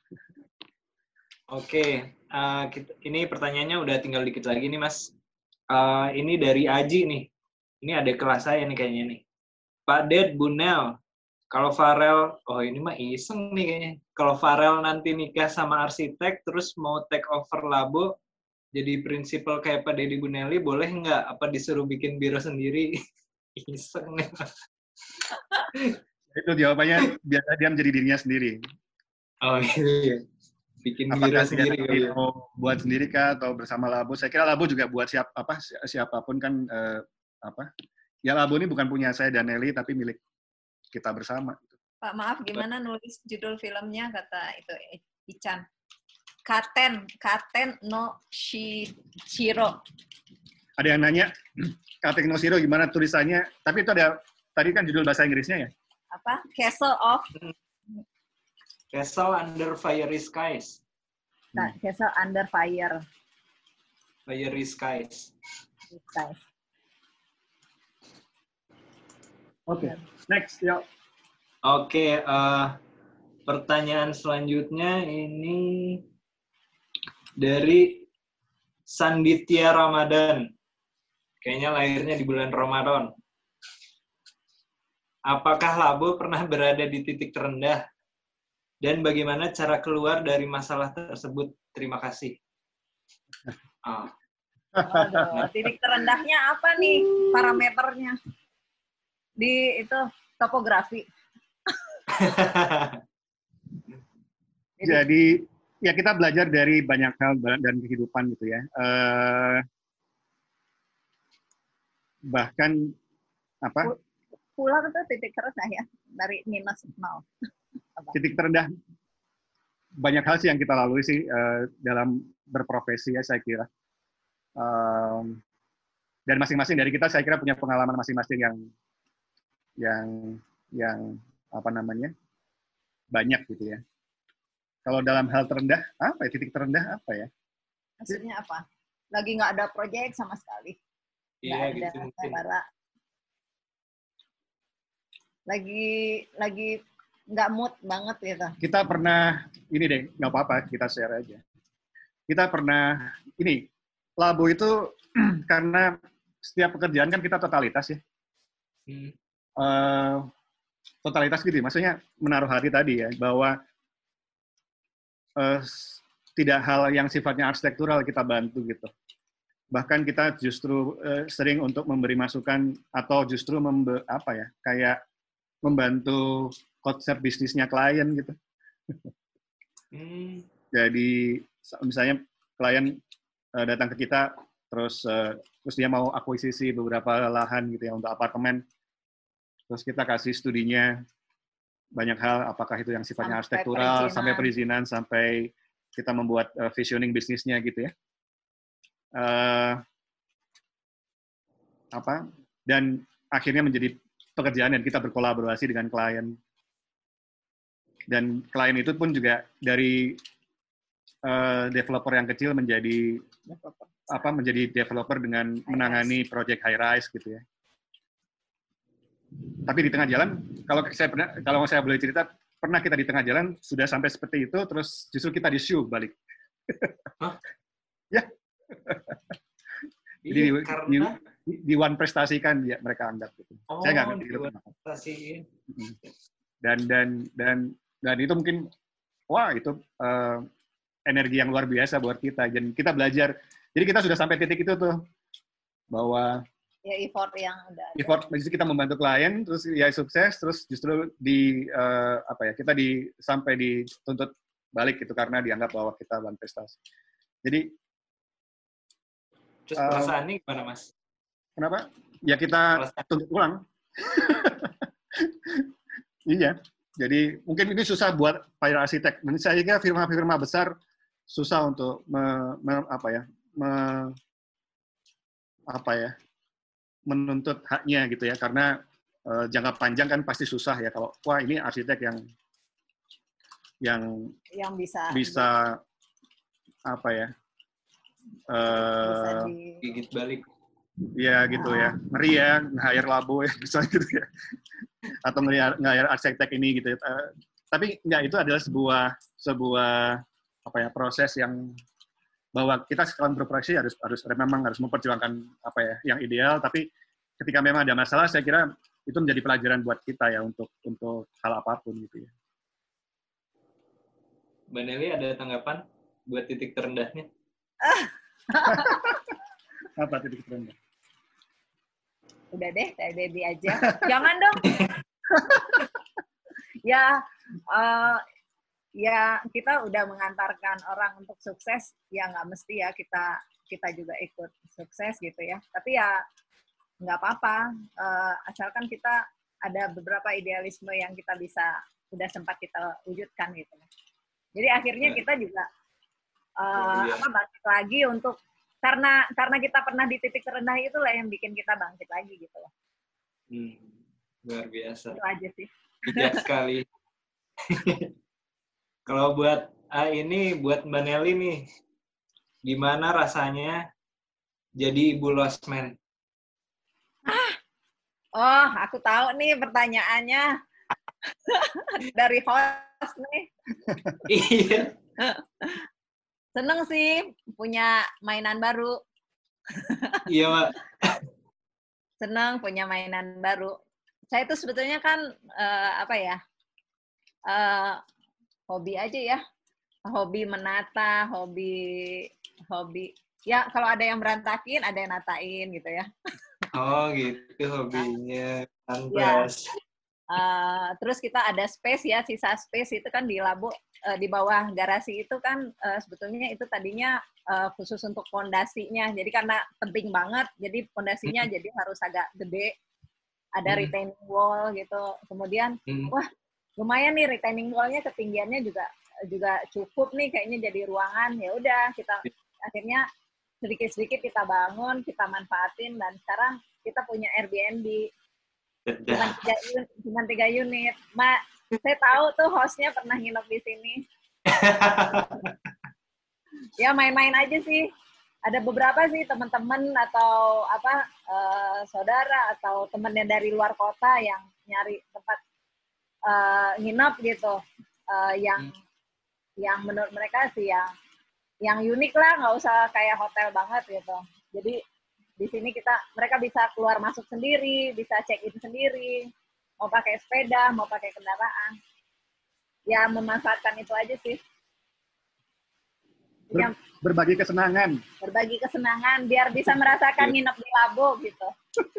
Oke, uh, kita, ini pertanyaannya udah tinggal dikit lagi nih Mas. Uh, ini dari Aji nih. Ini ada kelas saya nih kayaknya nih. Pak Ded Bunel, kalau Farel, oh ini mah iseng nih kayaknya. Kalau Farel nanti nikah sama arsitek, terus mau take over labo, jadi prinsipal kayak Pak Deddy Bunelli, boleh nggak? Apa disuruh bikin biro sendiri? Iseng nih. Itu jawabannya biasa dia menjadi dirinya sendiri. Oh iya. Bikin biro sendiri kali ya. Mau buat sendiri kah atau bersama Labo? Saya kira Labo juga buat siap apa siapapun kan eh, apa? Ya Labo ini bukan punya saya dan Nelly tapi milik kita bersama. Pak maaf gimana nulis judul filmnya kata itu Ican. Katen, Katen no Shiro. Ada yang nanya Katen no Shiro gimana tulisannya? Tapi itu ada tadi kan judul bahasa Inggrisnya ya? Apa? Castle of Castle under fiery skies. Nah, Castle under fire. Fiery skies. Skies. Oke, okay. Next, yuk. Oke, okay, uh, pertanyaan selanjutnya ini dari Sanditya Ramadan. Kayaknya lahirnya di bulan Ramadan. Apakah Labo pernah berada di titik terendah? Dan bagaimana cara keluar dari masalah tersebut? Terima kasih. Oh. Aduh, titik terendahnya apa nih parameternya? Di itu topografi. Jadi ya kita belajar dari banyak hal dan kehidupan gitu ya. Uh, bahkan apa? Pulang itu titik terendah ya dari minus nol. Titik terendah banyak hal sih yang kita lalui sih uh, dalam berprofesi ya saya kira. Um, dan masing-masing dari kita saya kira punya pengalaman masing-masing yang yang yang apa namanya banyak gitu ya. Kalau dalam hal terendah apa ya titik terendah apa ya? Maksudnya apa? Lagi nggak ada proyek sama sekali. Iya nggak gitu ada mungkin. Bara. Lagi lagi nggak mood banget gitu. Kita pernah ini deh nggak apa-apa kita share aja. Kita pernah ini Labo itu karena setiap pekerjaan kan kita totalitas ya. Hmm. Uh, totalitas gitu, maksudnya menaruh hati tadi ya bahwa uh, tidak hal yang sifatnya arsitektural kita bantu gitu. Bahkan kita justru uh, sering untuk memberi masukan atau justru membe, apa ya kayak membantu konsep bisnisnya klien gitu. Hmm. Jadi misalnya klien uh, datang ke kita terus uh, terus dia mau akuisisi beberapa lahan gitu ya untuk apartemen. Terus kita kasih studinya banyak hal, apakah itu yang sifatnya sampai arsitektural, perizinan. sampai perizinan, sampai kita membuat uh, visioning bisnisnya gitu ya. Uh, apa? Dan akhirnya menjadi pekerjaan dan kita berkolaborasi dengan klien. Dan klien itu pun juga dari uh, developer yang kecil menjadi Developer. apa menjadi developer dengan High menangani project high rise gitu ya. Tapi di tengah jalan, kalau saya pernah, kalau saya boleh cerita, pernah kita di tengah jalan sudah sampai seperti itu, terus justru kita di-shoo balik. Hah? Ya. Jadi Iya, di, karena di, di one prestasikan dia mereka anggap gitu. oh, Saya nggak ngerti itu di kenapa. prestasiin. Dan dan dan dan itu mungkin wah itu uh, energi yang luar biasa buat kita. Dan kita belajar. Jadi kita sudah sampai titik itu tuh bahwa Ya effort yang udah ada. effort kita membantu klien terus ya sukses terus justru di uh, apa ya kita di sampai dituntut balik gitu karena dianggap bahwa kita one prestasi. Jadi Terus perasaannya gimana, Mas? Kenapa? Ya kita tuntut ulang. Iya. Jadi mungkin ini susah buat para arsitek. Saya kira firma-firma besar susah untuk me, me, apa ya, me, apa ya, menuntut haknya gitu ya. Karena uh, jangka panjang kan pasti susah ya. Kalau wah ini arsitek yang yang yang bisa bisa apa ya? bisa Uh, di Gigit balik. Iya gitu ya, ngeri ya, nge-hire labo ya, misalnya gitu ya. Atau nge-hire arsitek ini gitu ya. Uh, tapi enggak, itu adalah sebuah sebuah apa ya proses yang bahwa kita sekarang berprofesi harus harus memang harus memperjuangkan apa ya yang ideal, tapi ketika memang ada masalah, saya kira itu menjadi pelajaran buat kita ya untuk untuk hal apapun gitu ya. Mbak Nelly ada tanggapan buat titik terendahnya? Apa titik terendah? Udah deh, kayak Dedi aja. Jangan dong. ya, uh, ya kita udah mengantarkan orang untuk sukses, ya nggak mesti ya kita kita juga ikut sukses gitu ya. Tapi ya nggak apa-apa, uh, asalkan kita ada beberapa idealisme yang kita bisa udah sempat kita wujudkan gitu. Jadi akhirnya kita juga uh, apa bangkit lagi untuk karena karena kita pernah di titik terendah itulah yang bikin kita bangkit lagi gitu loh. Hmm, luar biasa. Itu aja sih. Bijak sekali. Kalau buat ah, ini buat Mbak Nelly nih, gimana rasanya jadi ibu losmen? Ah, oh, aku tahu nih pertanyaannya dari host nih. Iya. Seneng sih punya mainan baru. Iya, Mbak. Seneng punya mainan baru. Saya itu sebetulnya kan uh, apa ya, uh, hobi aja ya, hobi menata, hobi hobi. Ya kalau ada yang berantakin, ada yang natain gitu ya. Oh gitu hobinya, pantas. Ya. Uh, terus kita ada space ya, sisa space itu kan di labo uh, di bawah garasi itu kan uh, sebetulnya itu tadinya uh, khusus untuk fondasinya. Jadi karena penting banget, jadi fondasinya hmm. jadi harus agak gede, ada hmm. retaining wall gitu. Kemudian hmm. wah lumayan nih retaining wall-nya ketinggiannya juga juga cukup nih kayaknya jadi ruangan. Ya udah kita akhirnya sedikit-sedikit kita bangun, kita manfaatin dan sekarang kita punya Airbnb. Cuma tiga, cuma tiga unit. Mak, saya tahu tuh hostnya pernah nginep di sini. Ya main-main aja sih. Ada beberapa sih teman-teman atau apa uh, saudara atau temennya dari luar kota yang nyari tempat uh, nginep gitu. Uh, yang hmm. yang menurut mereka sih yang yang unik lah, nggak usah kayak hotel banget gitu. Jadi di sini kita mereka bisa keluar masuk sendiri, bisa check in sendiri, mau pakai sepeda, mau pakai kendaraan. Ya memanfaatkan itu aja sih. Ber, yang, berbagi kesenangan. Berbagi kesenangan biar bisa merasakan nginep di labo gitu.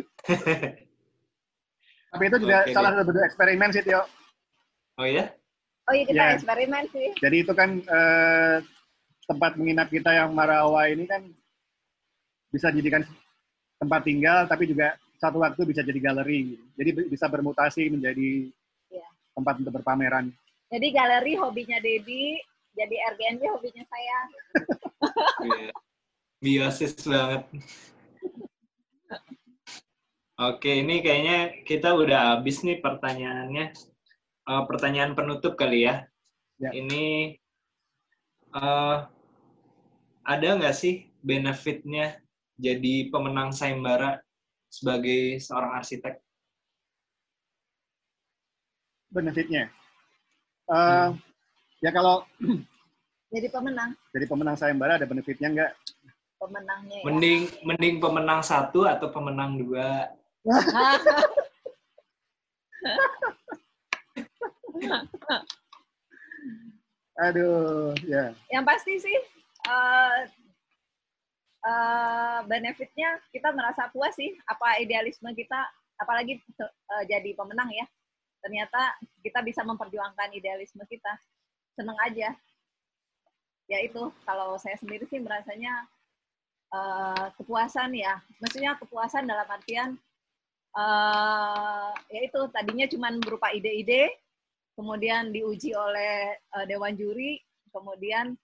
Tapi itu juga okay, salah satu eksperimen sih, Tio. Oh iya? Oh iya kita ya. eksperimen sih. Jadi itu kan eh, tempat menginap kita yang Marawa ini kan bisa jadikan tempat tinggal, tapi juga satu waktu bisa jadi galeri. Jadi bisa bermutasi menjadi ya. tempat untuk berpameran. Jadi galeri hobinya Dedi, jadi Airbnb hobinya saya. Yeah. Biosis banget. Oke, ini kayaknya kita udah habis nih pertanyaannya. uh, pertanyaan penutup kali ya. Ya. Ini uh, ada nggak sih benefitnya jadi pemenang sayembara sebagai seorang arsitek? Benefitnya, uh, hmm. ya kalau jadi pemenang, jadi pemenang sayembara ada benefitnya nggak? Pemenangnya ya. Mending mending pemenang satu atau pemenang dua? Aduh, ya. Yang pasti sih uh, uh, benefitnya kita merasa puas sih, apa idealisme kita, apalagi uh, jadi pemenang ya. Ternyata kita bisa memperjuangkan idealisme kita. Seneng aja. Ya itu, kalau saya sendiri sih merasanya uh, kepuasan ya. Maksudnya kepuasan dalam artian uh, ya itu tadinya cuma berupa ide-ide, kemudian diuji oleh uh, dewan juri, kemudian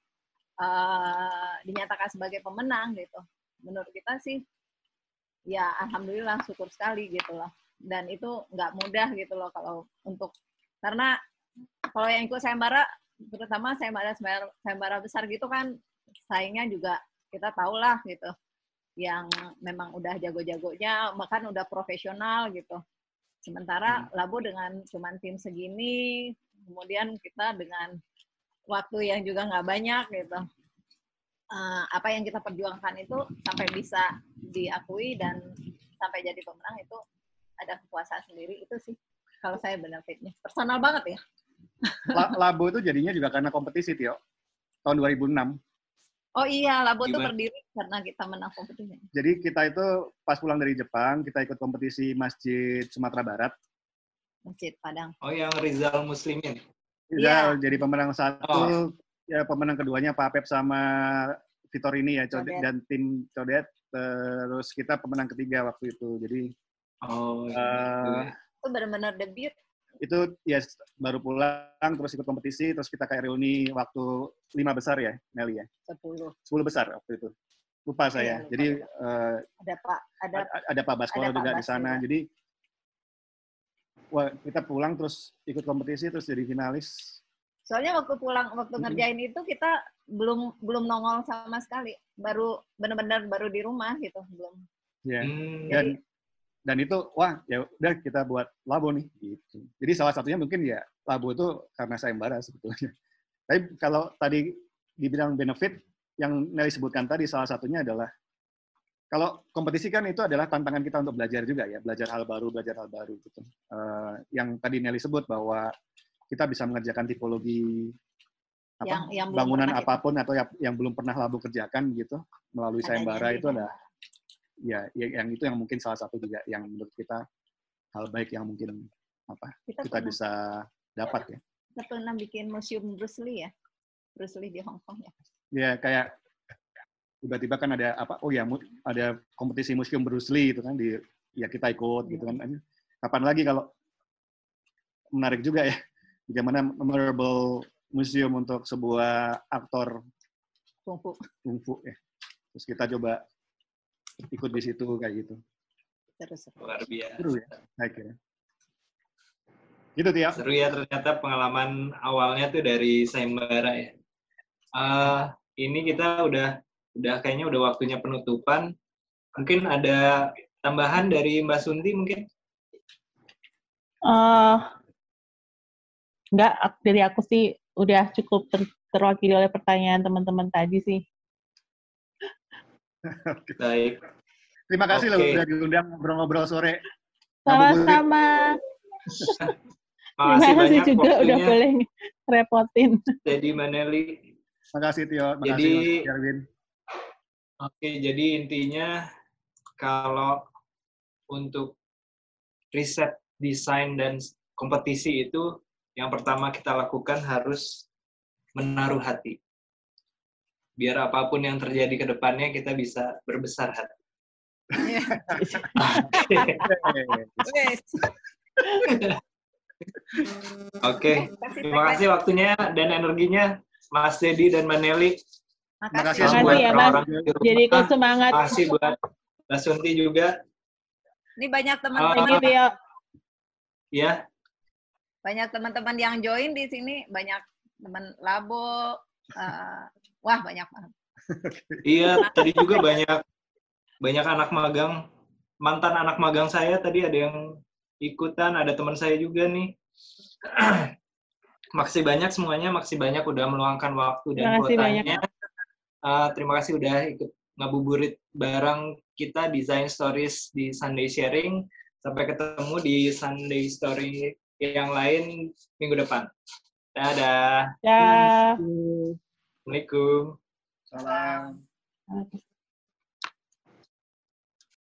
uh, dinyatakan sebagai pemenang gitu. Menurut kita sih, ya alhamdulillah syukur sekali gitu loh. Dan itu nggak mudah gitu loh kalau untuk, karena kalau yang ikut sayembara, terutama sayembara sayembara besar gitu kan, saingnya juga kita tahu lah gitu, yang memang udah jago-jagonya, bahkan udah profesional gitu. Sementara Labo dengan cuman tim segini, kemudian kita dengan waktu yang juga nggak banyak gitu. Uh, apa yang kita perjuangkan itu sampai bisa diakui dan sampai jadi pemenang itu ada kepuasan sendiri, itu sih kalau saya benefitnya. Personal banget ya. Labo itu jadinya juga karena kompetisi, Tio. Tahun dua ribu enam. Oh iya, Labo itu berdiri karena kita menang kompetisi. Jadi kita itu pas pulang dari Jepang, kita ikut kompetisi Masjid Sumatera Barat. Masjid Padang. Oh, yang Rizal Muslimin. Rizal ya. Jadi pemenang satu, oh. ya pemenang keduanya Pak Pep sama Vitorini ya, Codet, dan tim Codet. Terus kita pemenang ketiga waktu itu. Jadi oh, uh, itu benar-benar debut. Itu ya baru pulang, terus ikut kompetisi, terus kita kayak reuni waktu lima besar ya, Nelly ya? Sepuluh. Sepuluh besar waktu itu. Lupa saya. Iya, lupa, Jadi lupa. Uh, ada Pak ada, ada Pak Baskoro juga Bas di sana. Juga. Jadi wah, kita pulang terus ikut kompetisi terus jadi finalis. Soalnya waktu pulang waktu hmm. ngerjain itu kita belum belum nongol sama sekali. Baru benar-benar baru di rumah gitu, belum. Ya. Yeah. Hmm. Dan dan itu wah ya udah kita buat Labo nih gitu. Jadi salah satunya mungkin ya Labo itu karena sayembara sebetulnya. Tapi kalau tadi dibilang benefit yang Nelly sebutkan tadi, salah satunya adalah kalau kompetisi kan itu adalah tantangan kita untuk belajar juga ya, belajar hal baru, belajar hal baru gitu. Uh, yang tadi Nelly sebut bahwa kita bisa mengerjakan tipologi apa, yang, yang bangunan apapun kita. Atau yang, yang belum pernah Labo kerjakan gitu melalui sayembara itu ada ya, yang itu yang mungkin salah satu juga yang menurut kita hal baik yang mungkin apa kita, kita pernah, bisa dapat ya. Kita pernah bikin museum Bruce Lee ya, Bruce Lee di Hong Kong ya. Ya kayak tiba-tiba kan ada apa? Oh ya ada kompetisi museum Bruce Lee itu kan di ya kita ikut gitu kan. Kapan lagi kalau menarik juga ya, bagaimana memorable museum untuk sebuah aktor kungfu kungfu ya. Terus kita coba ikut di situ kayak gitu. Terus luar biasa. Seru ya, saya kira. Gitu Tia. Seru ya ternyata pengalaman awalnya tuh dari sayembara ya. Uh, ini kita udah udah kayaknya udah waktunya penutupan. Mungkin ada tambahan dari Mbak Sunti mungkin? Uh, enggak, dari aku sih udah cukup ter terwakili oleh pertanyaan teman-teman tadi sih. Baik. Terima kasih loh udah diundang ngobrol-ngobrol sore. Sama-sama. Makasih banyak juga waktunya. Udah boleh repotin. Jadi Maneli. Makasih Tio. Makasih jadi, Mas Erwin. Oke, jadi intinya kalau untuk riset, desain dan kompetisi itu yang pertama kita lakukan harus menaruh hati. Biar apapun yang terjadi ke depannya kita bisa berbesar hati. Oke, terima kasih waktunya dan energinya Mas Dedi dan Maneli. Makasih, Makasih buat ya Mas. Jadi ikut semangat. Makasih buat Mbak Sunti juga. Ini banyak teman-teman. Thank you, Tio. Ya. banyak teman-teman yang join di sini, banyak teman labo, uh, wah banyak banget. Iya, tadi juga banyak banyak anak magang, mantan anak magang saya tadi ada yang ikutan, ada teman saya juga nih. Makasih banyak semuanya, makasih banyak udah meluangkan waktu dan Terima kasih banyak. kuotanya. Uh, terima kasih udah ikut ngabuburit bareng kita Design Stories di Sunday Sharing. Sampai ketemu di Sunday Story yang lain minggu depan. Dadah. Dah. Assalamualaikum. Salam. Oke.